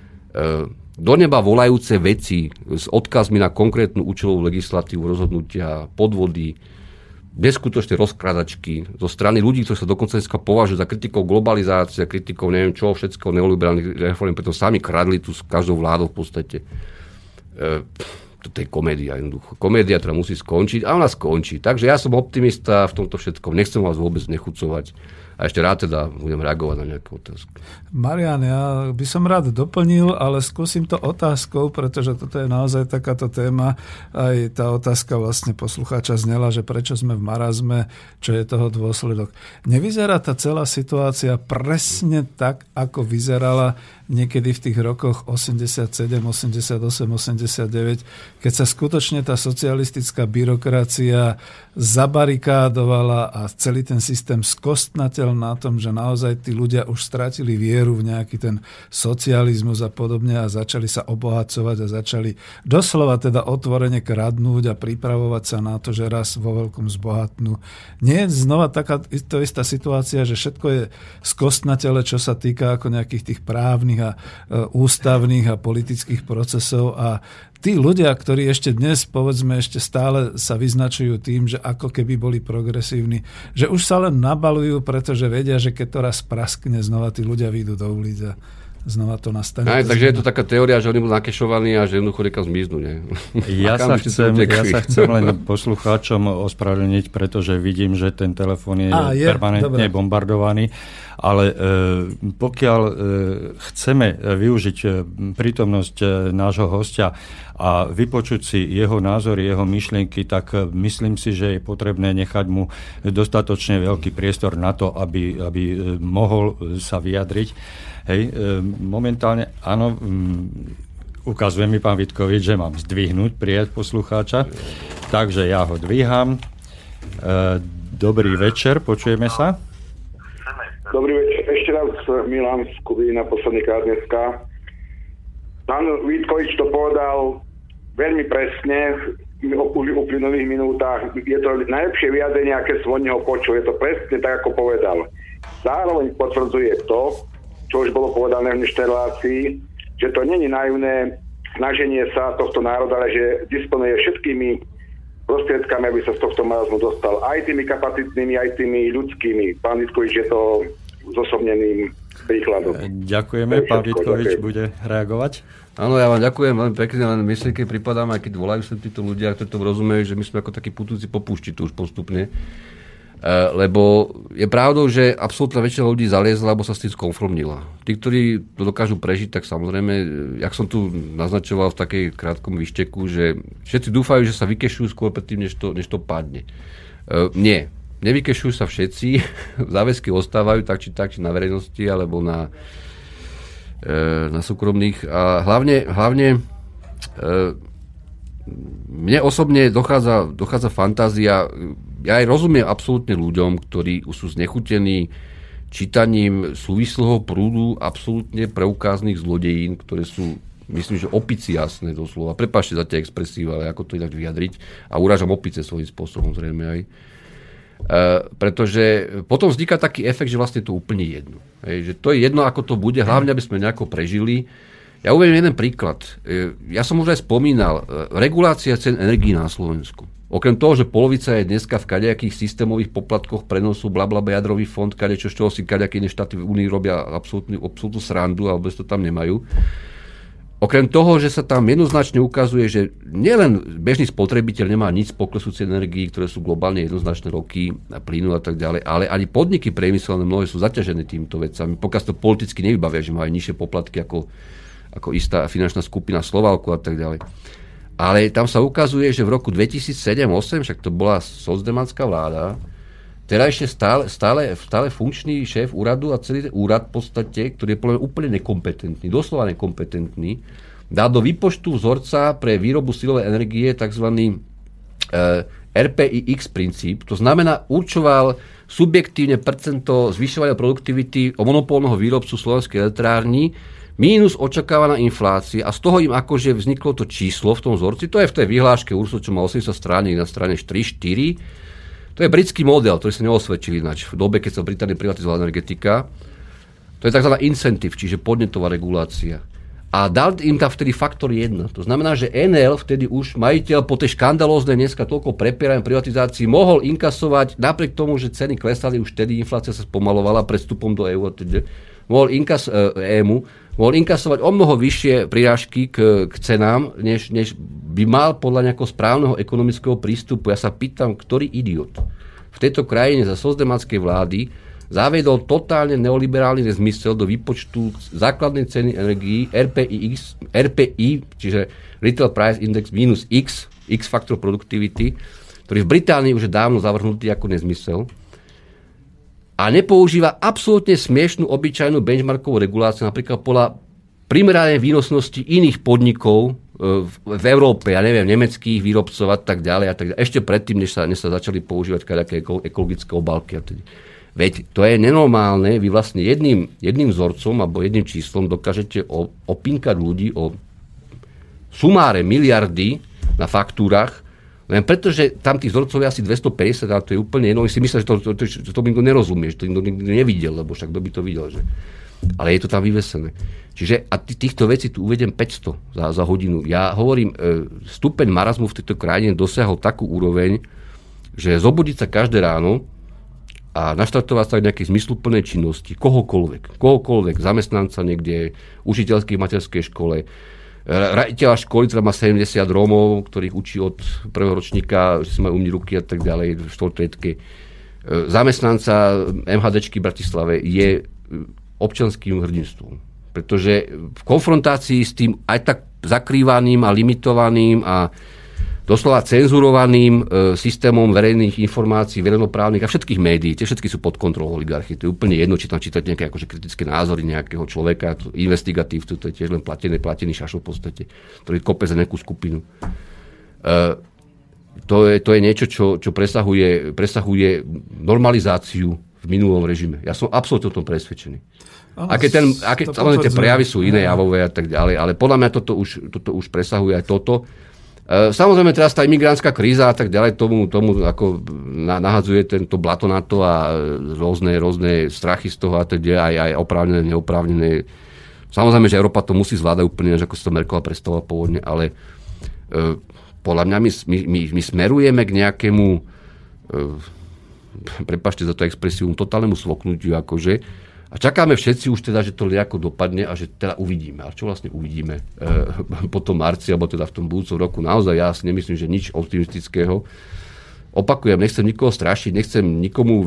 do neba volajúce veci s odkazmi na konkrétnu účelovú legislatívu, rozhodnutia, podvody, neskutočné rozkradačky zo strany ľudí, ktorí sa dokonca dneska považujú za kritikov globalizácie, kritikov neviem čo, všetko neoliberálnych reform, preto sami kradli tu s každou vládou v podstate. E, toto je komédia jednoducho. Komédia, ktorá musí skončiť a ona skončí. Takže ja som optimista v tomto všetkom. Nechcem vás vôbec nechucovať. A ešte rád teda budem reagovať na nejakú otázku. Marian, ja by som rád doplnil, ale skúsim to otázkou, pretože toto je naozaj takáto téma. Aj tá otázka vlastne poslucháča znela, že prečo sme v marazme, čo je toho dôsledok. Nevyzerá tá celá situácia presne tak, ako vyzerala niekedy v tých rokoch osemdesiatsedem, osemdesiatosem, osemdesiatdeväť, keď sa skutočne tá socialistická byrokracia zabarikádovala a celý ten systém skostnateľ záležalo na tom, že naozaj tí ľudia už stratili vieru v nejaký ten socializmus a podobne a začali sa obohacovať a začali doslova teda otvorene kradnúť a pripravovať sa na to, že raz vo veľkom zbohatnú. Nie je znova taká to istá situácia, že všetko je skostnatele, čo sa týka ako nejakých tých právnych a e, ústavných a politických procesov a tí ľudia, ktorí ešte dnes, povedzme, ešte stále sa vyznačujú tým, že ako keby boli progresívni, že už sa len nabalujú, pretože vedia, že keď to raz praskne, znova tí ľudia vyjdú do ulic a znova to nastane. Aj, takže je to taká teória, že oni budú nakešovaní a že jednoducho niekam zmiznú. Nie? Ja, sa chcem, ja sa chcem len poslucháčom ospravedlniť, pretože vidím, že ten telefón je, a, je permanentne dobre. bombardovaný. Ale e, pokiaľ e, chceme využiť e, prítomnosť e, nášho hostia a vypočuť si jeho názory, jeho myšlienky, tak e, myslím si, že je potrebné nechať mu dostatočne veľký priestor na to, aby, aby e, mohol sa vyjadriť. Hej, e, momentálne, áno, m, ukazuje mi pán Vitkovič, že mám zdvihnúť prijať poslucháča, takže ja ho dvíham. E, dobrý večer, počujeme sa? Dobrý večer, ešte raz Milan z Kubína, posledný krát dneska. Pán Vítkovič to povedal veľmi presne v uplynulých minútach. Je to najlepšie vyjadrenie, aké som od neho počul. Je to presne tak, ako povedal. Zároveň potvrdzuje to, čo už bolo povedané v dnešnej relácii, že to nie je naivné snaženie sa tohto národa, ale že disponuje všetkými prostriedkami, aby sa z tohto marazmu dostal. Aj tými kapacitnými, aj tými ľudskými. Pán Vitkovič je to zosobneným príkladom. Ďakujeme. Pán Vitkovič bude reagovať. Áno, ja vám ďakujem veľmi pekne, len myslím, keď pripadám, aj keď volajú sa títo ľudia, ktorí to rozumejú, že my sme ako takí putúci po púšti tu už postupne. Lebo je pravdou, že absolútna väčšina ľudí zaliezla, lebo sa s tým skonfrontovala. Tí, ktorí to dokážu prežiť, tak samozrejme, jak som tu naznačoval v takej krátkom výšteku, že všetci dúfajú, že sa vykešujú skôr predtým, než to, než to padne. Uh, nie. Nevykešujú sa všetci. Záväzky ostávajú tak, či tak, či na verejnosti, alebo na, uh, na súkromných. A hlavne, hlavne uh, mne osobne dochádza, dochádza fantázia. Ja aj rozumiem absolútne ľuďom, ktorí sú znechutení čítaním súvislého prúdu absolútne preukáznych zlodejín, ktoré sú, myslím, že opici jasné doslova. Prepáčte za tie expresíva, ale ako to inak vyjadriť. A urážam opice svojím spôsobom, zrejme aj. E, pretože potom vzniká taký efekt, že vlastne to úplne jedno. Hej, že to je jedno, ako to bude, hlavne, aby sme nejako prežili. Ja uvediem jeden príklad. E, ja som už aj spomínal, e, regulácia cen energií na Slovensku. Okrem toho, že polovica je dneska v kadejakých systémových poplatkoch prenosu, blablabla jadrový fond, kadečo, z čoho si kadejaké iné štáty v Únii robia absolútnu, absolútnu srandu, alebo to tam nemajú. Okrem toho, že sa tam jednoznačne ukazuje, že nielen bežný spotrebiteľ nemá nič z poklesu cien energií, ktoré sú globálne jednoznačné roky a plynu a tak ďalej, ale ani podniky priemyselné mnohé sú zaťažené týmto vecami. Pokiaľ to politicky nevybavia, že majú nižšie poplatky ako, ako istá finančná skupina Slovalku a tak ďalej. Ale tam sa ukazuje, že v roku dvetisícsedem osem, však to bola socdemanská vláda, terajšie stále, stále, stále funkčný šéf úradu a celý úrad v podstate, ktorý je podľa úplne nekompetentný, doslova nekompetentný, dá do výpočtu vzorca pre výrobu silovej energie tzv. er pé í iks princíp. To znamená, určoval subjektívne percento zvyšovania produktivity o monopolného výrobcu slovenskej elektrárny mínus očakávaná inflácia a z toho im akože vzniklo to číslo v tom vzorci. To je v tej vyhláške úrsu, čo má osemdesiat strán, na strane tri štyri. To je britský model, ktorý sa neosvedčil ináč v dobe, keď sa v Británii privatizovala energetika. To je tzv. Incentive, čiže podnetová regulácia. A dal im tam vtedy faktor jeden. To znamená, že en el, vtedy už majiteľ po tej škandalóznej dneska toľko prepierania privatizácii, mohol inkasovať, napriek tomu, že ceny klesali, už vtedy inflácia sa spomalovala pred vstupom do é ú, mohol inkas, é emu, mohol inkasovať o mnoho vyššie prirážky k, k cenám, než, než by mal podľa nejakého správneho ekonomického prístupu. Ja sa pýtam, ktorý idiot v tejto krajine za socdematskej vlády zaviedol totálne neoliberálny nezmysel do výpočtu základnej ceny energií er pé í iks, er pé í, čiže Retail Price Index minus X, X faktor productivity, ktorý v Británii už je dávno zavrhnutý ako nezmysel. A nepoužíva absolútne smiešnú obyčajnú benchmarkovú reguláciu, napríklad podľa primeranej výnosnosti iných podnikov v, v Európe, ja neviem, nemeckých výrobcov a tak ďalej a tak ďalej. Ešte predtým, než sa, než sa začali používať kadejaké ekologické obálky. A, Veď to je nenormálne, vy vlastne jedným, jedným vzorcom alebo jedným číslom dokážete opínkať ľudí o sumáre miliardy na faktúrach, len preto, že tam tých vzorcov je asi dvestopäťdesiat, ale to je úplne jedno. Oni si myslia, že to, to, to, to, to nikto nerozumie, že to nikto nevidel, lebo však kto by to videl. Že? Ale je to tam vyvesené. Čiže a týchto vecí tu uvedem päťsto za, za hodinu. Ja hovorím, stupeň marazmu v tejto krajine dosiahol takú úroveň, že zobudiť sa každé ráno a naštartovať sa k nejakej zmysluplnej činnosti, kohokoľvek, kohokoľvek, zamestnanca niekde, učiteľskej materskej škole, raditeľa školy, ktorá má sedemdesiat Rómov, ktorých učí od prvého ročníka, že si majú umyť ruky a tak ďalej v štvortriedke. Zamestnanca MHDčky v Bratislave je občianským hrdinstvom. Pretože v konfrontácii s tým aj tak zakrývaným a limitovaným a doslova cenzurovaným e, systémom verejných informácií, verejnoprávnych a všetkých médií, tie všetky sú pod kontrolou oligarchie. To je úplne jedno, či tam čítať nejaké akože kritické názory nejakého človeka, investigatív, to je tiež len platený, platený šašo v podstate, ktorý kope za nejakú skupinu. E, to, je, to je niečo, čo, čo presahuje, presahuje normalizáciu v minulom režime. Ja som absolútne o tom presvedčený. Aké ten, aké, samozrejme tie prejavy sú iné javové a tak ďalej, ale podľa mňa toto už, toto už presahuje aj toto. Samozrejme teraz tá imigrantská kríza a tak ďalej tomu, tomu ako nahadzuje tento blato na to a rôzne, rôzne strachy z toho a tak ďalej, aj, aj oprávnené, neoprávnené. Samozrejme, že Európa to musí zvládať úplne, ako si to Merkelová predstavovala pôvodne, ale e, podľa mňa my, my, my smerujeme k nejakému e, prepáčte za to expresiu, totálnemu svoknutiu akože. A čakáme všetci už teda, že to nejako dopadne a že teda uvidíme. A čo vlastne uvidíme e, po tom marci, alebo teda v tom budúcom roku? Naozaj ja si nemyslím, že nič optimistického. Opakujem, nechcem nikoho strašiť, nechcem nikomu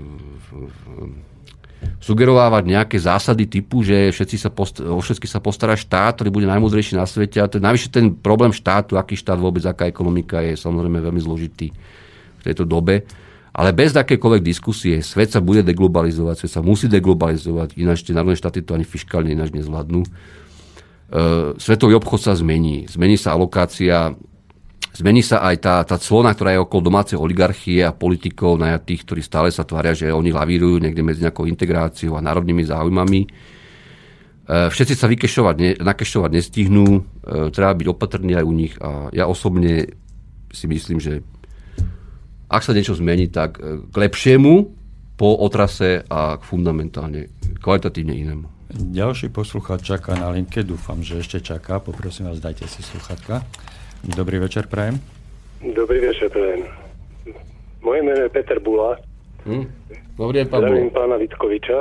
sugerovávať nejaké zásady typu, že všetci sa post- o všetky sa postará štát, ktorý bude najmúdrejší na svete. A to, navyše ten problém štátu, aký štát vôbec, aká ekonomika je samozrejme veľmi zložitý v tejto dobe. Ale bez akékoľvek diskusie svet sa bude deglobalizovať, svet sa musí deglobalizovať, ináč tie národné štáty to ani fiškálne ináč nezvládnu. E, svetový obchod sa zmení, zmení sa alokácia, zmení sa aj tá, tá clona, ktorá je okolo domácej oligarchie a politikov najatých, ktorí stále sa tvária, že oni lavírujú niekde medzi nejakou integráciou a národnými záujmami. E, všetci sa vykešovať, ne, nakešovať nestihnú, e, treba byť opatrný aj u nich a ja osobne si myslím, že ak sa niečo zmení, tak k lepšiemu po otrase a fundamentálne kvalitatívne inému. Ďalší poslucháč čaká na linke, dúfam, že ešte čaká. Poprosím vás, dajte si sluchatka. Dobrý večer, prajem. Dobrý večer, prajem. Moje meno je Peter Bula. Hm? Dobrý deň, pán Bula. Zdravím pána Vitkoviča.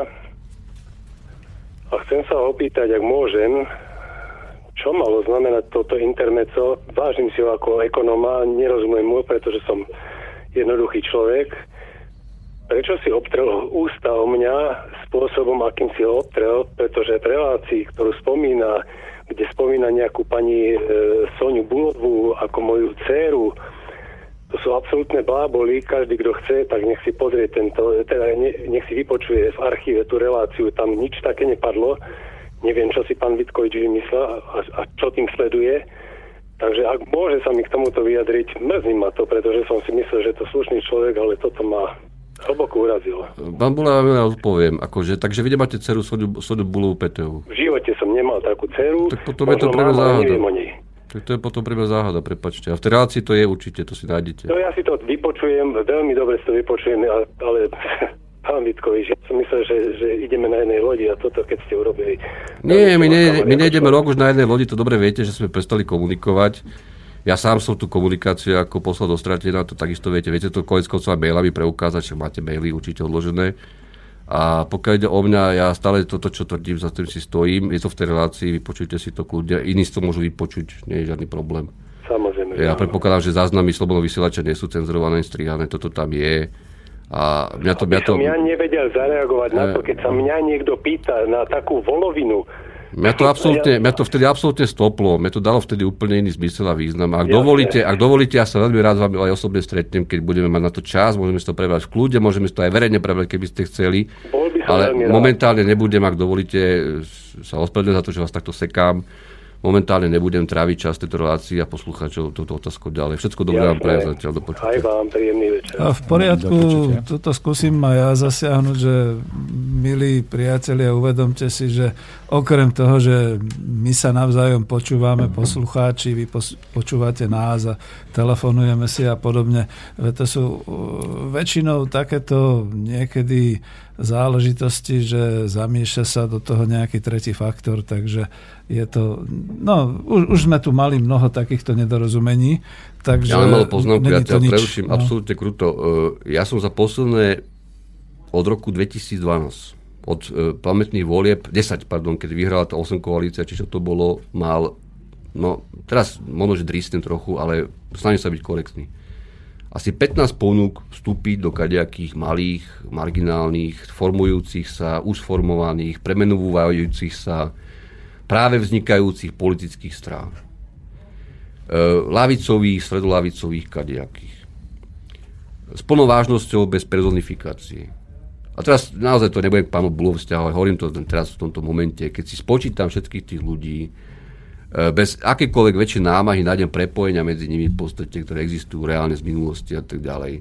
A chcem sa opýtať, ak môžem, čo malo znamenať toto intermezzo? Vážim si ho ako ekonóma, nerozumiem mu, pretože som jednoduchý človek. Prečo si obtrel ústa o mňa spôsobom, akým si ho obtrel? Pretože v relácii, ktorú spomína, kde spomína nejakú pani e, Soniu Bulovú ako moju dcéru, to sú absolútne bláboli. Každý, kto chce, tak nech si pozrie tento, teda ne, nech si vypočuje v archíve tú reláciu. Tam nič také nepadlo. Neviem, čo si pán Vitkovič vymyslel a, a čo tým sleduje. Takže ak môže sa mi k tomuto vyjadriť, mrzí ma to, pretože som si myslel, že je to slušný človek, ale toto ma hlboko urazilo. Pán Bula, ja odpoviem. Akože, takže vy máte dceru Soniu Bulovú Peteovú. V živote som nemal takú dceru. Tak potom je to pre mňa záhada. Tak to je potom pre mňa záhada, prepáčte. A v tej relácii to je určite, to si nájdete. No ja si to vypočujem, veľmi dobre si to vypočujem, ale, ale pán Vitkovič, ja som myslel, že, že ideme na jednej lodi a toto, keď ste urobili... Nie, my, ne, my nejdeme rok už na jednej lodi, to dobre viete, že sme prestali komunikovať. Ja sám som tú komunikáciu ako poslal do stratená, to takisto viete. Viete to Koleckovcová mailami preukázať, že máte maily určite odložené. A pokiaľ ide o mňa, ja stále toto, čo tvrdím, za tým si stojím. Je to v tej relácii, vypočujte si to kľudne. Iní si to môžu vypočuť, nie je žiadny problém. Samozrejme. Ja predpokladám, že záznamy slobodného vysielača nie sú cenzurované, strihané, toto tam je. A mňa to, mňa to... som ja nevedel zareagovať ne, na to, keď sa mňa niekto pýta na takú volovinu. Mňa to, absolútne, mňa to vtedy absolútne stoplo. Mňa to dalo vtedy úplne iný zmysel a význam. Ak dovolíte, ak dovolíte, ja sa veľmi rád s vami aj osobne stretnem, keď budeme mať na to čas, môžeme si to prebrať v kľude, môžeme si to aj verejne prebrať, keby ste chceli. Ale momentálne nebudem, ak dovolíte, sa ospravedlňujem za to, že vás takto sekám. momentálne nebudem tráviť čas tejto relácii a poslucháčov túto otázku ďalej. Všetko dobré vám prajem zatiaľ, do počutia. Aj vám príjemný večer. A v poriadku, toto skúsim aj ja zasiahnuť, že milí priatelia, uvedomte si, že okrem toho, že my sa navzájom počúvame, poslucháči, vy počúvate nás a telefonujeme si a podobne, to sú väčšinou takéto niekedy záležitosti, že zamieša sa do toho nejaký tretí faktor, takže je to, no, už, už sme tu mali mnoho takýchto nedorozumení, takže... Ja len malú poznámku, ja ťa nič, preruším, no. Absolútne kruto. Ja som za posledné od roku dvetisícdvanásť, od pamätných volieb, desať, pardon, keď vyhrala tá osem koalícia, či čo to bolo, mal, no, teraz možno, že drísnem trochu, ale snažím sa byť korektný. Asi pätnásť ponúk vstúpiť do kadejakých malých, marginálnych, formujúcich sa, už formovaných, premenúvajúcich sa, práve vznikajúcich politických strán. E, lavicových, stredolavicových kadejakých. S plnou vážnosťou, bez personifikácie. A teraz naozaj to nebudem k pánu Bulovi vzťahovať, hovorím to teraz v tomto momente, keď si spočítam všetkých tých ľudí, bez akékoľvek väčšie námahy nájdem prepojenia medzi nimi v podstate, ktoré existujú reálne z minulosti a tak ďalej,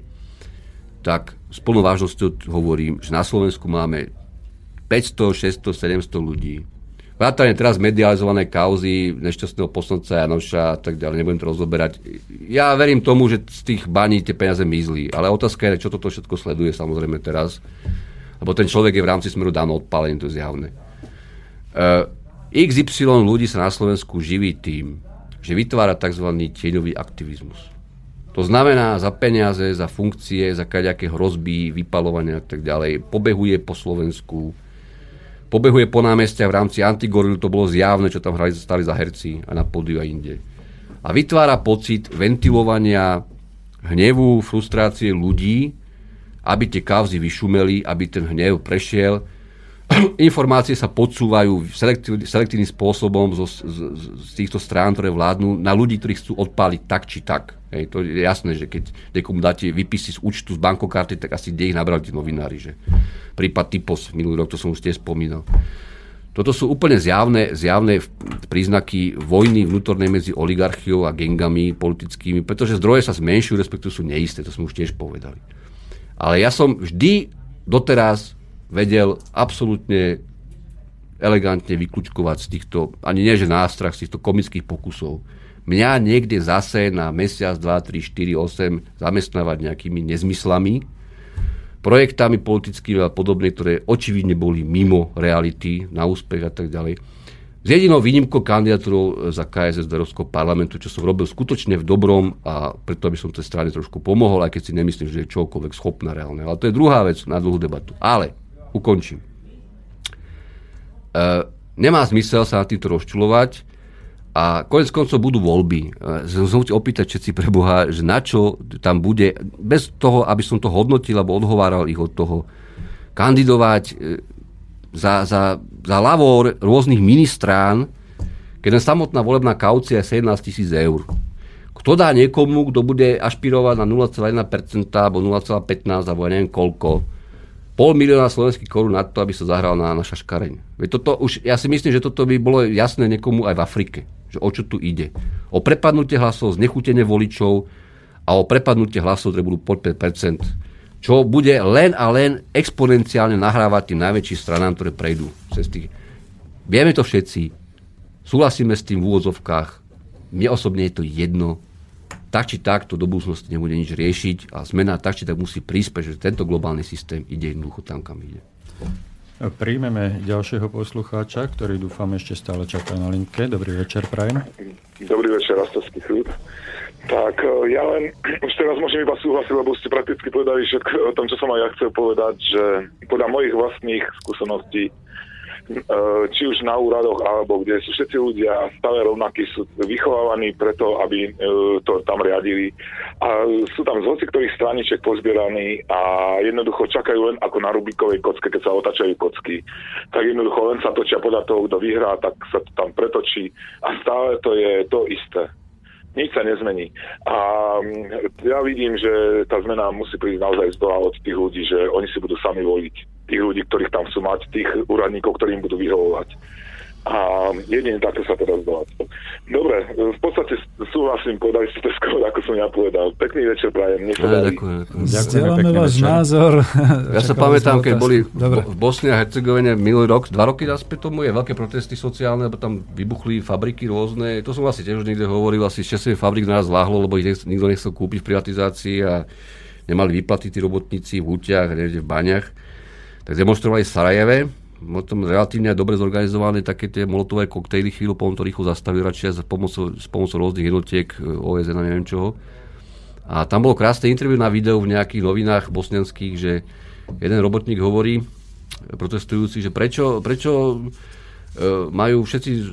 tak s plnou vážnosťou hovorím, že na Slovensku máme päťsto, šesťsto, sedemsto ľudí. Vrátane teraz medializované kauzy nešťastného poslanca Janoša a tak ďalej, nebudem to rozoberať. Ja verím tomu, že z tých baní tie peniaze mizli, ale otázka je, čo toto všetko sleduje samozrejme teraz, lebo ten človek je v rámci Smeru dávno odpálený, to je zjavné. Uh, iks ypsilon ľudí sa na Slovensku živí tým, že vytvára tzv. Tieňový aktivizmus. To znamená za peniaze, za funkcie, za kaďaké hrozby, vypalovania a tak ďalej. Pobehuje po Slovensku, pobehuje po námestiach v rámci Antigorilu, to bolo zjavné, čo tam hrali, stali za herci a na pódiu a inde. A vytvára pocit ventilovania hnevu, frustrácie ľudí, aby tie kauzy vyšumeli, aby ten hnev prešiel. Informácie sa podsúvajú selektív, selektívnym spôsobom zo, z, z týchto strán, ktoré vládnu, na ľudí, ktorí chcú odpáliť tak či tak. Hej, to je jasné, že keď niekomu dáte výpisy z účtu z bankokarty, tak asi kde ich nabrali tí novinári. Že? Prípad Typos minulý rok, to som už tiež spomínal. Toto sú úplne zjavné, zjavné príznaky vojny vnútornej medzi oligarchiou a gengami politickými, pretože zdroje sa zmenšujú, respektíve sú neisté, to sme už tiež povedali. Ale ja som vždy doteraz vedel absolútne elegantne vykľúčkovať z týchto, ani nie že nástrah, z týchto komických pokusov. Mňa niekde zase na mesiac, dva, tri, štyri, osem zamestnávať nejakými nezmyslami, projektami politickými a podobne, ktoré očividne boli mimo reality, na úspech a tak ďalej. S jedinou výnimkou kandidatúrou za ká es es do Európskeho parlamentu, čo som robil skutočne v dobrom a preto, aby som tej strane trošku pomohol, aj keď si nemyslím, že je čokoľvek schopná reálne. Ale to je druhá vec na dlhú debatu. Ale ukončím. E, nemá zmysel sa na týmto rozčulovať a konec koncov budú voľby. E, som chcel opýtať všetci pre Boha, že na čo tam bude, bez toho, aby som to hodnotil, alebo odhováral ich od toho, kandidovať e, za, za, za ľavo rôznych ministrán, keď len samotná volebná kaucia je sedemnásť tisíc eur. Kto dá niekomu, kto bude ašpirovať na nula celá jedna percent alebo nula celá pätnásť alebo ja neviem koľko, pol milióna slovenských korún na to, aby sa zahral na, na šaškareň. Veď toto už, ja si myslím, že toto by bolo jasné niekomu aj v Afrike, že o čo tu ide. O prepadnutie hlasov, znechutenie voličov a o prepadnutie hlasov, ktoré budú pod päť percent, čo bude len a len exponenciálne nahrávať tým najväčším stranám, ktoré prejdú cez tých. Vieme to všetci, súhlasíme s tým v úvodzovkách, mne osobne je to jedno, tak či tak to do budúcnosti nebude nič riešiť a zmena tak či tak musí prísť, že tento globálny systém ide jednoducho tam, kam ide. Príjmeme ďalšieho poslucháča, ktorý dúfam ešte stále čaká na linke. Dobrý večer, prajem. Dobrý večer, Rastovský súd. Tak ja len už teraz môžem iba súhlasiť, lebo ste prakticky povedali všetko o tom, čo som aj ja chcel povedať, že podľa mojich vlastných skúseností či už na úradoch, alebo kde sú všetci ľudia stále rovnakí, sú vychovávaní preto, aby to tam riadili. A sú tam z hociktorých straniček pozbieraní a jednoducho čakajú len ako na Rubikovej kocke, keď sa otačajú kocky. Tak jednoducho len sa točia podľa toho, kto vyhrá, tak sa to tam pretočí. A stále to je to isté. Nič sa nezmení. A ja vidím, že tá zmena musí prísť naozaj z dola od tých ľudí, že oni si budú sami voliť tých ľudí, ktorých tam chcú mať, tých úradníkov, ktorým budú vyhovovať. A Áno, jedine takto sa to rozdávať. Dobre, v podstate súhlasím, povedali ste to skôr, ako som ja povedal. Pekný večer prajem. Zdieľame váš názor. Ja sa pamätám, keď boli Dobre. v Bosne a Hercegovine minulý rok, dva roky naspäť tomu je veľké protesty sociálne, lebo tam vybuchli fabriky rôzne. To som asi tiež už niekde hovoril, asi šesť fabrik naraz láhlo, lebo ich nikto nechcel kúpiť v privatizácii a nemali výplaty tí robotníci v húťach, niekde v baňach. Tak demonstrovali v Sarajeve. Potom relatívne dobre zorganizované také tie molotové koktejly, chvíľu potom to rýchlo zastavili radšej s pomocou, s pomocou rôznych jednotiek ó es en a neviem čoho. A tam bolo krásne interview na videu v nejakých novinách bosnianských, že jeden robotník hovorí, protestujúci, že prečo, prečo e, majú všetci e,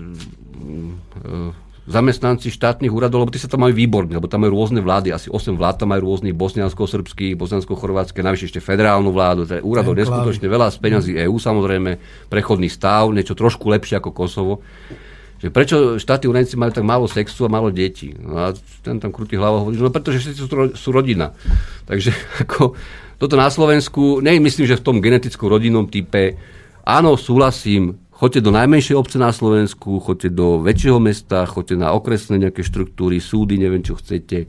zamestnanci štátnych úradov, lebo tí sa tam majú výborní, lebo tam majú rôzne vlády, asi osem vlád tam majú rôznych, bosniansko-srbských, bosniansko-chorvátske, navyše ešte federálnu vládu, teda úradov neskutočne veľa, z peňazí EÚ samozrejme, prechodný stav, niečo trošku lepšie ako Kosovo. Že prečo štátni úradníci majú tak málo sexu a málo detí? No a ten tam krúti hlava hovorí, no pretože všetci sú, sú rodina. Takže ako toto na Slovensku, nemyslím, že v tom genetickom rodinnom type, áno, súhlasím, choďte do najmenšej obce na Slovensku, choďte do väčšieho mesta, choďte na okresné nejaké štruktúry, súdy, neviem čo chcete.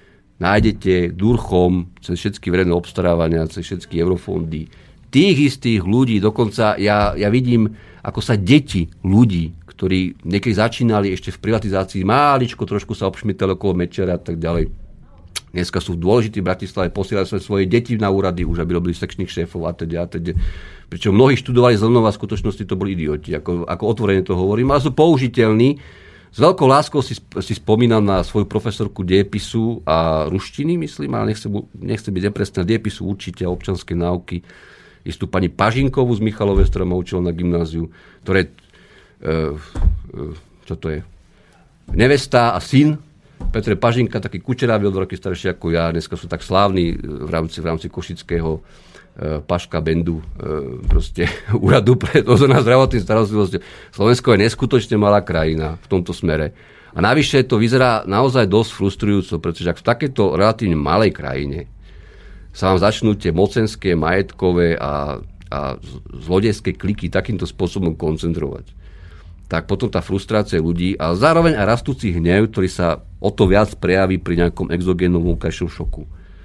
Nájdete Durchom, cez všetky verejné obstarávania, cez všetky eurofondy. Tých istých ľudí, dokonca ja, ja vidím, ako sa deti ľudí, ktorí niekedy začínali ešte v privatizácii, máličko trošku sa obšmitali okolo Mečera a tak ďalej. Dneska sú dôležití v Bratislave, posielajú sa svoje deti na úrady, už aby robili sekčných šéfov a teda a teda. Pričom mnohí študovali zelenou a v skutočnosti to boli idioti, ako, ako otvorene to hovorím, ale sú použiteľní. S veľkou láskou si, si spomínam na svoju profesorku dejepisu a ruštiny, myslím, ale nechcem, nechcem byť nepresný, dejepisu určite a občianskej náuky. Istú pani Pažinkovú z Michalovej, ktorá ma učila na gymnáziu, ktoré, e, e, čo to je, nevesta a syn Petre Pažinka, taký kučeravý, o dva roky starší ako ja, dneska sú tak slávni v rámci, v rámci košického Paška Bendu, proste úradu pre dozor na zdravotnú starostlivosť. Slovensko je neskutočne malá krajina v tomto smere. A navyše to vyzerá naozaj dosť frustrujúco, pretože ak v takéto relatívne malej krajine sa vám začnú tie mocenské, majetkové a, a zlodejské kliky takýmto spôsobom koncentrovať, tak potom tá frustrácia ľudí a zároveň aj rastúci hnev, ktorý sa o to viac prejaví pri nejakom exogénnom vonkajšom šoku,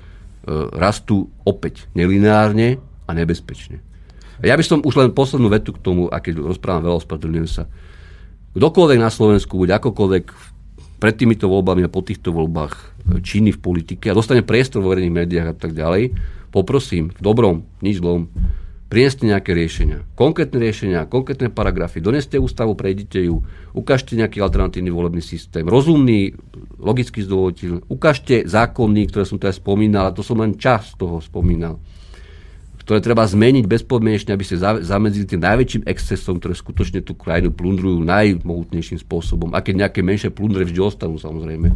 rastú opäť nelineárne a nebezpečne. Ja by som už len poslednú vetu k tomu, a keď rozprávam veľa, ospravedlňujem sa. Kdokoľvek na Slovensku bude akokoľvek pred týmito voľbami a po týchto voľbách činný v politike a dostane priestor vo verejných médiách a tak ďalej, poprosím, v dobrom, nič zlom, prineste nejaké riešenia. Konkrétne riešenia, konkrétne paragrafy, doneste ústavu, prejdite ju, ukážte nejaký alternatívny volebný systém, rozumný, logicky zdôvoditeľný, ukážte zákony, ktoré som teraz spomínal, a to som len čas toho spomínal, ktoré treba zmeniť bezpodmienečne, aby ste zamedzili tým najväčším excesom, ktoré skutočne tú krajinu plundrujú najmohutnejším spôsobom. A keď nejaké menšie plundre vždy ostanú, samozrejme.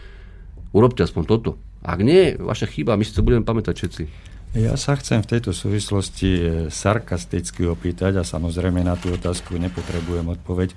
Urobte aspoň toto. Ak nie, vaša chyba, my si to budeme pamätať všetci. Ja sa chcem v tejto súvislosti sarkasticky opýtať, a samozrejme na tú otázku nepotrebujem odpoveď,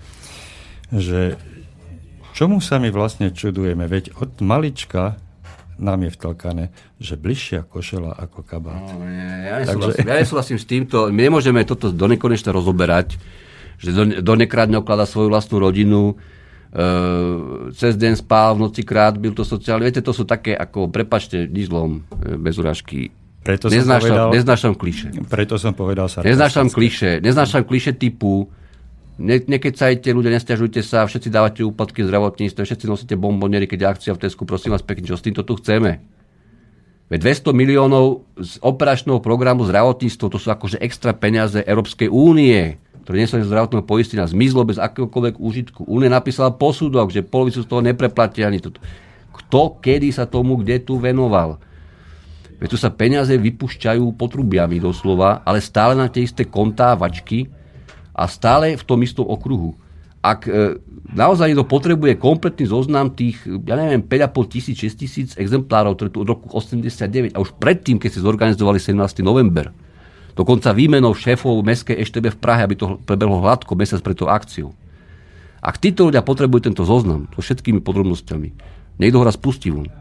že čomu sa my vlastne čudujeme? Veď od malička nám je vtlkané, že bližšia košela ako kabát. No, nie, ja nesúhlasím, Takže... ja nesúhlasím s týmto. My nemôžeme toto do nekonečna rozoberať, že do, do nekrát neokladá svoju vlastnú rodinu, e, cez deň spál, v noci krát, byl to sociálne. Viete, to sú také, ako, prepačte, nič zlom, bez urážky. Preto som neznášam, povedal, neznášam kliše. Preto som povedal sarkasticky. Neznášam kliše. Neznášam kliše typu ne, nekecajte, ľudia, nesťažujte sa, všetci dávate úpadky v zdravotníctve, všetci nosíte bomboniery, keď je akcia v Tesku, prosím vás pekne, čo s týmto tu chceme? Veď dvesto miliónov z operačného programu zdravotníctva, to sú akože extra peniaze Európskej únie, ktoré nie sú zdravotného poistenia, zmizlo bez akéhokoľvek úžitku. Únia napísala posudok, že polovicu z toho nepreplatia ani toto. Kto kedy sa tomu kde tu venoval? Veď tu sa peniaze vypúšťajú potrubiami doslova, ale stále na tie isté kontávačky a stále v tom istom okruhu. Ak e, naozaj niekto potrebuje kompletný zoznam tých, ja neviem, päť a pol tisíc, šesť tisíc exemplárov, ktoré tu od roku osemdesiatdeväť a už predtým, keď si zorganizovali sedemnásteho november, dokonca výmenou šéfov mestskej é šté bé v Prahe, aby to prebehlo hladko mesiac pred tou akciou. Ak títo ľudia potrebujú tento zoznam so všetkými podrobnosťami, niekto ho raz pustí von.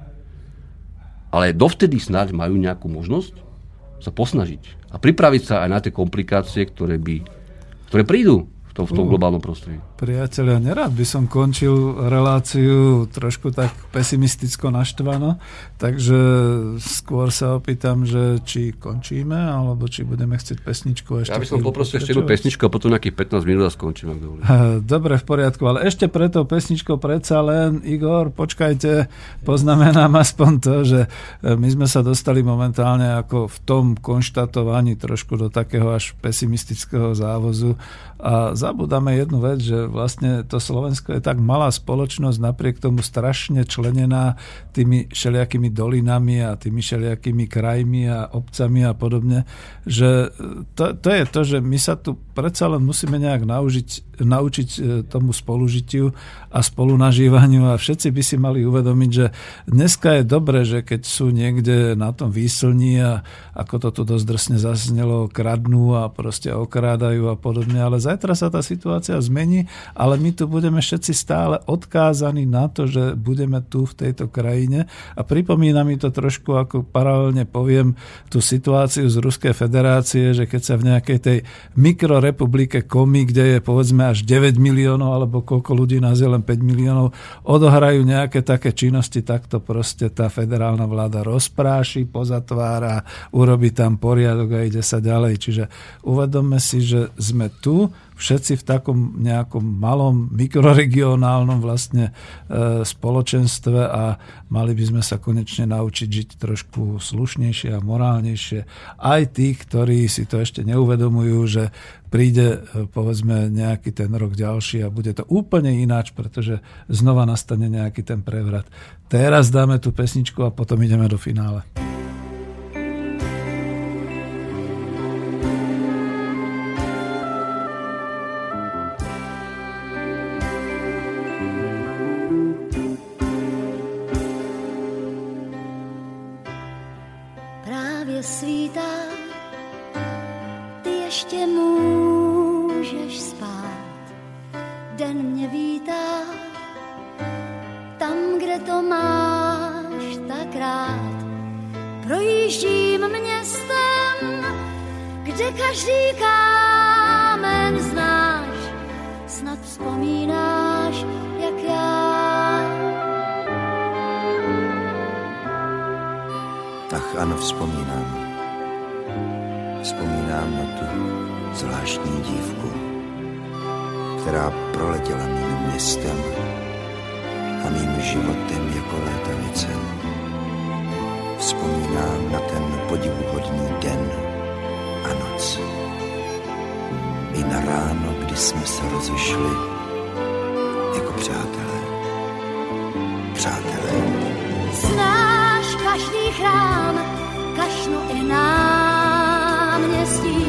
Ale dovtedy snáď majú nejakú možnosť sa posnažiť a pripraviť sa aj na tie komplikácie, ktoré, by, ktoré prídu v tom, v tom globálnom prostredí. Priatelia, nerád by som končil reláciu trošku tak pesimisticko naštvano, takže skôr sa opýtam, že či končíme, alebo či budeme chcieť pesničku ešte. Ja by som poprosil ešte jednu pesničku a potom nejakých pätnásť minút a skončíme. Dobre, v poriadku, ale ešte pre tou pesničkou predsa len, Igor, počkajte, poznamenám aspoň to, že my sme sa dostali momentálne ako v tom konštatovaní trošku do takého až pesimistického závozu a zabudáme jednu vec, že vlastne to Slovensko je tak malá spoločnosť, napriek tomu strašne členená tými všelijakými dolinami a tými všelijakými krajmi a obcami a podobne, že to, to je to, že my sa tu predsa len musíme nejak naučiť, naučiť tomu spolužitiu a spolunažívaniu a všetci by si mali uvedomiť, že dneska je dobre, že keď sú niekde na tom výslní a ako to tu dosť drsne zaznelo, kradnú a proste okrádajú a podobne, ale zajtra sa tá situácia zmení, ale my tu budeme všetci stále odkázaní na to, že budeme tu v tejto krajine a pripomína mi to trošku, ako paralelne poviem, tú situáciu z Ruskej federácie, že keď sa v nejakej tej mikrorepublike Komi, kde je povedzme až deväť miliónov alebo koľko ľudí nás je len päť miliónov, odohrajú nejaké také činnosti, tak to proste tá federálna vláda rozpráši, pozatvára, urobí tam poriadok a ide sa ďalej. Čiže uvedomme si, že sme tu všetci v takom nejakom malom mikroregionálnom vlastne e, spoločenstve a mali by sme sa konečne naučiť žiť trošku slušnejšie a morálnejšie. Aj tí, ktorí si to ešte neuvedomujú, že príde e, povedzme nejaký ten rok ďalší a bude to úplne ináč, pretože znova nastane nejaký ten prevrat. Teraz dáme tú pesničku a potom ideme do finále. Svítá, ty ještě můžeš spát, den mě vítá, tam, kde to máš tak rád. Projíždím městem, kde každý kámen znáš, snad vzpomínáš, jak já. Ach, ano, vzpomínám. Vzpomínám na tu zvláštní dívku, která proletěla mým městem a mým životem jako létavice. Vzpomínám na ten podivuhodný den a noc. I na ráno, kdy jsme se rozešli jako přátelé. Přátelé. Znáš každý chrám, kašnu i náměstí.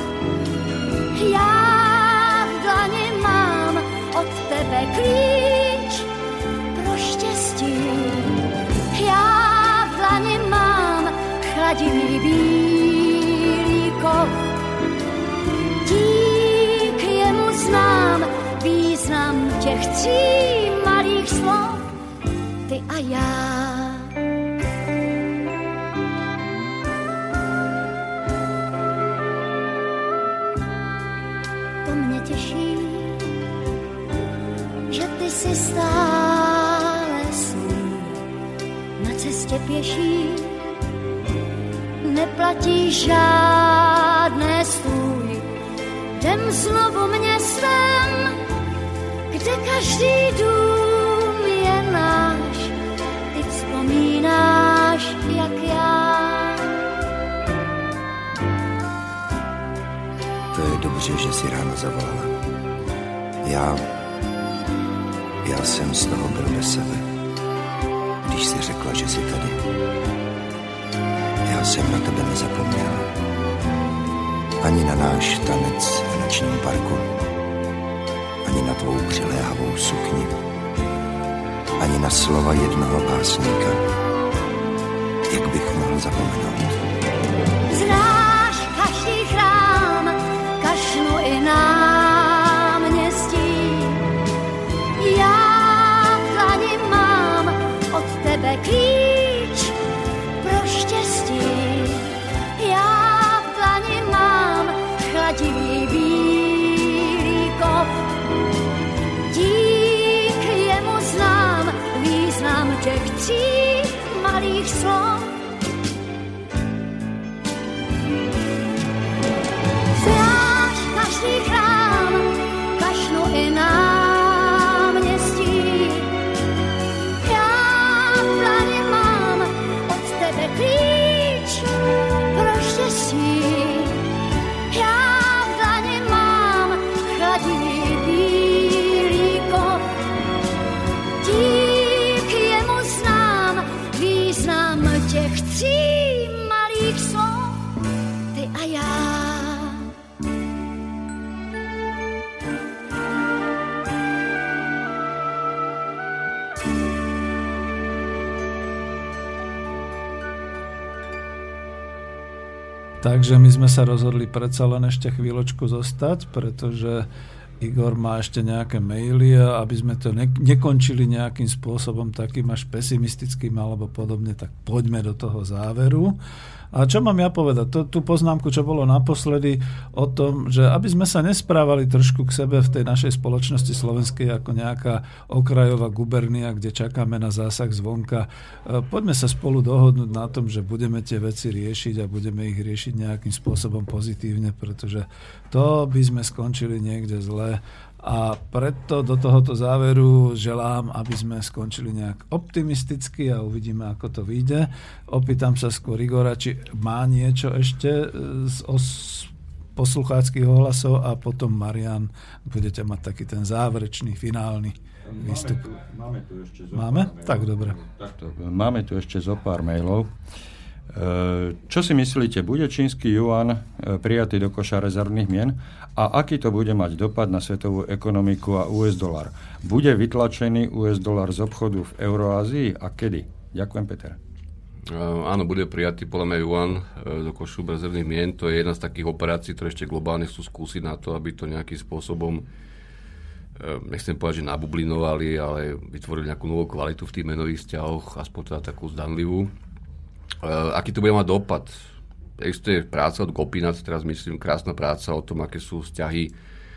Já v dlani mám od tebe klíč pro štěstí. Já v dlani mám chladivý bílý kov. Dík jemu znám význam těch tří malých slov. Ty a já. Stále svůj na cestě pěší, neplatí žádné stůj. Jdem znovu městem, kde každý dům je náš. Ty vzpomínáš, jak já. To je dobře, že si ráno zavolala. Já Já jsem z toho byl bez sebe, když jsi řekla, že jsi tady. Já jsem na tebe nezapomněl. Ani na náš tanec v nočním parku. Ani na tvou přiléhavou sukni. Ani na slova jednoho básníka. Jak bych mohl zapomenout? Znáš každý chrám, kašnu i náměstí. Já v dlani mám od tebe klíč pro štěstí. Já v dlani mám chladivý bílý kov. tří malých slov. Zvlášť každý chrám, kašnu i náměstí. Já v dlani mám od tebe klíč pro štěstí. Já v dlani mám chladivý bílý kov. Díky jemu znám význam těch tří malých slov. Ty a já. Takže my sme sa rozhodli predsa len ešte chvíľočku zostať, pretože Igor má ešte nejaké maily a aby sme to ne- nekončili nejakým spôsobom takým až pesimistickým alebo podobne, tak poďme do toho záveru. A čo mám ja povedať? To, tú poznámku, čo bolo naposledy o tom, že aby sme sa nesprávali trošku k sebe v tej našej spoločnosti slovenskej ako nejaká okrajová gubernia, kde čakáme na zásah zvonka. Poďme sa spolu dohodnúť na tom, že budeme tie veci riešiť a budeme ich riešiť nejakým spôsobom pozitívne, pretože to by sme skončili niekde zle. A preto do tohoto záveru želám, aby sme skončili nejak optimisticky a uvidíme, ako to vyjde. Opýtam sa skôr Igora, či má niečo ešte z os- poslucháckych ohlasov a potom Marian, budete mať taký ten záverečný, finálny výstup. Máme tu, máme tu ešte zo Máme? pár mailov. Tak, dobre. Takto, máme tu ešte zo pár mailov. Čo si myslíte, bude čínsky juan prijatý do koša rezervných mien a aký to bude mať dopad na svetovú ekonomiku a ú es dolar? Bude vytlačený ú es dolar z obchodu v Euroázii a kedy? Ďakujem, Peter. Uh, áno, bude prijatý podľa mňa juan uh, do košu rezervných mien. To je jedna z takých operácií, ktoré ešte globálne chcú skúsiť na to, aby to nejakým spôsobom, uh, nechcem povedať, že nabublinovali, ale vytvorili nejakú novú kvalitu v tých menových vzťahoch, aspoň teda takú zdanlivú. Uh, aký to bude mať dopad? Existuje práca od Gopinac, teraz myslím, krásna práca o tom, aké sú vzťahy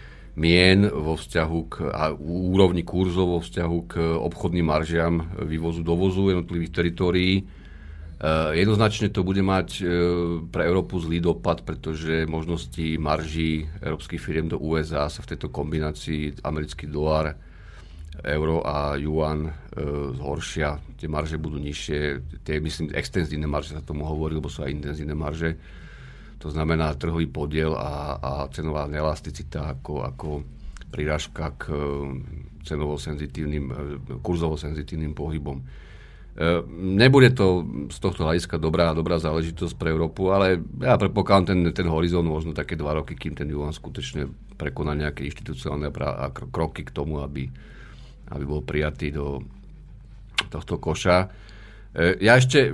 mien vo vzťahu k a úrovni kurzov vo vzťahu k obchodným maržiam vývozu dovozu jednotlivých teritórií. Uh, jednoznačne to bude mať uh, pre Európu zlý dopad, pretože možnosti marží európskych firiem do ú es á sa v tejto kombinácii americký dolár, euro a juan e, zhoršia. Tie marže budú nižšie, tie, myslím, extenzívne marže sa tomu hovorí, lebo sú aj intenzívne marže. To znamená trhový podiel a, a cenová neelasticita ako, ako prirážka k e, cenovo senzitívnym, e, kurzovo senzitívnym pohybom. E, nebude to z tohto hľadiska dobrá, dobrá záležitosť pre Európu, ale ja predpokladám ten, ten horizont možno také dva roky, kým ten juan skutočne prekoná nejaké inštitucionálne pra- a kroky k tomu, aby aby bol prijatý do tohto koša. Ja ešte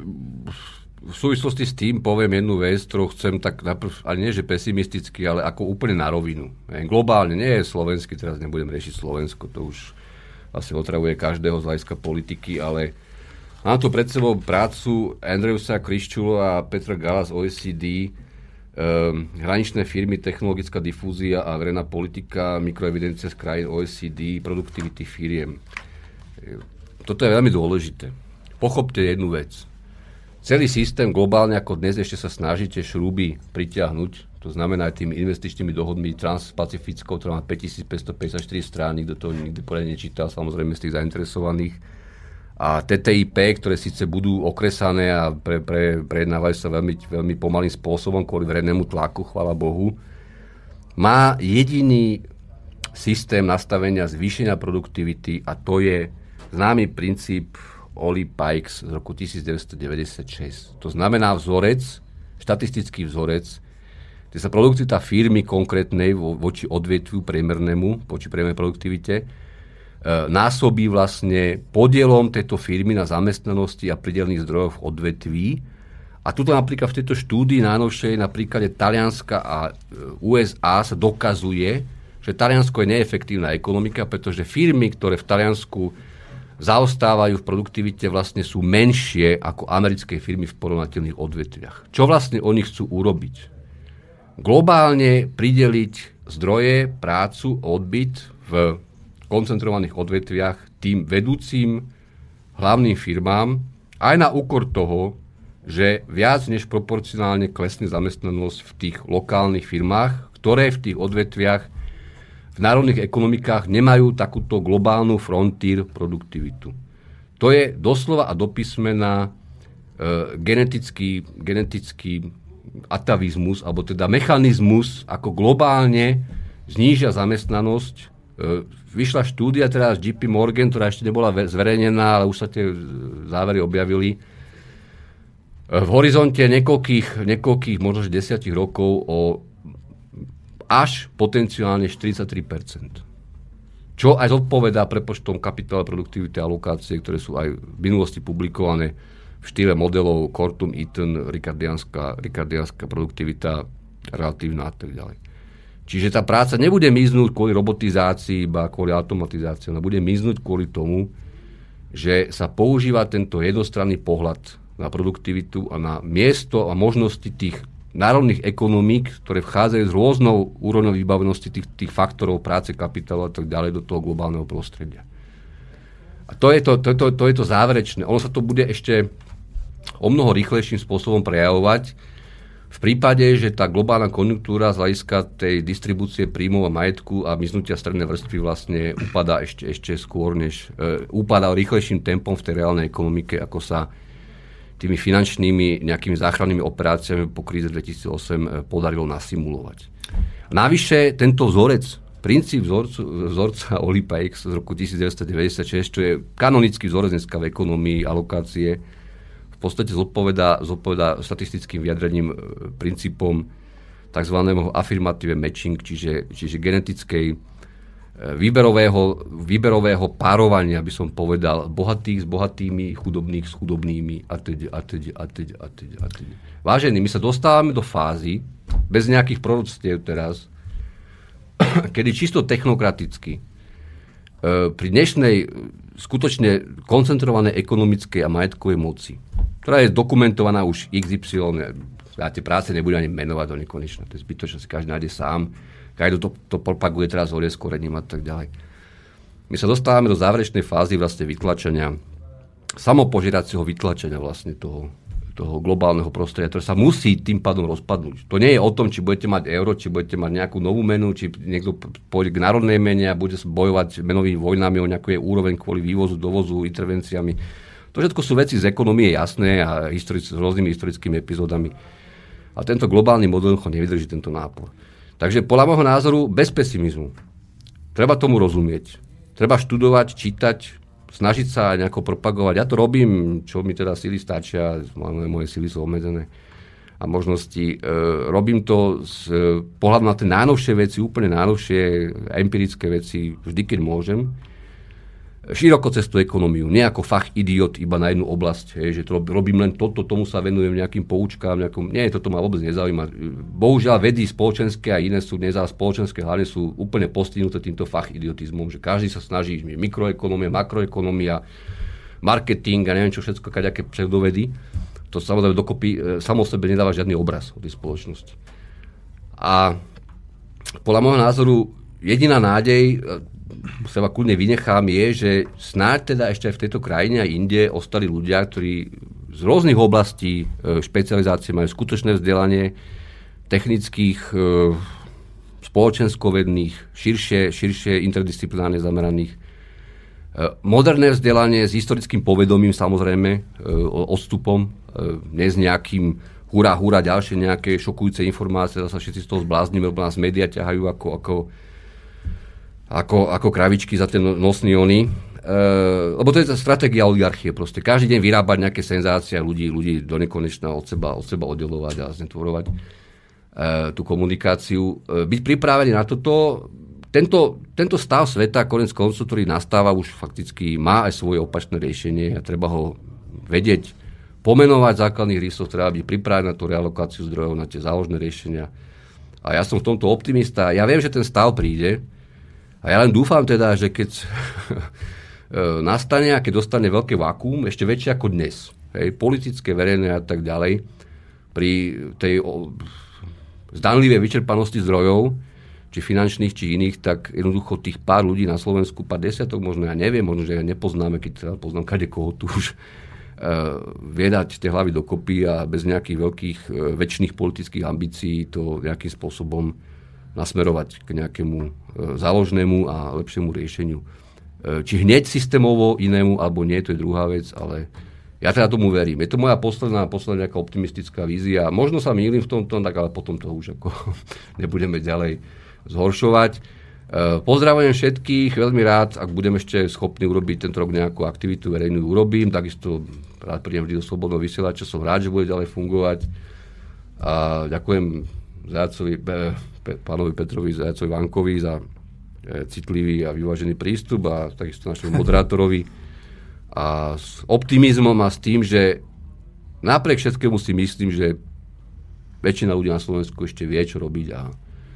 v súvislosti s tým poviem jednu vec, ktorú chcem tak najprv, ale nie že pesimisticky, ale ako úplne na rovinu. Globálne, nie je slovenský, teraz nebudem riešiť Slovensko, to už asi otravuje každého z hľadiska politiky, ale mám tu pred sebou prácu Andreusa Kriščulu a Petra Gala z ó é cé dé, Um, hraničné firmy, technologická difúzia a verejná politika, mikroevidencia z krajín ó é cé dé, produktivity firiem. Toto je veľmi dôležité. Pochopte jednu vec. Celý systém globálne ako dnes ešte sa snažíte šrúby pritiahnuť, to znamená aj tými investičnými dohodmi transpacifickou, ktorá má päťtisícpäťstopäťdesiatštyri strán, nikto to nikdy poriadne nečítal, samozrejme z tých zainteresovaných. A té té í pé, ktoré síce budú okresané a pre, pre, prejednávajú sa veľmi, veľmi pomalým spôsobom kvôli verejnému tlaku, chvála Bohu, má jediný systém nastavenia zvýšenia produktivity a to je známy princíp Oli Pikes z roku devätnásťstodeväťdesiatšesť. To znamená vzorec, štatistický vzorec, kde sa produktivita firmy konkrétnej vo, voči odvetviu priemernému, voči priemernej produktivite, násobí vlastne podielom tejto firmy na zamestnanosti a pridelných zdrojoch v odvetví. A tuto napríklad v tejto štúdii najnovšej na príklade Talianska a ú es á sa dokazuje, že Taliansko je neefektívna ekonomika, pretože firmy, ktoré v Taliansku zaostávajú v produktivite, vlastne sú menšie ako americké firmy v porovnateľných odvetviach. Čo vlastne oni chcú urobiť? Globálne prideliť zdroje, prácu, odbyt v koncentrovaných odvetviach tým vedúcim hlavným firmám, aj na úkor toho, že viac než proporcionálne klesne zamestnanosť v tých lokálnych firmách, ktoré v tých odvetviach v národných ekonomikách nemajú takúto globálnu frontier produktivitu. To je doslova a do písmena e, genetický, genetický atavizmus, alebo teda mechanizmus, ako globálne znížia zamestnanosť. E, vyšla štúdia teraz J P Morgan, ktorá ešte nebola zverejnená, ale už sa tie závery objavili. E, v horizonte niekoľkých, niekoľkých možno desiatich rokov o až potenciálne štyridsaťtri percent. Čo aj zodpovedá prepočtom kapitála, produktivity a alokácie, ktoré sú aj v minulosti publikované v štýle modelov Kortum, Eaton, Ricardianská, Ricardianská produktivita, relatívna a tak ďalej. Čiže tá práca nebude miznúť kvôli robotizácii, iba kvôli automatizácii, ona bude miznúť kvôli tomu, že sa používa tento jednostranný pohľad na produktivitu a na miesto a možnosti tých národných ekonomík, ktoré vchádzajú s rôznou úrovňou vybavenosti tých, tých faktorov práce, kapitálu a tak ďalej do toho globálneho prostredia. A to je to, to, to, to je to záverečné. Ono sa to bude ešte o mnoho rýchlejším spôsobom prejavovať v prípade, že tá globálna konjunktúra z hľadiska tej distribúcie príjmov a majetku a miznutia strednej vrstvy vlastne upadá ešte, ešte skôr, než uh, upadá rýchlejším tempom v tej reálnej ekonomike, ako sa tými finančnými nejakými záchrannými operáciami po kríze dvetisícosem podarilo nasimulovať. Navyše tento vzorec, princíp vzorcu, vzorca Olipa X z roku devätnásťstodeväťdesiatšesť, čo je kanonický vzorec dneska v ekonomii, alokácie, v podstate zodpovedá, zodpovedá statistickým vyjadrením princípom tzv. Affirmative matching, čiže, čiže genetickej Výberového, výberového párovania, by som povedal, bohatých s bohatými, chudobných s chudobnými a teď, a teď, a teď, a teď, a teď. Vážení, my sa dostávame do fázy, bez nejakých proroctiev teraz, kedy čisto technokraticky pri dnešnej skutočne koncentrovanej ekonomickej a majetkovej moci, ktorá je dokumentovaná už iks ypsilon, ja tie práce nebudem ani menovať do nekonečna, to je zbytočné, si každý nájde sám, Kajdo to, to propaguje teraz oneskorením a tak ďalej. My sa dostávame do záverečnej fázy vlastne vytlačenia, samopožieracieho vytlačenia vlastne toho, toho globálneho prostredia, ktoré sa musí tým pádom rozpadnúť. To nie je o tom, či budete mať euro, či budete mať nejakú novú menu, či niekto pôjde k národnej mene a bude bojovať menovými vojnami o nejakú úroveň kvôli vývozu, dovozu, intervenciami. To všetko sú veci z ekonomie jasné a historic, s rôznymi historickými epizódami. A tento globálny model nevydrží tento nápor. Takže podľa môjho názoru bez pesimizmu. Treba tomu rozumieť. Treba študovať, čítať, snažiť sa nejako propagovať. Ja to robím, čo mi teda síly stačia, moje, moje síly sú obmedzené a možnosti. E, robím to z pohľadu na tie najnovšie veci, úplne najnovšie empirické veci, vždy, keď môžem. Široko cez tú ekonómiu, nie ako fach idiot iba na jednu oblasť, hej, že to robím len toto, tomu sa venujem nejakým poučkám, nejakom, nie, toto ma vôbec nezaujíma. Bohužiaľ vedy spoločenské a iné sú, nezá spoločenské hlavne sú úplne postihnuté týmto fach idiotizmom, že každý sa snaží, že mikroekonomia, makroekonomia, marketing a neviem čo všetko, kaďaké pseudovedy. To samozrejme dokopy samo o sebe nedáva žiadny obraz o tej spoločnosti. A podľa môjho názoru jediná nádej, seba kľudne vynechám, je, že snáď teda ešte aj v tejto krajine a inde ostali ľudia, ktorí z rôznych oblastí špecializácie majú skutočné vzdelanie, technických, spoločenskovedných, širšie, širšie interdisciplinárne zameraných, moderné vzdelanie s historickým povedomím, samozrejme, odstupom, nie s nejakým hurá, hurá, ďalšie nejaké šokujúce informácie, zase všetci z toho zbláznime, lebo nás médiá ťahajú ako, ako Ako, ako kravičky za ten nosný ony. E, lebo to je tá stratégia oligarchie. Proste každý deň vyrábať nejaké senzácie a ľudí, ľudí do nekonečna od seba, od seba oddelovať a znetvorovať e, tú komunikáciu. E, byť pripravený na toto. Tento, tento stav sveta, konec koncu, ktorý nastáva, už fakticky má aj svoje opačné riešenie a treba ho vedieť, pomenovať v základných rysoch, treba byť pripravený na tú realokáciu zdrojov, na tie záložné riešenia. A ja som v tomto optimista. Ja viem, že ten stav príde, a ja len dúfam teda, že keď nastane a keď dostane veľké vakuum, ešte väčšie ako dnes, hej, politické, verejné a tak ďalej, pri tej o, zdanlivej vyčerpanosti zdrojov, či finančných, či iných, tak jednoducho tých pár ľudí na Slovensku, pár desiatok možno, ja neviem, možno, že ja nepoznáme, keď teda poznám kadekoho tu už, uh, vie dať tie hlavy dokopy a bez nejakých veľkých, uh, väčšných politických ambícií to nejakým spôsobom nasmerovať k nejakému uh, záložnému a lepšiemu riešeniu. Uh, či hneď systémovo inému, alebo nie, to je druhá vec, ale ja teda tomu verím. Je to moja posledná, posledná nejaká optimistická vízia. Možno sa mýlim v tomto, tak ale potom to už ako nebudeme ďalej zhoršovať. Pozdravujem všetkých, veľmi rád, ak budem ešte schopný urobiť tento rok nejakú aktivitu verejnú, urobím. Takisto rád prídem vždy do Slobodného vysielača, som rád, že bude ďalej fungovať. A ďakujem Zajacovi, pánovi Petrovi Zajacovi Vankovi za citlivý a vyvážený prístup a takisto našemu moderátorovi. A s optimizmom a s tým, že napriek všetkému si myslím, že väčšina ľudí na Slovensku ešte vie, čo robiť a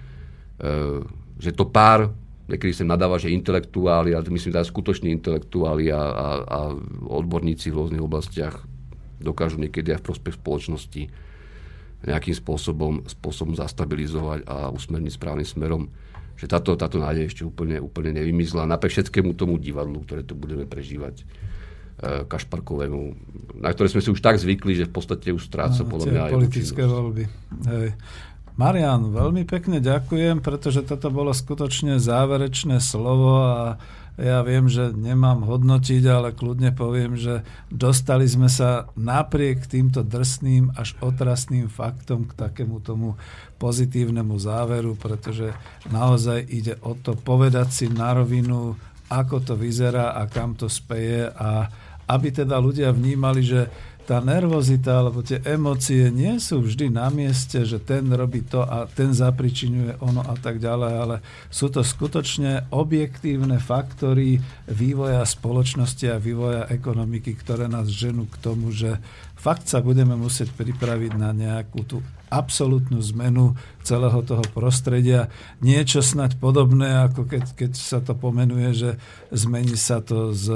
Uh, že to pár, niekedy sem nadáva, že intelektuáli, ale myslím, že skutoční intelektuáli a, a, a odborníci v rôznych oblastiach dokážu niekedy aj v prospech spoločnosti nejakým spôsobom, spôsobom zastabilizovať a usmerniť správnym smerom. Že táto, táto nádej ešte úplne, úplne nevymizla. Napriek všetkému tomu divadlu, ktoré tu budeme prežívať, uh, kašparkovému, na ktoré sme si už tak zvykli, že v podstate už stráca no, podľa mňa aj politické voľby. Hej. Marián, veľmi pekne ďakujem, pretože toto bolo skutočne záverečné slovo a ja viem, že nemám hodnotiť, ale kľudne poviem, že dostali sme sa napriek týmto drsným až otrasným faktom k takému tomu pozitívnemu záveru, pretože naozaj ide o to povedať si na rovinu, ako to vyzerá a kam to speje a aby teda ľudia vnímali, že tá nervozita alebo tie emócie nie sú vždy na mieste, že ten robí to a ten zapričiňuje ono a tak ďalej, ale sú to skutočne objektívne faktory vývoja spoločnosti a vývoja ekonomiky, ktoré nás ženú k tomu, že fakt sa budeme musieť pripraviť na nejakú tú absolútnu zmenu celého toho prostredia. Niečo snať podobné, ako keď, keď sa to pomenuje, že zmení sa to z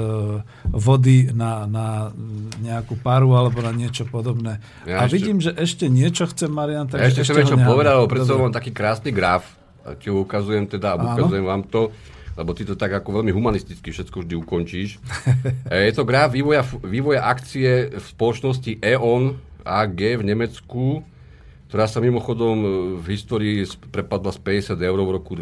vody na, na nejakú paru alebo na niečo podobné. Ja a ešte, vidím, že ešte niečo chce Marián. Ja ešte chcem niečo povedať, lebo predsa mám taký krásny graf. Ti ho ukazujem teda, a ukazujem vám to, lebo ty to tak ako veľmi humanisticky všetko vždy ukončíš. Je to graf vývoja, vývoja akcie v spoločnosti E O N á gé v Nemecku, ktorá sa mimochodom v histórii prepadla z päťdesiat eur v roku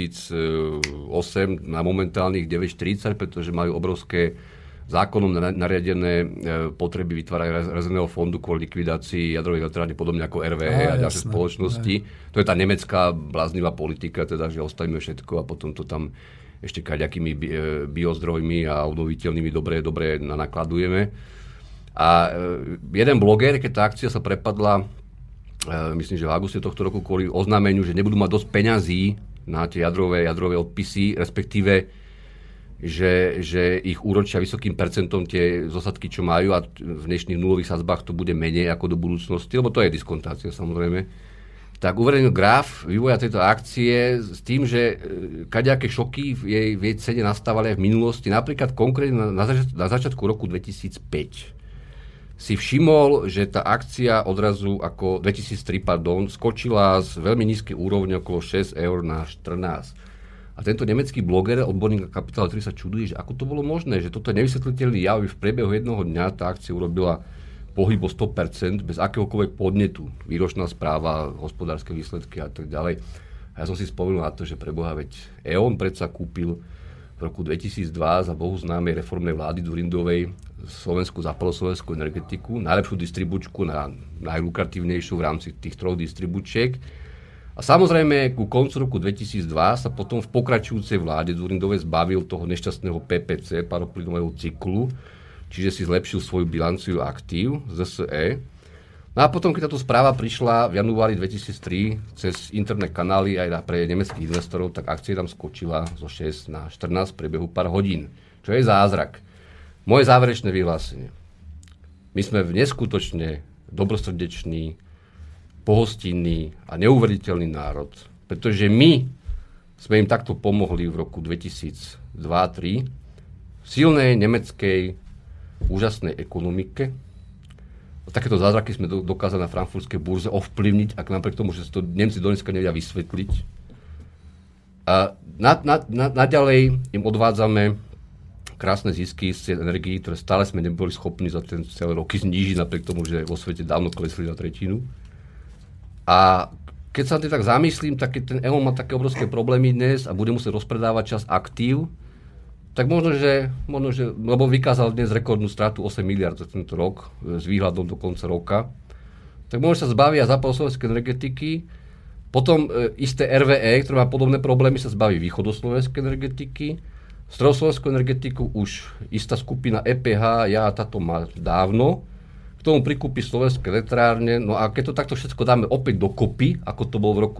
dvetisícosem na momentálnych deväť štyridsať, pretože majú obrovské zákonom nariadené potreby vytvárania rezervného fondu kvôli likvidácii jadrovej elektrárne, podobne ako er vé é a, a ďalšie spoločnosti. Aj. To je tá nemecká bláznivá politika, teda, že ostavíme všetko a potom to tam ešte kaďakými biozdrojmi a obnoviteľnými dobre, dobre nakladujeme. A jeden bloger, keď tá akcia sa prepadla, myslím, že v auguste tohto roku kvôli oznámeniu, že nebudú mať dosť peňazí na tie jadrové, jadrové odpisy, respektíve, že, že ich úročia vysokým percentom tie zosadky, čo majú a v dnešných nulových sadzbách to bude menej ako do budúcnosti, lebo to je diskontácia samozrejme. Tak uverejnil graf vývoja tejto akcie s tým, že kadejaké šoky v jej, v jej cene nastávali aj v minulosti, napríklad konkrétne na, zač- na začiatku roku dvetisícpäť. Si všimol, že tá akcia odrazu ako dvetisíctri, pardon, skočila z veľmi nízkej úrovne okolo šesť eur na štrnásť. A tento nemecký bloger, odborník kapitálu, ktorý sa čuduje, že ako to bolo možné, že toto je nevysvetliteľný jav, v priebehu jednoho dňa tá akcia urobila pohyb o sto percent bez akéhokoľvek podnetu. Výročná správa, hospodárske výsledky a tak ďalej. A ja som si spomenul na to, že preboha, veď E O N predsa kúpil v roku dvetisícdva za bohu známej reformnej vlády Dzurindovej slovenskú západoslovenskú energetiku, najlepšiu distribučku, na, najlukratívnejšiu v rámci tých troch distribučiek. A samozrejme, ku koncu roku dvetisícdva sa potom v pokračujúcej vláde Dzurindovej zbavil toho nešťastného pé pé cé, paroplynového cyklu, čiže si zlepšil svoju bilanciu aktív zet es é. No a potom, keď táto správa prišla v januári dvetisíctri cez internet kanály aj pre nemeckých investorov, tak akcia tam skočila zo šesť na štrnásť v priebehu pár hodín, čo je zázrak. Moje záverečné vyhlásenie. My sme v neskutočne dobrosrdečný, pohostinný a neuveriteľný národ, pretože my sme im takto pomohli v roku dvetisícdva tri v silnej nemeckej úžasnej ekonomike. Takéto zázraky sme dokázali na frankfurtskej burze ovplyvniť, ak napriek tomu, že to Nemci do dneska nevedia vysvetliť. A na, na, na, naďalej im odvádzame krásne zisky z energií, ktoré stále sme neboli schopní za ten celé roky znížiť, napriek tomu, že vo svete dávno klesli na tretinu. A keď sa tým tak zamyslím, tak keď ten Elon má také obrovské problémy dnes a bude musieť rozpredávať čas aktív, tak možno, že, možno, že lebo vykázal dnes rekordnú stratu osem miliárd za tento rok s výhľadom do konca roka, tak možno sa zbavia západoslovenskej energetiky, potom e, isté er vé é, ktoré má podobné problémy, sa zbaví východoslovenskej energetiky, stredoslovenskú energetiku už istá skupina é pé há, ja táto má dávno, k tomu prikúpi slovenské elektrárne, no a keď to takto všetko dáme opäť dokopy, ako to bolo v roku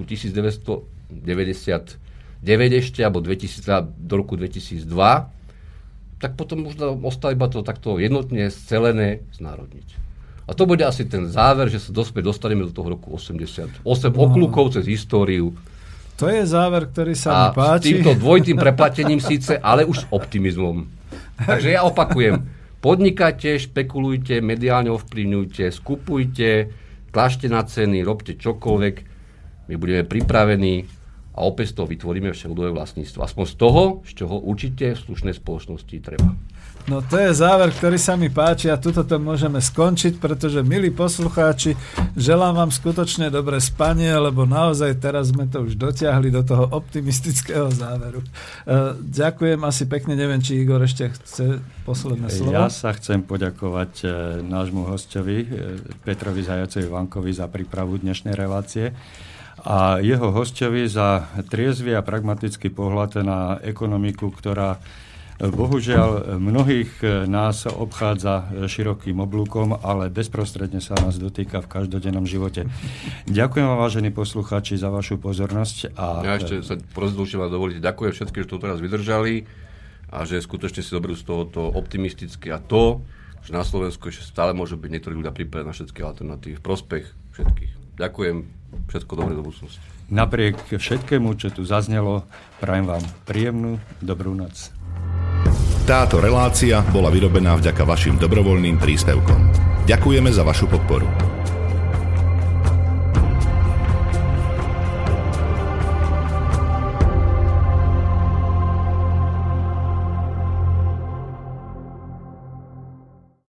devätnásťstodeväťdesiatdeväť ešte, alebo dvetisíc, do roku dvetisícdva, tak potom možno ostalo iba to takto jednotne scelené znárodniť. A to bude asi ten záver, že sa dospäť dostaneme do toho roku osemdesiatosem no. Oklukov cez históriu. To je záver, ktorý sa mi páči. A s týmto dvojitým preplatením síce, ale už s optimizmom. Takže ja opakujem, podnikajte, špekulujte, mediálne ovplyvňujte, skupujte, tlačte na ceny, robte čokoľvek, my budeme pripravení a opäť z toho vytvoríme všeľudové vlastníctvo. Aspoň z toho, z čoho určite v slušnej spoločnosti treba. No to je záver, ktorý sa mi páči a tuto to môžeme skončiť, pretože, milí poslucháči, želám vám skutočne dobré spanie, lebo naozaj teraz sme to už dotiahli do toho optimistického záveru. E, ďakujem asi pekne, neviem, či Igor ešte chce posledné slovo. Ja sa chcem poďakovať e, nášmu hostovi, e, Petrovi Zajacovi Vankovi za prípravu dnešnej relácie a jeho hostovi za triezvy a pragmatický pohľad na ekonomiku, ktorá bohužiaľ mnohých nás obchádza širokým oblúkom, ale bezprostredne sa nás dotýka v každodennom živote. Ďakujem vám, vážení poslucháči, za vašu pozornosť. A... Ja ešte sa porozlučím vám dovolíte. Ďakujem všetkým, že to teraz vydržali a že skutočne si doberú z tohoto optimisticky a to, že na Slovensku ešte stále môžu byť niektorí ľudia pripravení na všetky alternatívy v prospech všetkých. Ďakujem, všetko dobré do budúcnosti. Napriek všetkému, čo tu zaznelo, prajem vám príjemnú dobrú noc. Táto relácia bola vyrobená vďaka vašim dobrovoľným príspevkom. Ďakujeme za vašu podporu.